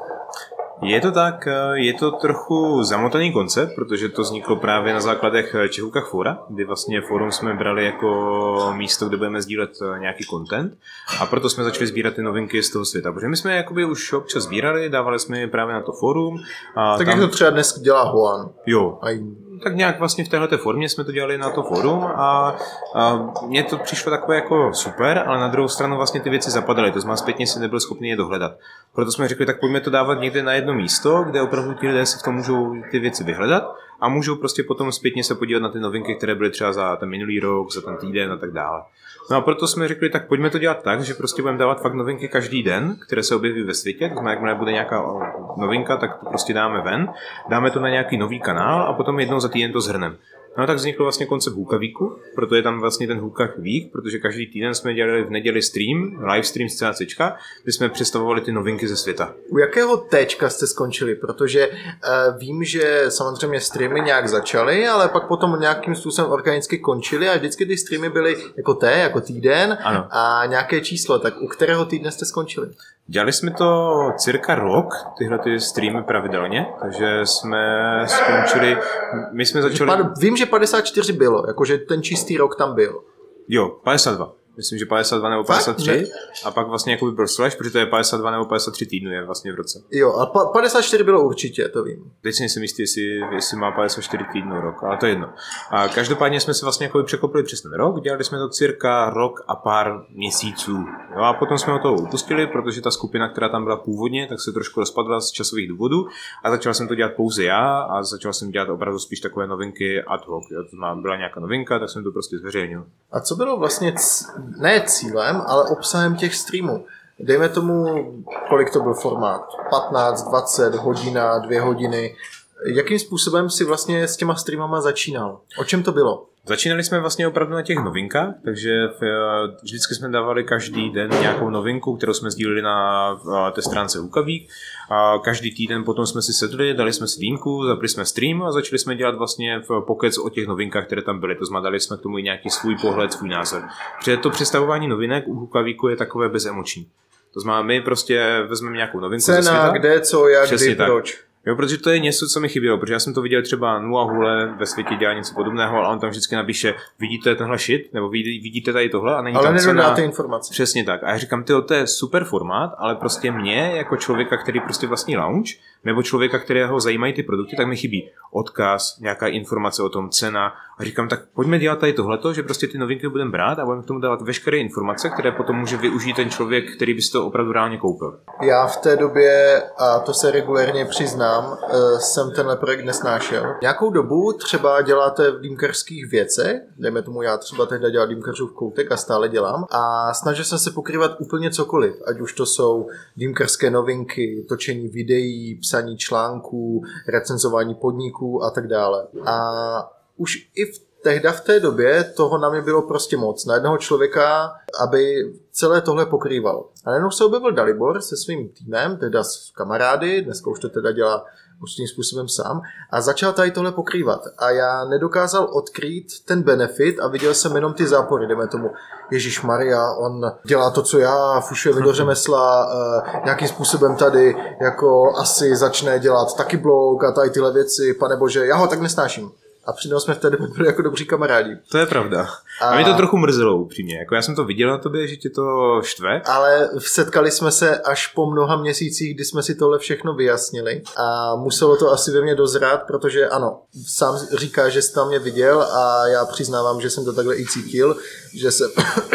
C: Je to tak, je to trochu zamotaný koncept, protože to vzniklo právě na základech Czech Hookah Fora, kdy vlastně fórum jsme brali jako místo, kde budeme sdílet nějaký content a proto jsme začali sbírat ty novinky z toho světa, protože my jsme jakoby už občas sbírali, dávali jsme je právě na to fórum. A
A: tak
C: tam...
A: jak to třeba dnes dělá Hoan.
C: Jo.
A: A
C: tak nějak vlastně v téhleté formě jsme to dělali na to fórum a, a mně to přišlo takové jako super, ale na druhou stranu vlastně ty věci zapadaly, to znamená zpětně si nebyl schopný je dohledat. Proto jsme řekli, tak pojďme to dávat někde na jedno místo, kde opravdu ti lidé si v tom můžou ty věci vyhledat a můžou prostě potom zpětně se podívat na ty novinky, které byly třeba za ten minulý rok, za ten týden a tak dále. No a proto jsme řekli, tak pojďme to dělat tak, že prostě budeme dávat fakt novinky každý den, které se objeví ve světě, to znamená, jakmile bude nějaká novinka, tak to prostě dáme ven, dáme to na nějaký nový kanál a potom jednou za týden to zhrneme. No a tak vznikl vlastně koncept Hookah Weeku, proto je tam vlastně ten Hookah Week, protože každý týden jsme dělali v neděli stream, live stream z CACčka, kde jsme představovali ty novinky ze světa.
A: U jakého téčka jste skončili? Protože uh, vím, že samozřejmě streamy nějak začaly, ale pak potom nějakým způsobem organicky končily a vždycky ty streamy byly jako té, jako týden
C: ano.
A: A nějaké číslo. Tak u kterého týdne jste skončili?
C: Dělali jsme to cirka rok, tyhle ty streamy pravidelně, takže jsme skončili, my jsme začali...
A: Vím, že padesát čtyři bylo, jakože ten čistý rok tam byl.
C: Jo, padesát dva. Myslím, že padesát dva nebo padesát tři. Ne. A pak vlastně jakoby byl slash, protože to je padesát dva nebo padesát tři týdnů je vlastně v roce.
A: Jo, a pa- padesát čtyři bylo určitě, to vím.
C: Teď si nejsem jistý, jestli, jestli má padesát čtyři týdnů rok, ale to je jedno. A každopádně jsme se vlastně jakoby překopili přes ten rok, dělali jsme to cirka rok a pár měsíců. Jo, a potom jsme o toho upustili, protože ta skupina, která tam byla původně, tak se trošku rozpadla z časových důvodů a začal jsem to dělat pouze já a začal jsem dělat opravdu spíš takové novinky ad hoc. Jo. To znamená, byla nějaká novinka, tak jsem to prostě zveřejnil.
A: A co bylo vlastně c- ne cílem, ale obsahem těch streamů? Dejme tomu, kolik to byl formát? patnáct, dvacet, hodina, dvě hodiny. Jakým způsobem si vlastně s těma streamama začínal? O čem to bylo?
C: Začínali jsme vlastně opravdu na těch novinkách, takže v, vždycky jsme dávali každý den nějakou novinku, kterou jsme sdíleli na té stránce Hookah Week. A každý týden potom jsme si sedli, dali jsme si dýmku, zapli jsme stream a začali jsme dělat vlastně pokec o těch novinkách, které tam byly. To znamená, dali jsme k tomu i nějaký svůj pohled, svůj názor. Protože to představování novinek u Hookah Weeku je takové bezemoční. To znamená, my prostě vezmeme nějakou novinku
A: Cena,
C: ze světa.
A: kde, co, jak,
C: Přesně
A: kdy,
C: tak.
A: proč.
C: Jo, protože to je něco, co mi chybělo, protože já jsem to viděl třeba Noah Hule ve světě dělá něco podobného, ale on tam vždycky napíše, vidíte tenhle shit, nebo vidíte tady tohle a není
A: ale
C: tam cena. Ale
A: nedodáte informace.
C: Přesně tak. A já říkám, tyjo, to je super formát, ale prostě mě, jako člověka, který prostě vlastní lounge, nebo člověka, kterého zajímají ty produkty, tak mi chybí odkaz, nějaká informace o tom, cena. A říkám, tak pojďme dělat tady tohleto, že prostě ty novinky budeme brát a budeme k tomu dávat veškeré informace, které potom může využít ten člověk, který by si to opravdu reálně koupil.
A: Já v té době, a to se regulérně přiznám, jsem tenhle projekt nesnášel. Nějakou dobu třeba děláte v dýmkařských věcech, dejme tomu já třeba tehdy dělal Dýmkařův koutek a stále dělám, a snažil jsem se pokrývat úplně cokoliv, ať už to jsou dýmkařské novinky, točení videí, psaní článků, recenzování podniků a tak dále. A už i v tehda v té době toho na mě bylo prostě moc. Na jednoho člověka, aby celé tohle pokrýval. A najednou se objevil Dalibor se svým týmem, teda s kamarády, dneska už to teda dělá určitým způsobem sám, a začal tady tohle pokrývat. A já nedokázal odkrýt ten benefit a viděl jsem jenom ty zápory, jdeme tomu, Ježišmarja, on dělá to, co já, fušuje mi do řemesla, uh, nějakým způsobem tady jako asi začne dělat taky blog a tady tyhle věci, panebože, já ho tak nesnáším. A přitom jsme v té době byli jako dobří kamarádi.
C: To je pravda. A, a mě to trochu mrzelo upřímně. Jako já jsem to viděl na tobě, že ti to štve.
A: Ale setkali jsme se až po mnoha měsících, kdy jsme si tohle všechno vyjasnili. A muselo to asi ve mně dozrát, protože ano, sám říká, že jsi tam mě viděl a já přiznávám, že jsem to takhle i cítil, že se...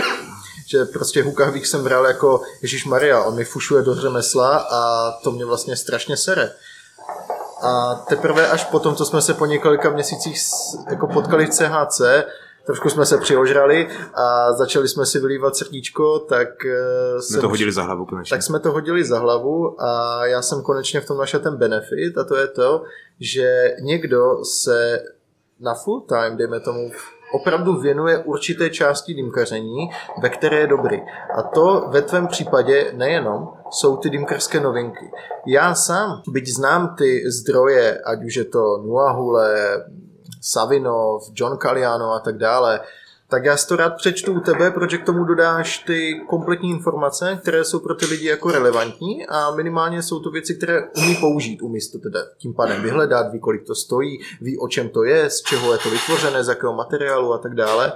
A: že prostě Hookah Week jsem bral jako Ježišmarja, on mi fušuje do řemesla a to mě vlastně strašně sere. A teprve až potom, co jsme se po několika měsících jako potkali v C H C, trošku jsme se přiožrali a začali jsme si vylívat srdíčko, tak
C: jsme to hodili za hlavu konečně.
A: Tak jsme to hodili za hlavu a já jsem konečně v tom našel ten benefit a to je to, že někdo se na full time, dejme tomu, opravdu věnuje určité části dýmkaření, ve které je dobrý. A to ve tvém případě nejenom jsou ty dýmkařské novinky. Já sám, byť znám ty zdroje, ať už je to Noah Hule, Savinov, John Galliano a tak dále, Tak já si to rád přečtu u tebe, protože k tomu dodáš ty kompletní informace, které jsou pro ty lidi jako relevantní a minimálně jsou to věci, které umí použít, umí to teda tím pádem vyhledat, ví, kolik to stojí, ví, o čem to je, z čeho je to vytvořené, z jakého materiálu a tak dále.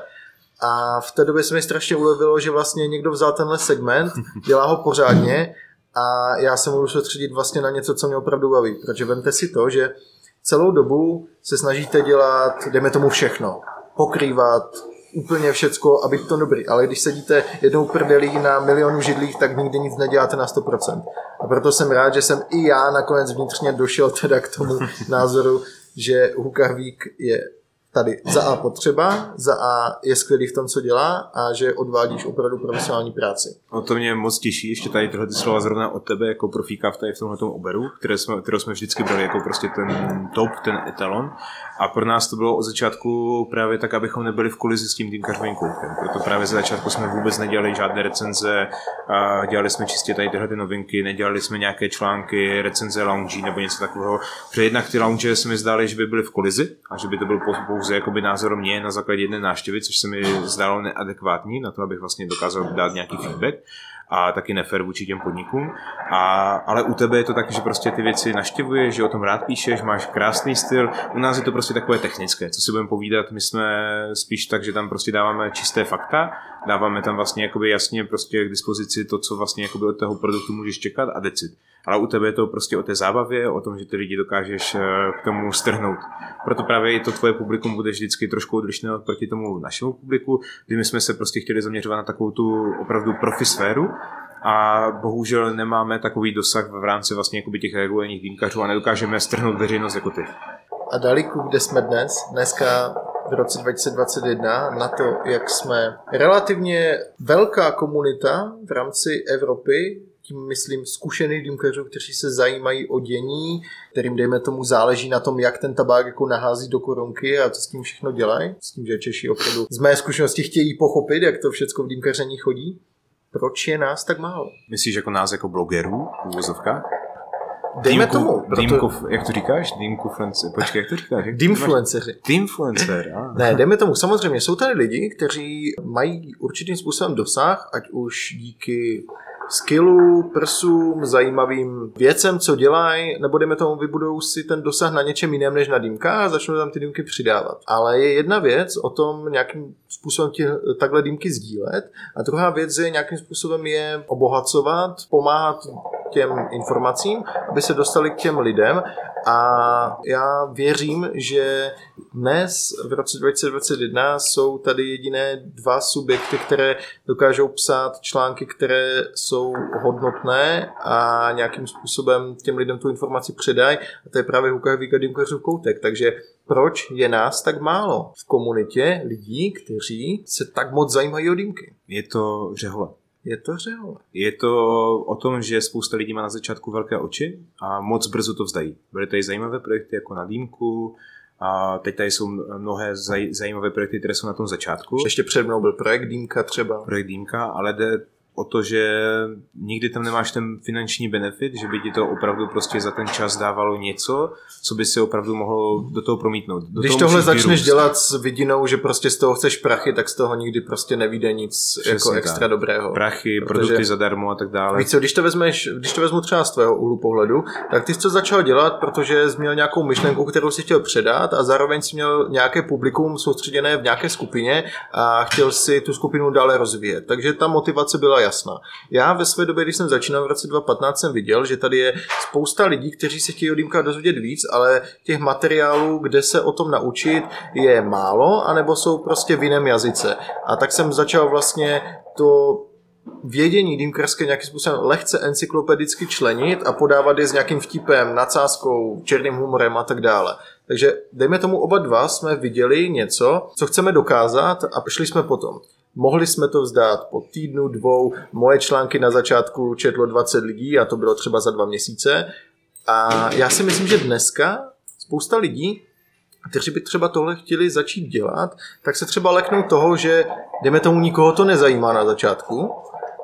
A: A v té době se mi strašně ulevilo, že vlastně někdo vzal tenhle segment, dělá ho pořádně a já se můžu soustředit vlastně na něco, co mě opravdu baví, protože vemte si to, že celou dobu se snažíte dělat, dejme tomu všechno, pokrývat úplně všecko a být to dobrý, ale když sedíte jednou prdelí na milionu židlích, tak nikdy nic neděláte na sto procent. A proto jsem rád, že jsem i já nakonec vnitřně došel teda k tomu názoru, že Hukahvík je tady za A potřeba, za A je skvělý v tom, co dělá a že odvádíš opravdu profesionální práci.
C: O to mě moc těší, ještě tady tyhle ty slova zrovna od tebe jako profíka v tady v tomhletom oberu, které jsme, kterou jsme vždycky brali jako prostě ten top, ten etalon. A pro nás to bylo od začátku právě tak, abychom nebyli v kolizi s tím dýmkařovým koutkem. Proto právě za začátku jsme vůbec nedělali žádné recenze, a dělali jsme čistě tady tyhle ty novinky, nedělali jsme nějaké články, recenze lounge nebo něco takového. Protože jednak ty lounge se mi zdály, že by byly v kolizi a že by to byl pouze jakoby názor mě na základě jedné návštěvy, což se mi zdálo neadekvátní na to, abych vlastně dokázal dát nějaký feedback a taky nefér vůči těm podnikům. A, ale u tebe je to tak, že prostě ty věci navštěvuješ, že o tom rád píšeš, máš krásný styl. U nás je to prostě takové technické, co si budeme povídat, my jsme spíš tak, že tam prostě dáváme čisté fakta, dáváme tam vlastně jakoby jasně prostě k dispozici to, co vlastně jakoby od toho produktu můžeš čekat a decid. Ale u tebe je to prostě o té zábavě, o tom, že ty lidi dokážeš k tomu strhnout. Proto právě i to tvoje publikum bude vždycky trošku odlišné proti tomu našemu publiku, kdy my jsme se prostě chtěli zaměřovat na takovou tu opravdu profisféru a bohužel nemáme takový dosah v rámci vlastně jakoby těch regulárních dýmkařů a nedokážeme strhnout veřejnost jako ty.
A: A dalíku, kde jsme dnes, dneska v roce dva tisíce dvacet jedna, na to, jak jsme relativně velká komunita v rámci Evropy, tím myslím zkušených dýmkařů, kteří se zajímají o dění, kterým dejme tomu záleží na tom, jak ten tabák jako nahází do korunky a co s tím všechno dělají. S tím, že Češi opravdu z mé zkušenosti chtějí pochopit, jak to všechno v dýmkaření chodí. Proč je nás tak málo?
C: Myslíš jako nás jako blogerů v uvozovkách?
A: Dejme Dýmku, tomu.
C: Proto... Dýmku, jak to říkáš? Dýmkufluencer. Počkej, jak to říkáš?
A: Dýmfluenceři.
C: Dýmfluencer, ah.
A: Ne, dejme tomu. Samozřejmě jsou tady lidi, kteří mají určitým způsobem dosah, ať už díky skillu, prsům, zajímavým věcem, co dělají, nebo dejme tomu, vybudou si ten dosah na něčem jiném než na dýmkách a začnou tam ty dýmky přidávat. Ale je jedna věc o tom nějakým způsobem tě, takhle dýmky sdílet a druhá věc je nějakým způsobem je obohacovat, pomáhat těm informacím, aby se dostali k těm lidem a já věřím, že dnes v roce dva tisíce dvacet jedna jsou tady jediné dva subjekty, které dokážou psát články, které jsou hodnotné a nějakým způsobem těm lidem tu informaci předají a to je právě Hukahvík a Dýmkařův koutek, takže proč je nás tak málo v komunitě lidí, kteří se tak moc zajímají o dýmky?
C: Je to řehole.
A: Je to řehole.
C: Je to o tom, že spousta lidí má na začátku velké oči a moc brzo to vzdají. Byly tady zajímavé projekty jako na dýmku a teď tady jsou mnohé zaj- zajímavé projekty, které jsou na tom začátku.
A: Ještě před mnou byl projekt Dýmka třeba.
C: Projekt Dýmka, ale jde o to, že nikdy tam nemáš ten finanční benefit, že by ti to opravdu prostě za ten čas dávalo něco, co by se opravdu mohlo do toho promítnout. Do
A: Když
C: toho
A: tohle začneš
C: vyrůst.
A: dělat s vidinou, že prostě z toho chceš prachy, tak z toho nikdy prostě nevyjde nic
C: Přesně
A: jako
C: tak.
A: extra dobrého.
C: Prachy,
A: Protože
C: produkty zadarmo a tak dále.
A: Víš co, když to vezmeš, když to vezmu třeba z tvého úhlu pohledu, tak ty jsi to začal dělat, protože jsi měl nějakou myšlenku, kterou si chtěl předat a zároveň jsi měl nějaké publikum soustředěné v nějaké skupině a chtěl si tu skupinu dále rozvíjet. Takže ta motivace byla jasná. Já ve své době, když jsem začínal v roce dva tisíce patnáct, jsem viděl, že tady je spousta lidí, kteří se chtějí o dýmkách dozvědět víc, ale těch materiálů, kde se o tom naučit, je málo, anebo jsou prostě v jiném jazyce. A tak jsem začal vlastně to vědění dýmkařské nějakým způsobem lehce encyklopedicky členit a podávat je s nějakým vtipem, nadsázkou, černým humorem a tak dále. Takže dejme tomu oba dva jsme viděli něco, co chceme dokázat a šli jsme potom. Mohli jsme to vzdát po týdnu, dvou, moje články na začátku četlo dvacet lidí a to bylo třeba za dva měsíce. A já si myslím, že dneska spousta lidí, kteří by třeba tohle chtěli začít dělat, tak se třeba leknou toho, že dejme tomu nikoho to nezajímá na začátku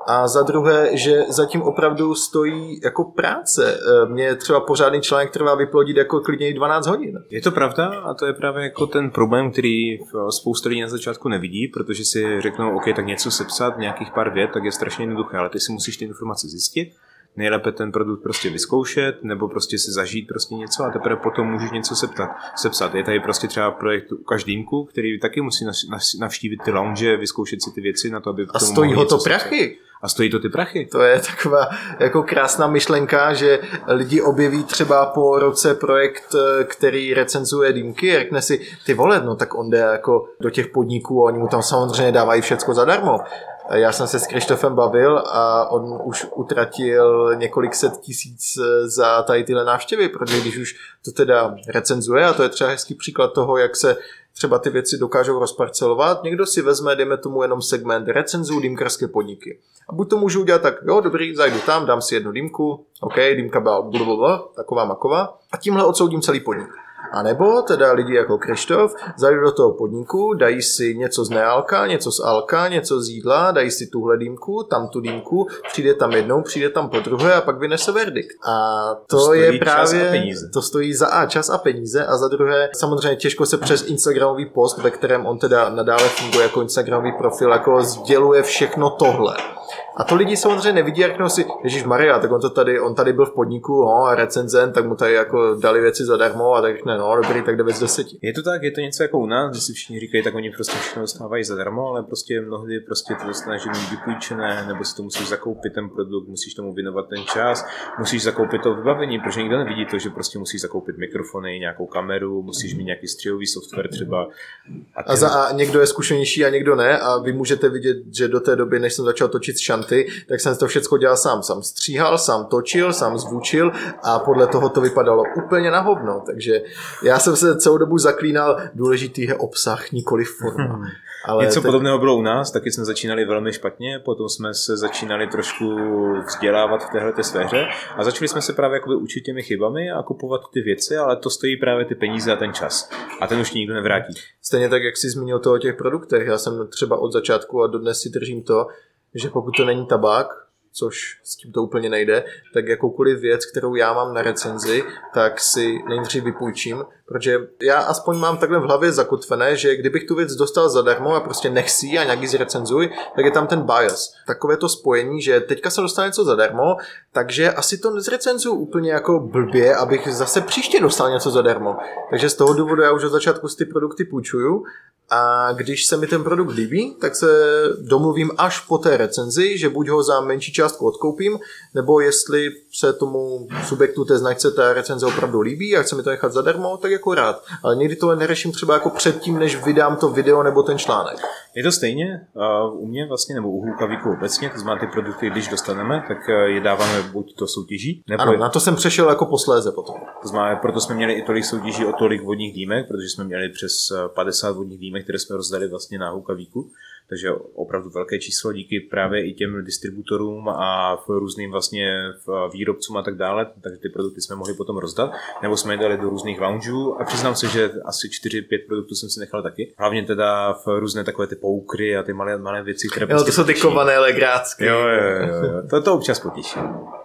A: A za druhé, že zatím opravdu stojí jako práce. Mně třeba pořádný článek trvá vyplodit jako klidně i dvanáct hodin.
C: Je to pravda a to je právě jako ten problém, který spousta lidí na začátku nevidí, protože si řeknou, OK, tak něco sepsat, nějakých pár vět, tak je strašně jednoduché, ale ty si musíš ty informace zjistit, nejlépe ten produkt prostě vyzkoušet, nebo prostě si zažít prostě něco a teprve potom můžeš něco septat, sepsat. Je tady prostě třeba projekt u každýmku, který taky musí navštívit ty lounge, vyzkoušet si ty věci na to, aby
A: a stojí ho to prachy.
C: Sepsat. A stojí to ty prachy.
A: To je taková jako krásná myšlenka, že lidi objeví třeba po roce projekt, který recenzuje dýmky a řekne si, ty vole, no tak on jde jako do těch podniků a oni mu tam samozřejmě dávají všecko zadarmo. Já jsem se s Krištofem bavil a on už utratil několik set tisíc za tady tyhle návštěvy, protože když už to teda recenzuje, a to je třeba hezký příklad toho, jak se třeba ty věci dokážou rozparcelovat, někdo si vezme, dejme tomu jenom segment recenzů dýmkarské podniky. A buď to můžu udělat tak, jo, dobrý, zajdu tam, dám si jednu dýmku, ok, dýmka byla blablabla, taková maková, a tímhle odsoudím celý podnik. A nebo teda lidi jako Krištof zajdou do toho podniku, dají si něco z nealka, něco z alka, něco z jídla, dají si tuhle dýmku, tam tu dýmku, přijde tam jednou, přijde tam po druhé a pak vynese verdikt. A to, to je právě, to stojí za A čas a peníze a za druhé samozřejmě těžko se přes Instagramový post, ve kterém on teda nadále funguje jako Instagramový profil, jako sděluje všechno tohle. A to lidi samozřejmě nevidí, jak si, ježišmarja, tak on to tady, on tady byl v podniku, no, a recenzent, tak mu tady jako dali věci zadarmo a tak ne, no, dobrý, tak devět z deseti.
C: Je to tak, je to něco jako u nás, že si všichni říkají, tak oni prostě všechno dostávají zadarmo, ale prostě mnohdy prostě to dostaneš jenom vypůjčené, nebo si to musíš zakoupit ten produkt, musíš tomu věnovat ten čas, musíš zakoupit to vybavení, protože nikdo nevidí to, že prostě musíš zakoupit mikrofony, nějakou kameru, musíš mít nějaký střihový software třeba.
A: A, ten... a, za, a někdo je zkušenější a někdo ne a vy můžete vidět, že do té doby, než jsem začal točit šanty, tak jsem to všechno dělal sám. Sám stříhal, sám točil, sám zvučil a podle toho to vypadalo úplně na hovno. Takže já jsem se celou dobu zaklínal, důležitý je obsah, nikoli forma.
C: Ale něco teď... podobného bylo u nás, taky jsme začínali velmi špatně, potom jsme se začínali trošku vzdělávat v téhleté sféře a začali jsme se právě jakoby učit těmi chybami a kupovat ty věci, ale to stojí právě ty peníze a ten čas. A ten už nikdo nevrátí.
A: Stejně tak, jak jsi zmínil to o těch produktech. Já jsem třeba od začátku a dodnes si držím to, že pokud to není tabák, což s tím to úplně nejde, tak jakoukoliv věc, kterou já mám na recenzi, tak si nejdřív vypůjčím, protože já aspoň mám takhle v hlavě zakotvené, že kdybych tu věc dostal zadarmo a prostě nechci a nějaký zrecenzuj, tak je tam ten bias. Takové to spojení, že teďka se dostane něco zadarmo, takže asi to nezrecenzuju úplně jako blbě, abych zase příště dostal něco zadarmo. Takže z toho důvodu já už od začátku si ty produkty půjčuju. A když se mi ten produkt líbí, tak se domluvím až po té recenzi, že buď ho za menší částku odkoupím, nebo jestli se tomu subjektu té značce ta recenze opravdu líbí a chce mi to nechat zadarmo, tak jako rád. Ale někdy to neřeším třeba jako předtím, než vydám to video nebo ten článek.
C: Je to stejně uh, u mě vlastně, nebo u Hůkavíku obecně, to znamená ty produkty, když dostaneme, tak uh, je dáváme buď to soutěží, nebo...
A: Ano, na to jsem přešel jako posléze potom.
C: To znamená, proto jsme měli i tolik soutěží o tolik vodních dýmek, protože jsme měli přes padesát vodních dýmek, které jsme rozdali vlastně na Hůkavíku. Takže opravdu velké číslo díky právě i těm distributorům a v různým vlastně v výrobcům a tak dále, takže ty produkty jsme mohli potom rozdat, nebo jsme je dali do různých loungeů a přiznám se, že asi čtyři pět produktů jsem si nechal taky. Hlavně teda v různé takové ty poukry a ty malé, malé věci, které
A: jo, prostě to jsou ty kované legrácky.
C: Jo, jo, jo, jo. To, to občas potěší.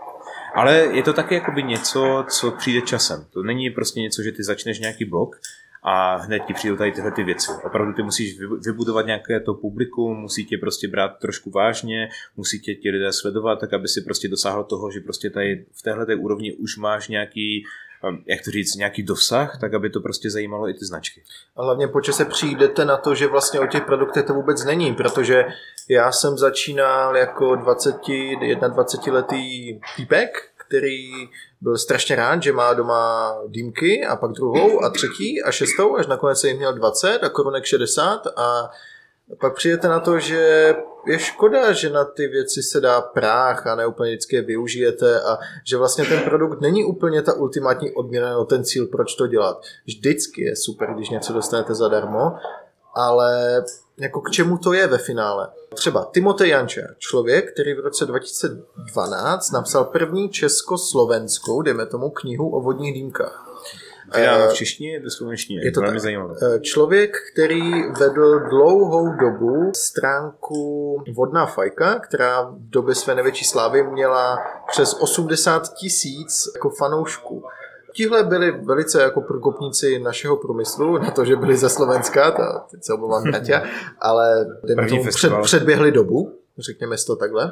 C: Ale je to taky jakoby něco, co přijde časem. To není prostě něco, že ty začneš nějaký blog a hned ti přijdou tady tyhle ty věci. Opravdu ty musíš vybudovat nějaké to publikum, musí tě prostě brát trošku vážně, musí tě ti lidé sledovat, tak aby si prostě dosáhl toho, že prostě tady v téhleté úrovni už máš nějaký, jak to říct, nějaký dosah, tak aby to prostě zajímalo i ty značky.
A: A hlavně po čase přijdete na to, že vlastně o těch produktech to vůbec není, protože já jsem začínal jako dvacet, dvacetiletý týpek, který byl strašně rád, že má doma dýmky a pak druhou a třetí a šestou, až nakonec jich měl dvacet a korunek šedesát a pak přijete na to, že je škoda, že na ty věci se dá práh a ne úplně vždycky je využijete a že vlastně ten produkt není úplně ta ultimátní odměna, no ten cíl, proč to dělat. Vždycky je super, když něco dostanete zadarmo, ale jako k čemu to je ve finále? Třeba Timotej Jančar, člověk, který v roce dva tisíce dvanáct napsal první československou, dejme tomu, knihu o vodních dýmkách.
C: Vydáno v češtině, ve slovenštině.
A: Je to
C: velmi
A: tak.
C: zajímavé.
A: Člověk, který vedl dlouhou dobu stránku Vodná fajka, která v době své největší slávy měla přes osmdesát tisíc jako fanoušků. Tihle byli velice jako průkopníci našeho průmyslu, na to, že byli ze Slovenska, ta, teď se omlouvám Kaťa, ale tomu před, předběhli dobu, řekněme si to takhle.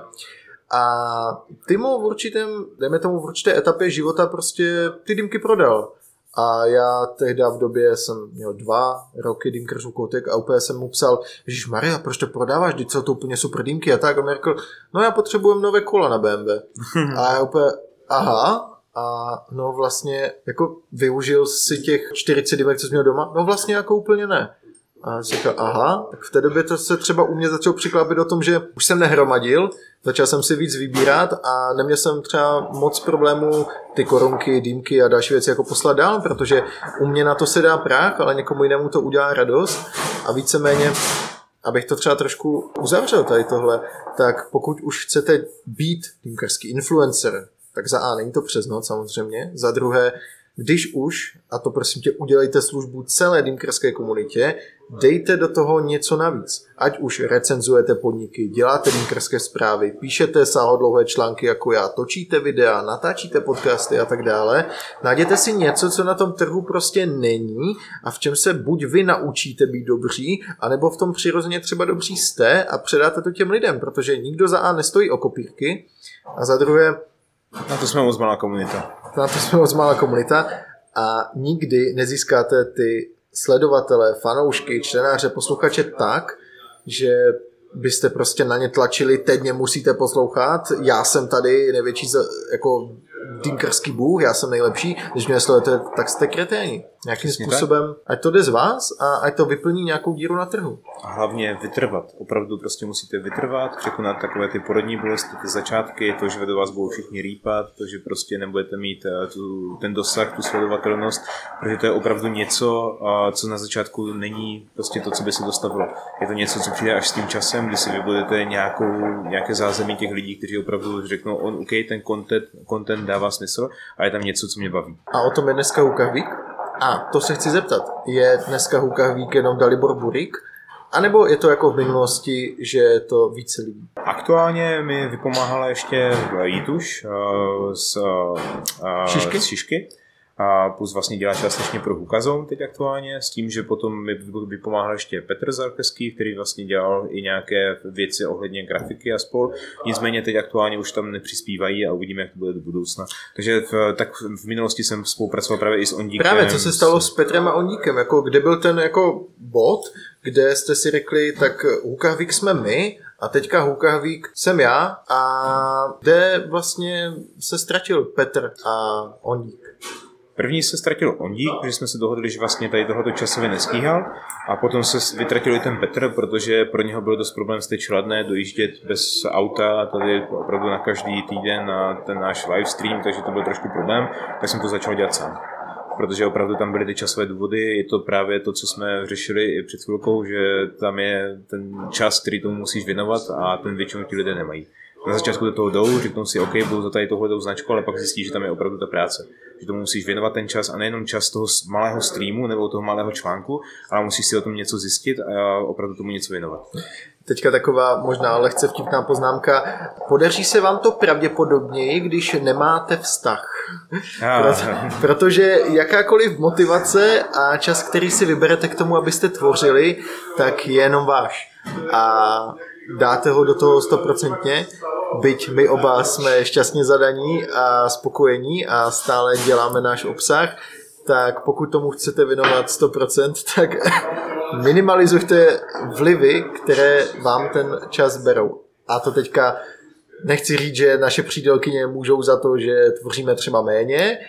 A: A ty mu v určitém, dejme tomu v určité etapě života prostě ty dýmky prodal. A já tehdy v době jsem měl dva roky dýmkařů Koutek a úplně jsem mu psal, ježišmarja, proč to prodáváš, když jsou to úplně super dýmky a tak. A mi řekl, no já potřebujem nové kola na bé em vé. A já úplně, aha, a no vlastně jako využil si těch čtyřicet dýmek, co jsi měl doma? No vlastně jako úplně ne. A jsem říkal, aha, tak v té době to se třeba u mě začalo přiklápit o tom, že už jsem nehromadil, začal jsem si víc vybírat a neměl jsem třeba moc problémů ty korunky, dýmky a další věci jako poslat dál, protože u mě na to se dá prach, ale někomu jinému to udělá radost a víceméně, abych to třeba trošku uzavřel tady tohle, tak pokud už chcete být dýmkařský influencer, tak za A není to přes noc samozřejmě, za druhé, když už, a to prosím tě, udělejte službu celé dýmkařské komunitě, dejte do toho něco navíc. Ať už recenzujete podniky, děláte dýmkařské zprávy, píšete sáhodlouhé články jako já, točíte videa, natáčíte podcasty a tak dále. Najděte si něco, co na tom trhu prostě není a v čem se buď vy naučíte být dobří, anebo v tom přirozeně třeba dobří jste a předáte to těm lidem, protože nikdo za A nestojí o kopírky a za druhé
C: na to jsme moc malá komunita.
A: Na to jsme moc malá komunita a nikdy nezískáte ty sledovatele, fanoušky, čtenáře, posluchače tak, že byste prostě na ně tlačili, teď mě musíte poslouchat, já jsem tady největší jako dýmkařský bůh, já jsem nejlepší, když mě sledujete, tak jste kreténi. Nějakým Přesně způsobem, tak. Ať to jde z vás a ať to vyplní nějakou díru na trhu.
C: A hlavně vytrvat. Opravdu prostě musíte vytrvat, překonat takové ty porodní bolesti, ty začátky, to, že do vás budou všichni rýpat, to, že prostě nebudete mít tu, ten dosah, tu sledovatelnost, protože to je opravdu něco, co na začátku není prostě to, co by se dostavilo. Je to něco, co přijde až s tím časem, kdy si vybudete nějakou, nějaké zázemí těch lidí, kteří opravdu řeknou, on, OK, ten content, content dává smysl a je tam něco, co mě baví.
A: A o tom je dneska Hukahvík? A to se chci zeptat. Je dneska Hukahvík jenom Dalibor Burík? A nebo je to jako v minulosti, že je to více lidí?
C: Aktuálně mi vypomáhala ještě Jituš z
A: Šišky.
C: Z Šišky. A plus vlastně dělá částečně pro Hukazone teď aktuálně, s tím, že potom mi vypomáhal ještě Petr Zarkeský, který vlastně dělal i nějaké věci ohledně grafiky a spol. Nicméně teď aktuálně už tam nepřispívají a uvidíme, jak to bude do budoucna. Takže v, tak v minulosti jsem spolupracoval právě i s Ondíkem.
A: Právě, co se stalo s Petrem a Ondíkem, jako kde byl ten jako bod, kde jste si řekli, tak Hukahvík jsme my, a teďka Hukahvík jsem já a kde vlastně se ztratil Petr a Ondík?
C: První se ztratil Ondík, protože jsme se dohodli, že vlastně tady tohoto časově nestíhal a potom se vytratil i ten Petr, protože pro něho byl dost problém z té Čeladné dojíždět bez auta tady opravdu na každý týden na ten náš livestream, takže to byl trošku problém, tak jsem to začal dělat sám. Protože opravdu tam byly ty časové důvody, je to právě to, co jsme řešili i před chvilkou, že tam je ten čas, který tomu musíš věnovat a ten většinou ti lidé nemají. Na začátku do toho jdou, řeknou si, OK, budu za tady tohletou značku, ale pak zjistíš, že tam je opravdu ta práce. Že tomu musíš věnovat ten čas a nejenom čas toho malého streamu nebo toho malého článku, ale musíš si o tom něco zjistit a opravdu tomu něco věnovat.
A: Teďka taková možná lehce vtipná poznámka. Podaří se vám to pravděpodobněji, když nemáte vztah. Proto, protože jakákoliv motivace a čas, který si vyberete k tomu, abyste tvořili, tak je jenom váš. A dáte ho do toho stoprocentně, byť my oba jsme šťastně zadaní a spokojení a stále děláme náš obsah, tak pokud tomu chcete věnovat sto procent, tak minimalizujte vlivy, které vám ten čas berou. A to teďka nechci říct, že naše přítelkyně můžou za to, že tvoříme třeba méně,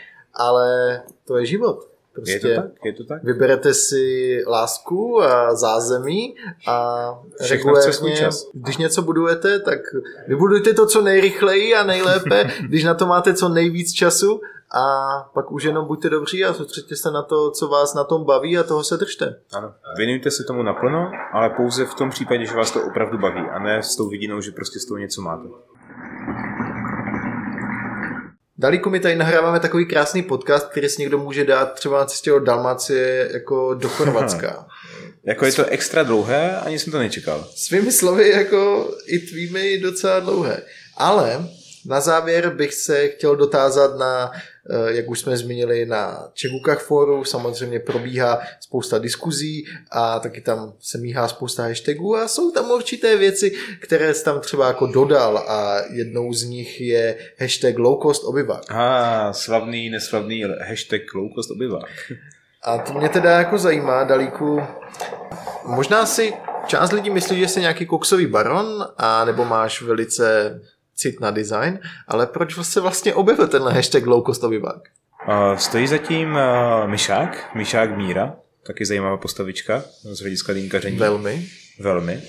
A: ale to je život. Prostě
C: je to tak, je to tak.
A: Vyberete si lásku a zázemí a regulérně, když něco budujete, tak vybudujte to co nejrychleji a nejlépe, když na to máte co nejvíc času a pak už jenom buďte dobří a soustřeďte se na to, co vás na tom baví a toho se držte.
C: Ano, věnujte se tomu naplno, ale pouze v tom případě, že vás to opravdu baví a ne s tou vidinou, že prostě z toho něco máte.
A: Dalíku, my tady nahráváme takový krásný podcast, který si někdo může dát třeba na cestě od Dalmácie jako do Chorvatska.
C: Jako je to extra dlouhé, ani jsem to nečekal.
A: Svými slovy jako i tvými docela dlouhé. Ale na závěr bych se chtěl dotázat na, jak už jsme zmínili, na Čegukach fóru, samozřejmě probíhá spousta diskuzí a taky tam se míhá spousta hashtagů a jsou tam určité věci, které jsi tam třeba jako dodal a jednou z nich je hashtag low cost obyvák.
C: Ah, slavný, neslavný hashtag low cost obyvák.
A: A to mě teda jako zajímá, Dalíku, možná si část lidí myslí, že jsi nějaký koksový baron a nebo máš velice cit na design, ale proč se vlastně objevil tenhle hashtag low cost obyvák?
C: Uh, stojí zatím uh, Myšák, Myšák Míra, taky zajímavá postavička z hlediska dýmkaření.
A: Velmi.
C: Velmi.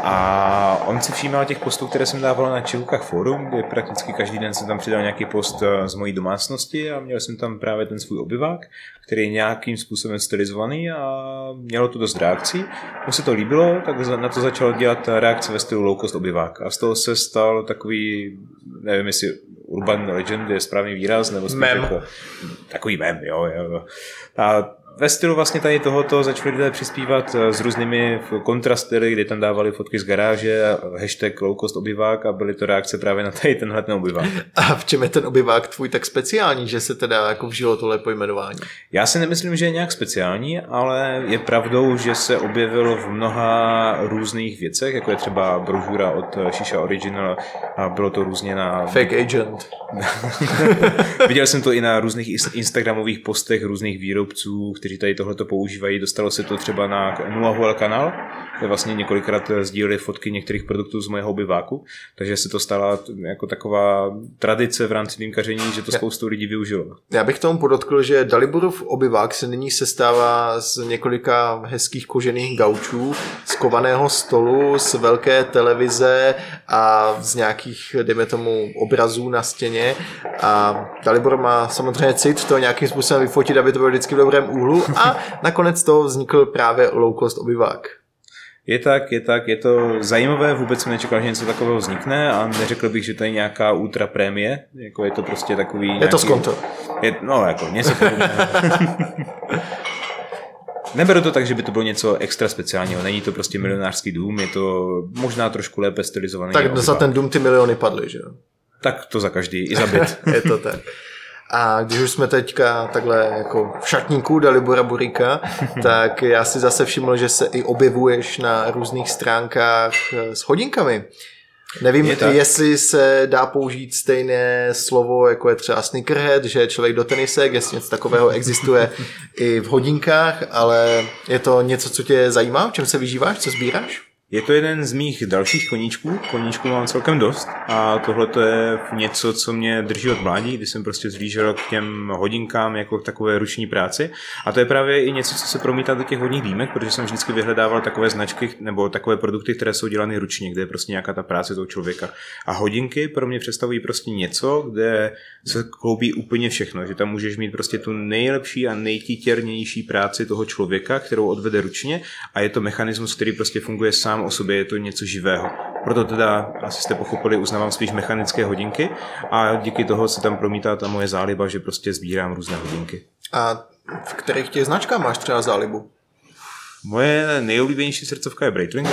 C: A on si všímal těch postů, které jsem dával na Čegukach fórum, kde prakticky každý den jsem tam přidal nějaký post z mojí domácnosti a měl jsem tam právě ten svůj obyvák, který je nějakým způsobem stylizovaný a mělo to dost reakcí. Mu se to líbilo, tak na to začal dělat reakce ve stylu low cost obyvák. A z toho se stal takový, nevím jestli urban legend je správný výraz, nebo spíš jako takový mem, jo, jo. A ve stylu vlastně tady tohoto začali lidé přispívat s různými kontrasty, kdy tam dávali fotky z garáže, hashtag low cost obyvák a byly to reakce právě na tady tenhle ten obyvák.
A: A v čem je ten obyvák tvůj tak speciální, že se teda jako vžilo tohle pojmenování?
C: Já si nemyslím, že je nějak speciální, ale je pravdou, že se objevil v mnoha různých věcech, jako je třeba brožura od Shisha Original a bylo to různě na...
A: Fake agent.
C: Viděl jsem to i na různých instagramových postech různých výrobců, kteří tady tohleto používají. Dostalo se to třeba na Nula Huel kanál, kde vlastně několikrát sdíleli fotky některých produktů z mého obyváku, takže se to stala jako taková tradice v rámci dýmkaření, že to spoustu lidí využilo.
A: Já bych tomu podotkl, že Daliborův obyvák se nyní sestává z několika hezkých kožených gaučů, z kovaného stolu, z velké televize a z nějakých, dejme tomu, obrazů na stěně. A Dalibor má samozřejmě cit to nějakým způsobem vyfotit, aby to bylo vždycky v dobrém úhlu a nakonec toho vznikl právě low cost obyvák.
C: Je tak, je tak, je to zajímavé, vůbec jsem nečekal, že něco takového vznikne a neřekl bych, že to je nějaká ultra prémie, jako je to prostě takový...
A: Je
C: nějaký,
A: to skonto.
C: Je, no, jako něco podobného. Neberu to tak, že by to bylo něco extra speciálního, není to prostě milionářský dům, je to možná trošku lépe stylizovaný.
A: Tak za ten dům ty miliony padly, že jo?
C: Tak to za každý, i za byt.
A: Je to tak. A když už jsme teďka takhle jako v šatníku Dalibora Buríka, tak já si zase všiml, že se i objevuješ na různých stránkách s hodinkami. Nevím, jestli se dá použít stejné slovo, jako je třeba sneakerhead, že je člověk do tenisek, jestli něco takového existuje i v hodinkách, ale je to něco, co tě zajímá, v čem se vyžíváš, co sbíráš?
C: Je to jeden z mých dalších koníčků. Koníčků mám celkem dost a tohle to je něco, co mě drží od mládí, kdy jsem prostě zlížel k těm hodinkám jako k takové ruční práci. A to je právě i něco, co se promítá do těch vodních dýmek, protože jsem vždycky vyhledával takové značky nebo takové produkty, které jsou dělány ručně, kde je prostě nějaká ta práce toho člověka. A hodinky pro mě představují prostě něco, kde se kloubí úplně všechno, že tam můžeš mít prostě tu nejlepší a nejtítěrnější práci toho člověka, kterou odvede ručně a je to mechanismus, který prostě funguje sám o sobě, je to něco živého. Proto teda, asi jste pochopili, uznávám spíš mechanické hodinky a díky toho se tam promítá ta moje záliba, že prostě sbírám různé hodinky.
A: A v kterých těch značkách máš třeba zálibu?
C: Moje nejoblíbenější srdcovka je Breitling.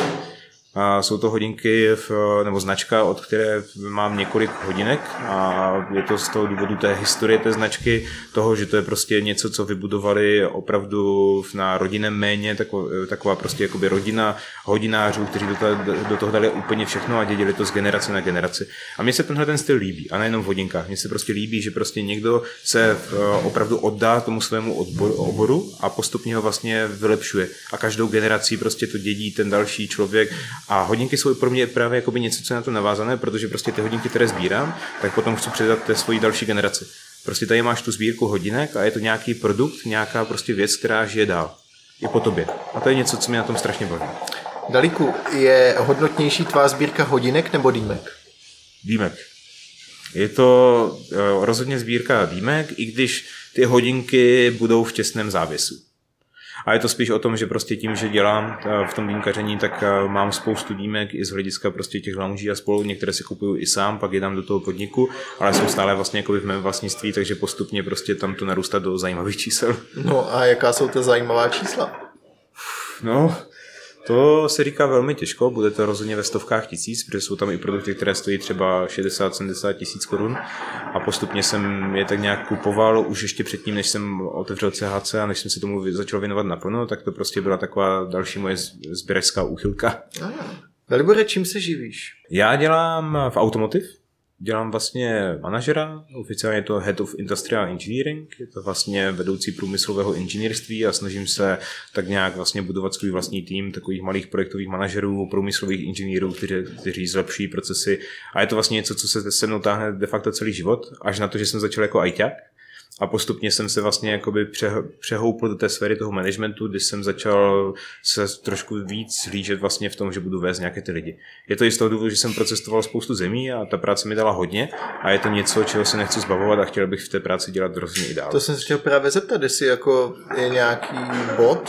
C: A jsou to hodinky v, nebo značka, od které mám několik hodinek a je to z toho důvodu té historie té značky, toho, že to je prostě něco, co vybudovali opravdu na rodinném méně, taková, taková prostě jakoby rodina hodinářů, kteří do toho, do toho dali úplně všechno a dědili to z generace na generaci. A mně se tenhle ten styl líbí, a nejenom v hodinkách. Mně se prostě líbí, že prostě někdo se opravdu oddá tomu svému odboru, oboru a postupně ho vlastně vylepšuje. A každou generací prostě to dědí ten další člověk. A hodinky jsou pro mě právě jakoby něco, co je na to navázané, protože prostě ty hodinky, které sbírám, tak potom chci předat té svojí další generaci. Prostě tady máš tu sbírku hodinek a je to nějaký produkt, nějaká prostě věc, která žije dál. I po tobě. A to je něco, co mě na tom strašně baví.
A: Dalíku, je hodnotnější tvá sbírka hodinek nebo dýmek?
C: Dýmek. Je to rozhodně sbírka dýmek, i když ty hodinky budou v těsném závěsu. A je to spíš o tom, že prostě tím, že dělám v tom dýmkaření, tak mám spoustu dýmek i z hlediska prostě těch loungeí a spolu, některé si kupuju i sám, pak je dám do toho podniku, ale jsou stále vlastně jako v mém vlastnictví, takže postupně prostě tam to narůstá do zajímavých čísel.
A: No a jaká jsou ta zajímavá čísla?
C: No, to se říká velmi těžko, bude to rozhodně ve stovkách tisíc, protože jsou tam i produkty, které stojí třeba šedesát sedmdesát tisíc korun a postupně jsem je tak nějak kupoval, už ještě předtím, než jsem otevřel C H C a než jsem se tomu začal věnovat naplno, tak to prostě byla taková další moje sběračská úchylka.
A: Ah, Dalibore, čím se živíš?
C: Já dělám v Automotive. Dělám vlastně manažera, oficiálně je to Head of Industrial Engineering, je to vlastně vedoucí průmyslového inženýrství a snažím se tak nějak vlastně budovat svůj vlastní tým takových malých projektových manažerů, průmyslových inženýrů, kteří, kteří zlepší procesy a je to vlastně něco, co se se mnou táhne de facto celý život, až na to, že jsem začal jako ajťák. A postupně jsem se vlastně jakoby přehoupl do té sféry toho managementu, kdy jsem začal se trošku víc hlížet vlastně v tom, že budu vést nějaké ty lidi. Je to i z toho důvodu, že jsem procestoval spoustu zemí a ta práce mi dala hodně a je to něco, čeho se nechci zbavovat a chtěl bych v té práci dělat hrozně i dál.
A: To jsem se chtěl právě zeptat, jestli jako je nějaký bod,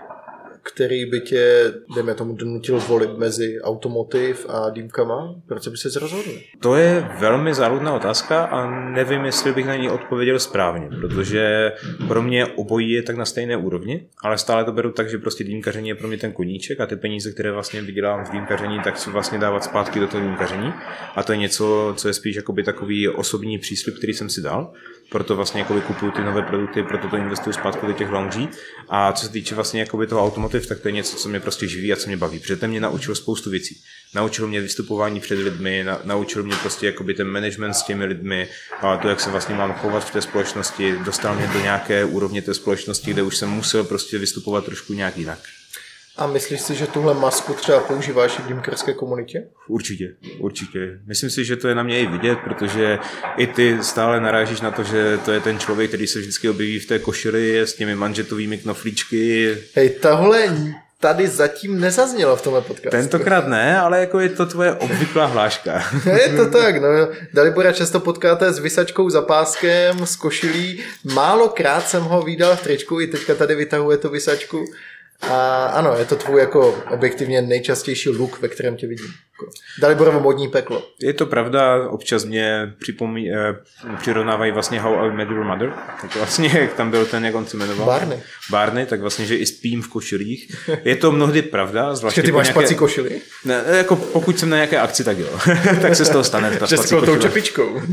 A: který by tě, dejme tomu, donutil volit mezi Automotive a dýmkama? Proč by se rozhodl?
C: To je velmi záludná otázka a nevím, jestli bych na ní odpověděl správně, protože pro mě obojí je tak na stejné úrovni, ale stále to beru tak, že prostě dýmkaření je pro mě ten koníček a ty peníze, které vlastně vydělám v dýmkaření, tak chci vlastně dávat zpátky do toho dýmkaření a to je něco, co je spíš jakoby takový osobní příslib, který jsem si dal. Proto vlastně jakoby kupuju ty nové produkty, proto to investuju zpátky do těch loungeí. A co se týče vlastně jakoby toho Automotive, tak to je něco, co mě prostě živí a co mě baví. Protože ten mě naučil spoustu věcí. Naučil mě vystupování před lidmi, na, naučil mě prostě jakoby ten management s těmi lidmi, a to, jak se vlastně mám chovat v té společnosti, dostal mě do nějaké úrovně té společnosti, kde už jsem musel prostě vystupovat trošku nějak jinak.
A: A myslíš si, že tuhle masku třeba používáš i v dýmkarské komunitě?
C: Určitě, určitě. Myslím si, že to je na mě i vidět, protože i ty stále narážíš na to, že to je ten člověk, který se vždycky objeví v té košili s těmi manžetovými knoflíčky.
A: Hej, tohle tady zatím nezaznělo v tomhle podcastu.
C: Tentokrát ne, ale jako je to tvoje obvyklá hláška.
A: Je to tak, no. Dalibora často potkáte s vysačkou za páskem, s košilí. Málokrát jsem ho viděl v tričku, i teďka tady vytahuje tu vysačku. A ano, je to tvůj jako objektivně nejčastější look, ve kterém tě vidím. Daliborovo modní peklo.
C: Je to pravda, občas mě připomí, eh, přirovnávají vlastně How I Met Your Mother. Tak vlastně, jak tam byl ten, jak on se jmenoval?
A: Barney.
C: Barney, tak vlastně, že i spím v košilích. Je to mnohdy pravda.
A: Že ty máš nějaké... spací košily?
C: Ne, jako pokud jsem na nějaké akci, tak jo. Tak se z toho stane ta spací košile.
A: Tou čepičkou.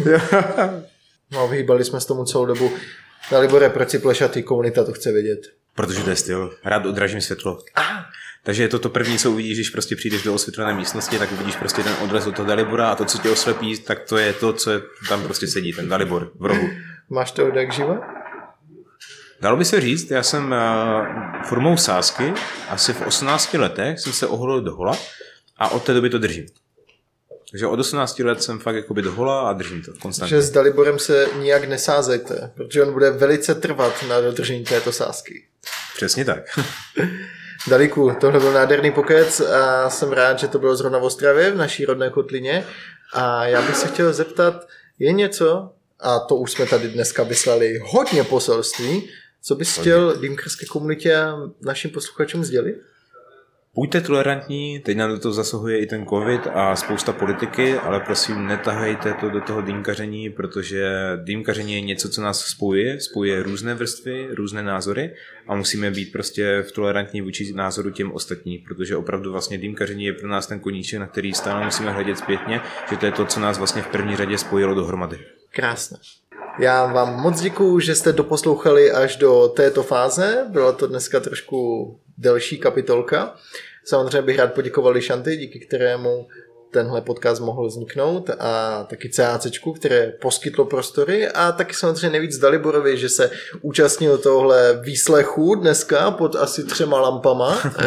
A: No, vyhýbali jsme s tomu celou dobu. Dalibore, proč si plešatý, komunita to chce vědět.
C: Protože to je styl. Rád odražím světlo.
A: Ah.
C: Takže je to to první, co uvidíš, když prostě přijdeš do osvětlené místnosti, tak uvidíš prostě ten odraz od toho Dalibora a to, co tě oslepí, tak to je to, co je, tam prostě sedí, ten Dalibor v rohu.
A: Máš to jak živa?
C: Dalo by se říct, já jsem uh, formou sázky asi v osmnácti letech jsem se oholil do hola a od té doby to držím. Takže od osmnácti let jsem fakt jakoby do hola a držím to konstantně.
A: Že s Daliborem se nijak nesázejte, protože on bude velice trvat na dodržení této sázky.
C: Přesně tak.
A: Dalíku, tohle byl nádherný pokec a jsem rád, že to bylo zrovna v Ostravě, v naší rodné kotlině. A já bych se chtěl zeptat, je něco, a to už jsme tady dneska vyslali hodně poselství, co bys chtěl dýmkarské komunitě a našim posluchačům sdělit?
C: Buďte tolerantní, teď nám do toho zasahuje i ten covid a spousta politiky, ale prosím netahejte to do toho dýmkaření, protože dýmkaření je něco, co nás spojuje, spojuje různé vrstvy, různé názory a musíme být prostě v tolerantní vůči názoru těm ostatním, protože opravdu vlastně dýmkaření je pro nás ten koníček, na který stále musíme hledět zpětně, že to je to, co nás vlastně v první řadě spojilo dohromady.
A: Krásné. Já vám moc děkuju, že jste doposlouchali až do této fáze. Byla to dneska trošku delší kapitolka. Samozřejmě bych rád poděkoval Lišanty, díky kterému tenhle podcast mohl vzniknout, a taky CACčku, které poskytlo prostory, a taky samozřejmě nejvíc Daliborovi, že se účastnil tohle výslechu dneska pod asi třema lampama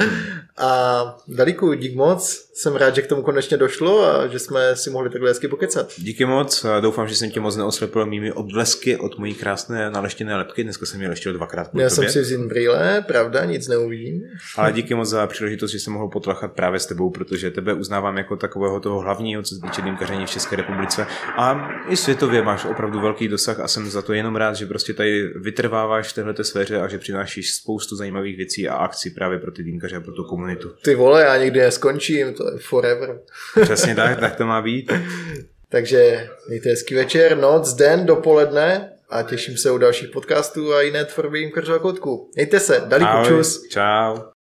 A: A Dalíku, dík moc, jsem rád, že k tomu konečně došlo a že jsme si mohli takhle hezky pokecat.
C: Díky moc, doufám, že jsem tě moc neoslepil mými odblesky od mojí krásné naleštěné lepky, dneska jsem ji leštil dvakrát.
A: Já jsem si vzít brýle, pravda, nic neuvidím.
C: Ale díky moc za příležitost, že jsem mohl potlachat právě s tebou, protože tebe uznávám jako takového toho hlavního, co se týče dýmkaření v České republice. A i světově máš opravdu velký dosah a jsem za to jenom rád, že prostě tady vytrváváš v téhleté sféře a že přinášíš spoustu zajímavých věcí a akcí právě pro ty dýmkaře a pro tu komunitu.
A: Ty vole, já nikdy neskončím, to je forever.
C: Přesně tak, tak to má být.
A: Takže mějte hezký večer, noc, den, dopoledne a těším se u dalších podcastů a jiné tvorby Dýmkařova koutku. Mějte se, Dalíku, čus.
C: Čau.